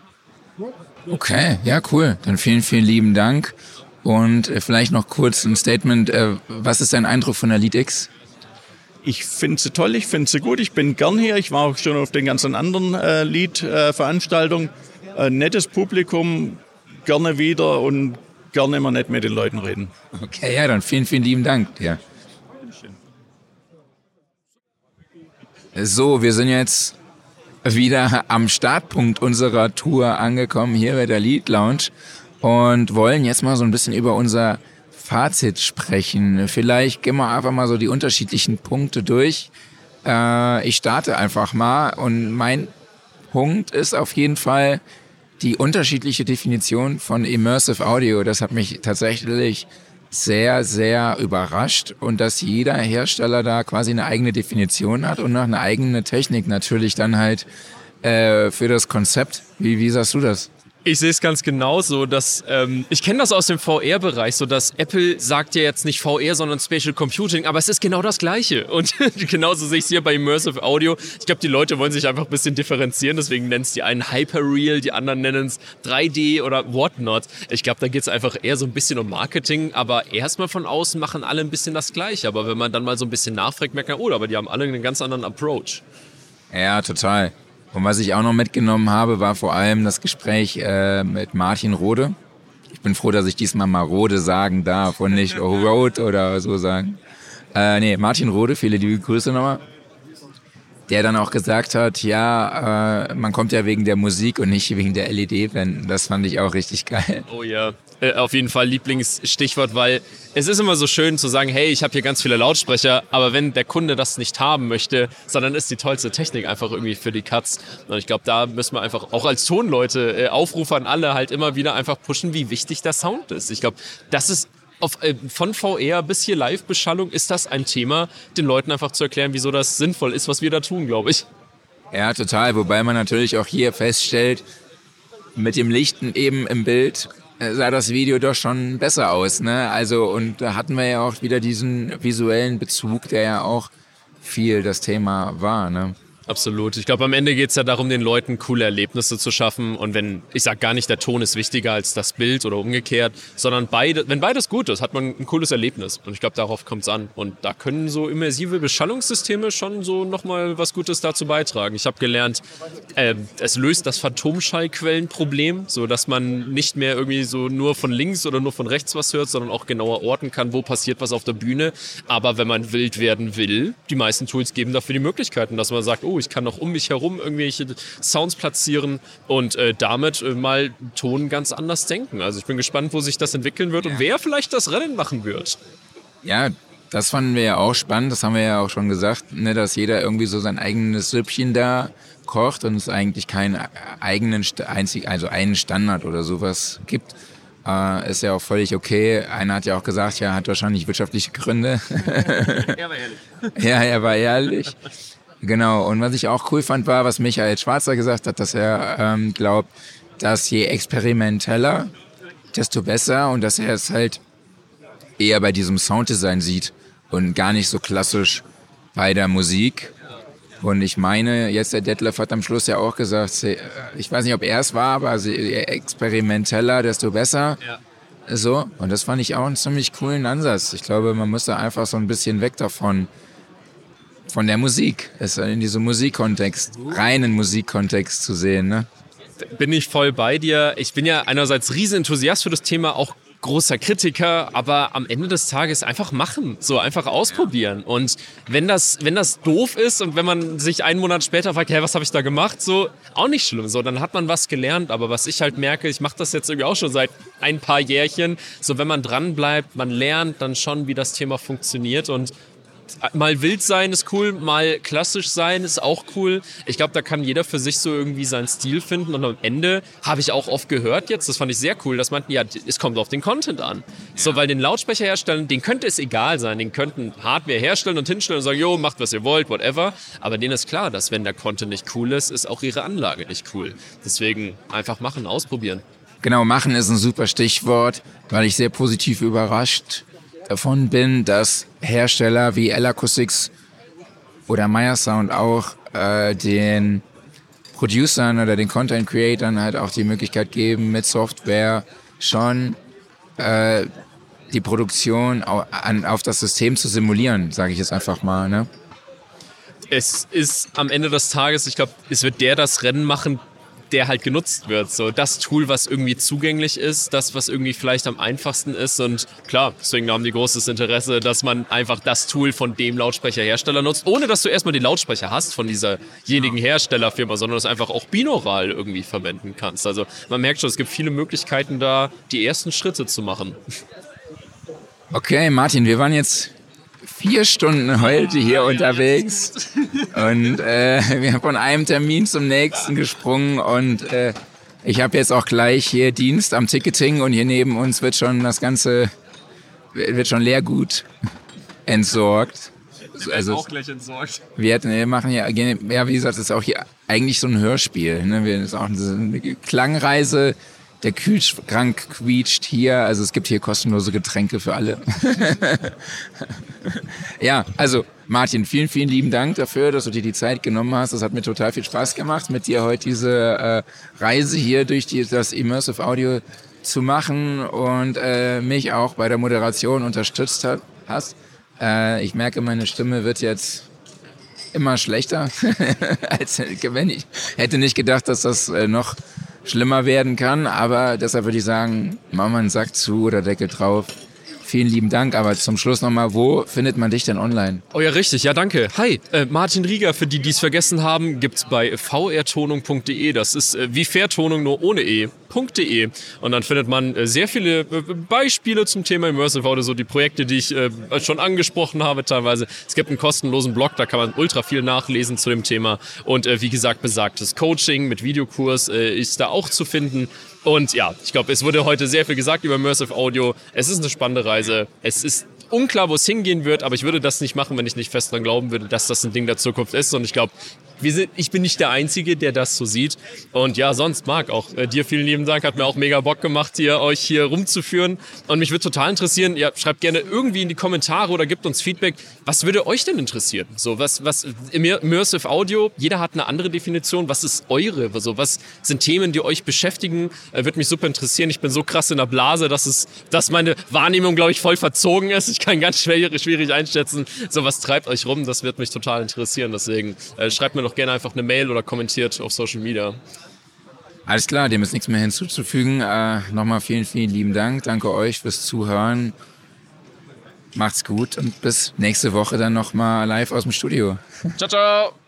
Okay, ja cool. Dann vielen, vielen lieben Dank. Und äh, vielleicht noch kurz ein Statement. Äh, was ist dein Eindruck von der LeadX? Ich finde sie toll, ich finde sie gut. Ich bin gern hier. Ich war auch schon auf den ganzen anderen äh, Lead-Veranstaltungen. Äh, nettes Publikum, gerne wieder und gerne immer nett mit den Leuten reden. Okay, ja, dann vielen, vielen lieben Dank. Ja. So, wir sind jetzt wieder am Startpunkt unserer Tour angekommen, hier bei der Lead Lounge und wollen jetzt mal so ein bisschen über unser Fazit sprechen. Vielleicht gehen wir einfach mal so die unterschiedlichen Punkte durch. Äh, ich starte einfach mal und mein Punkt ist auf jeden Fall die unterschiedliche Definition von Immersive Audio. Das hat mich tatsächlich sehr, sehr überrascht und dass jeder Hersteller da quasi eine eigene Definition hat und noch eine eigene Technik natürlich dann halt äh, für das Konzept. Wie, wie sagst du das? Ich sehe es ganz genauso, dass ähm, ich kenne das aus dem V R-Bereich, so dass Apple sagt ja jetzt nicht V R, sondern Spatial Computing, aber es ist genau das Gleiche. Und genauso sehe ich es hier bei Immersive Audio. Ich glaube, die Leute wollen sich einfach ein bisschen differenzieren, deswegen nennen es die einen Hyperreal, die anderen nennen es drei D oder whatnot. Ich glaube, da geht es einfach eher so ein bisschen um Marketing, aber erstmal von außen machen alle ein bisschen das Gleiche. Aber wenn man dann mal so ein bisschen nachfragt, merkt man, oh, aber die haben alle einen ganz anderen Approach. Ja, total. Und was ich auch noch mitgenommen habe, war vor allem das Gespräch äh, mit Martin Rode. Ich bin froh, dass ich diesmal mal Rode sagen darf und nicht Rode oder so sagen. Äh, nee, Martin Rode, viele liebe Grüße nochmal. Der dann auch gesagt hat, ja, äh, man kommt ja wegen der Musik und nicht wegen der L E D-Wänden. Das fand ich auch richtig geil. Oh ja, äh, auf jeden Fall Lieblingsstichwort, weil es ist immer so schön zu sagen, hey, ich habe hier ganz viele Lautsprecher, aber wenn der Kunde das nicht haben möchte, sondern ist die tollste Technik einfach irgendwie für die Katz. Und ich glaube, da müssen wir einfach auch als Tonleute äh, Aufrufe an alle halt immer wieder einfach pushen, wie wichtig der Sound ist. Ich glaube, das ist Auf, äh, von V R bis hier Live-Beschallung ist das ein Thema, den Leuten einfach zu erklären, wieso das sinnvoll ist, was wir da tun, glaube ich. Ja, total. Wobei man natürlich auch hier feststellt, mit dem Lichten eben im Bild äh, sah das Video doch schon besser aus, ne? Also, und da hatten wir ja auch wieder diesen visuellen Bezug, der ja auch viel das Thema war, ne? Absolut. Ich glaube, am Ende geht es ja darum, den Leuten coole Erlebnisse zu schaffen. Und wenn, ich sage gar nicht, der Ton ist wichtiger als das Bild oder umgekehrt, sondern beide, wenn beides gut ist, hat man ein cooles Erlebnis. Und ich glaube, darauf kommt es an. Und da können so immersive Beschallungssysteme schon so nochmal was Gutes dazu beitragen. Ich habe gelernt, äh, es löst das Phantomschallquellenproblem, so dass man nicht mehr irgendwie so nur von links oder nur von rechts was hört, sondern auch genauer orten kann, wo passiert was auf der Bühne. Aber wenn man wild werden will, die meisten Tools geben dafür die Möglichkeiten, dass man sagt, oh, ich kann noch um mich herum irgendwelche Sounds platzieren und äh, damit äh, mal Ton ganz anders denken. Also ich bin gespannt, wo sich das entwickeln wird, ja, und wer vielleicht das Rennen machen wird. Ja, das fanden wir ja auch spannend, das haben wir ja auch schon gesagt, ne, dass jeder irgendwie so sein eigenes Süppchen da kocht und es eigentlich keinen eigenen, einzig, also einen Standard oder sowas gibt. Äh, ist ja auch völlig okay. Einer hat ja auch gesagt, ja, hat wahrscheinlich wirtschaftliche Gründe. Er war ehrlich. Ja, er war ehrlich. Genau, und was ich auch cool fand, war, was Michael Schwarzer gesagt hat, dass er ähm, glaubt, dass je experimenteller, desto besser, und dass er es halt eher bei diesem Sounddesign sieht und gar nicht so klassisch bei der Musik. Und ich meine, jetzt der Detlef hat am Schluss ja auch gesagt, ich weiß nicht, ob er es war, aber je experimenteller, desto besser. Ja. So, und das fand ich auch einen ziemlich coolen Ansatz. Ich glaube, man muss da einfach so ein bisschen weg davon, von der Musik, es in diesem Musikkontext, reinen Musikkontext zu sehen, ne? Bin ich voll bei dir. Ich bin ja einerseits riesen Enthusiast für das Thema, auch großer Kritiker, aber am Ende des Tages einfach machen, so einfach ausprobieren. Und wenn das, wenn das doof ist und wenn man sich einen Monat später fragt, hey, was habe ich da gemacht, so auch nicht schlimm, so dann hat man was gelernt. Aber was ich halt merke, ich mache das jetzt irgendwie auch schon seit ein paar Jährchen, so wenn man dran bleibt, man lernt dann schon, wie das Thema funktioniert. Und mal wild sein ist cool, mal klassisch sein ist auch cool. Ich glaube, da kann jeder für sich so irgendwie seinen Stil finden. Und am Ende habe ich auch oft gehört jetzt, das fand ich sehr cool, dass man, ja, es kommt auf den Content an. Ja. So, weil den Lautsprecher herstellen, denen könnte es egal sein. Den könnten Hardware herstellen und hinstellen und sagen, jo, macht was ihr wollt, whatever. Aber denen ist klar, dass wenn der Content nicht cool ist, ist auch ihre Anlage nicht cool. Deswegen einfach machen, ausprobieren. Genau, machen ist ein super Stichwort, weil ich sehr positiv überrascht davon bin, dass Hersteller wie L-Acoustics oder Meyer Sound auch äh, den Producern oder den Content Creatern halt auch die Möglichkeit geben, mit Software schon äh, die Produktion au- an, auf das System zu simulieren, sage ich jetzt einfach mal, ne? Es ist am Ende des Tages, ich glaube, es wird der das Rennen machen, der halt genutzt wird. So das Tool, was irgendwie zugänglich ist, das, was irgendwie vielleicht am einfachsten ist. Und klar, deswegen haben die großes Interesse, dass man einfach das Tool von dem Lautsprecherhersteller nutzt, ohne dass du erstmal die Lautsprecher hast von dieserjenigen Herstellerfirma, sondern das einfach auch binaural irgendwie verwenden kannst. Also man merkt schon, es gibt viele Möglichkeiten da, die ersten Schritte zu machen. Okay, Martin, wir waren jetzt vier Stunden heute hier unterwegs und äh, wir haben von einem Termin zum nächsten gesprungen und äh, ich habe jetzt auch gleich hier Dienst am Ticketing und hier neben uns wird schon das Ganze, wird schon Leergut entsorgt. Wir werden auch gleich entsorgt. Wir, hatten, wir machen ja, ja, wie gesagt, das ist auch hier eigentlich so ein Hörspiel. Ne? Wir, das ist auch eine Klangreise der Kühlschrank quietscht hier. Also es gibt hier kostenlose Getränke für alle. Ja, also Martin, vielen, vielen lieben Dank dafür, dass du dir die Zeit genommen hast. Das hat mir total viel Spaß gemacht, mit dir heute diese äh, Reise hier durch die, das Immersive Audio zu machen und äh, mich auch bei der Moderation unterstützt hat, hast. Äh, ich merke, meine Stimme wird jetzt immer schlechter, als wenn ich hätte nicht gedacht, dass das äh, noch schlimmer werden kann. Aber deshalb würde ich sagen, machen wir einen Sack zu oder Deckel drauf. Vielen lieben Dank, aber zum Schluss nochmal, wo findet man dich denn online? Oh ja, richtig, ja danke. Hi, äh, Martin Rieger, für die, die es vergessen haben, gibt's bei v r tonung punkt d e. Das ist äh, wie Vertonung, nur ohne E. .de. Und dann findet man äh, sehr viele äh, Beispiele zum Thema Immersive Audio, so die Projekte, die ich äh, schon angesprochen habe teilweise. Es gibt einen kostenlosen Blog, da kann man ultra viel nachlesen zu dem Thema. Und äh, wie gesagt, besagtes Coaching mit Videokurs äh, ist da auch zu finden. Und ja, ich glaube, es wurde heute sehr viel gesagt über Immersive Audio. Es ist eine spannende Reise. Es ist unklar, wo es hingehen wird, aber ich würde das nicht machen, wenn ich nicht fest daran glauben würde, dass das ein Ding der Zukunft ist. Und ich glaube, wir sind, ich bin nicht der Einzige, der das so sieht. Und ja, sonst, Marc, auch äh, dir vielen lieben Dank. Hat mir auch mega Bock gemacht, hier, euch hier rumzuführen. Und mich würde total interessieren, ja, schreibt gerne irgendwie in die Kommentare oder gebt uns Feedback. Was würde euch denn interessieren? So, was, was, Immersive Audio, jeder hat eine andere Definition. Was ist eure? Also, was sind Themen, die euch beschäftigen? Äh, würde mich super interessieren. Ich bin so krass in der Blase, dass es, dass meine Wahrnehmung, glaube ich, voll verzogen ist. Ich kann ganz schwer, schwierig einschätzen. So, was treibt euch rum? Das wird mich total interessieren. Deswegen äh, schreibt mir doch gerne einfach eine Mail oder kommentiert auf Social Media. Alles klar, dem ist nichts mehr hinzuzufügen. Äh, nochmal vielen, vielen lieben Dank. Danke euch fürs Zuhören. Macht's gut und bis nächste Woche dann nochmal live aus dem Studio. Ciao, ciao.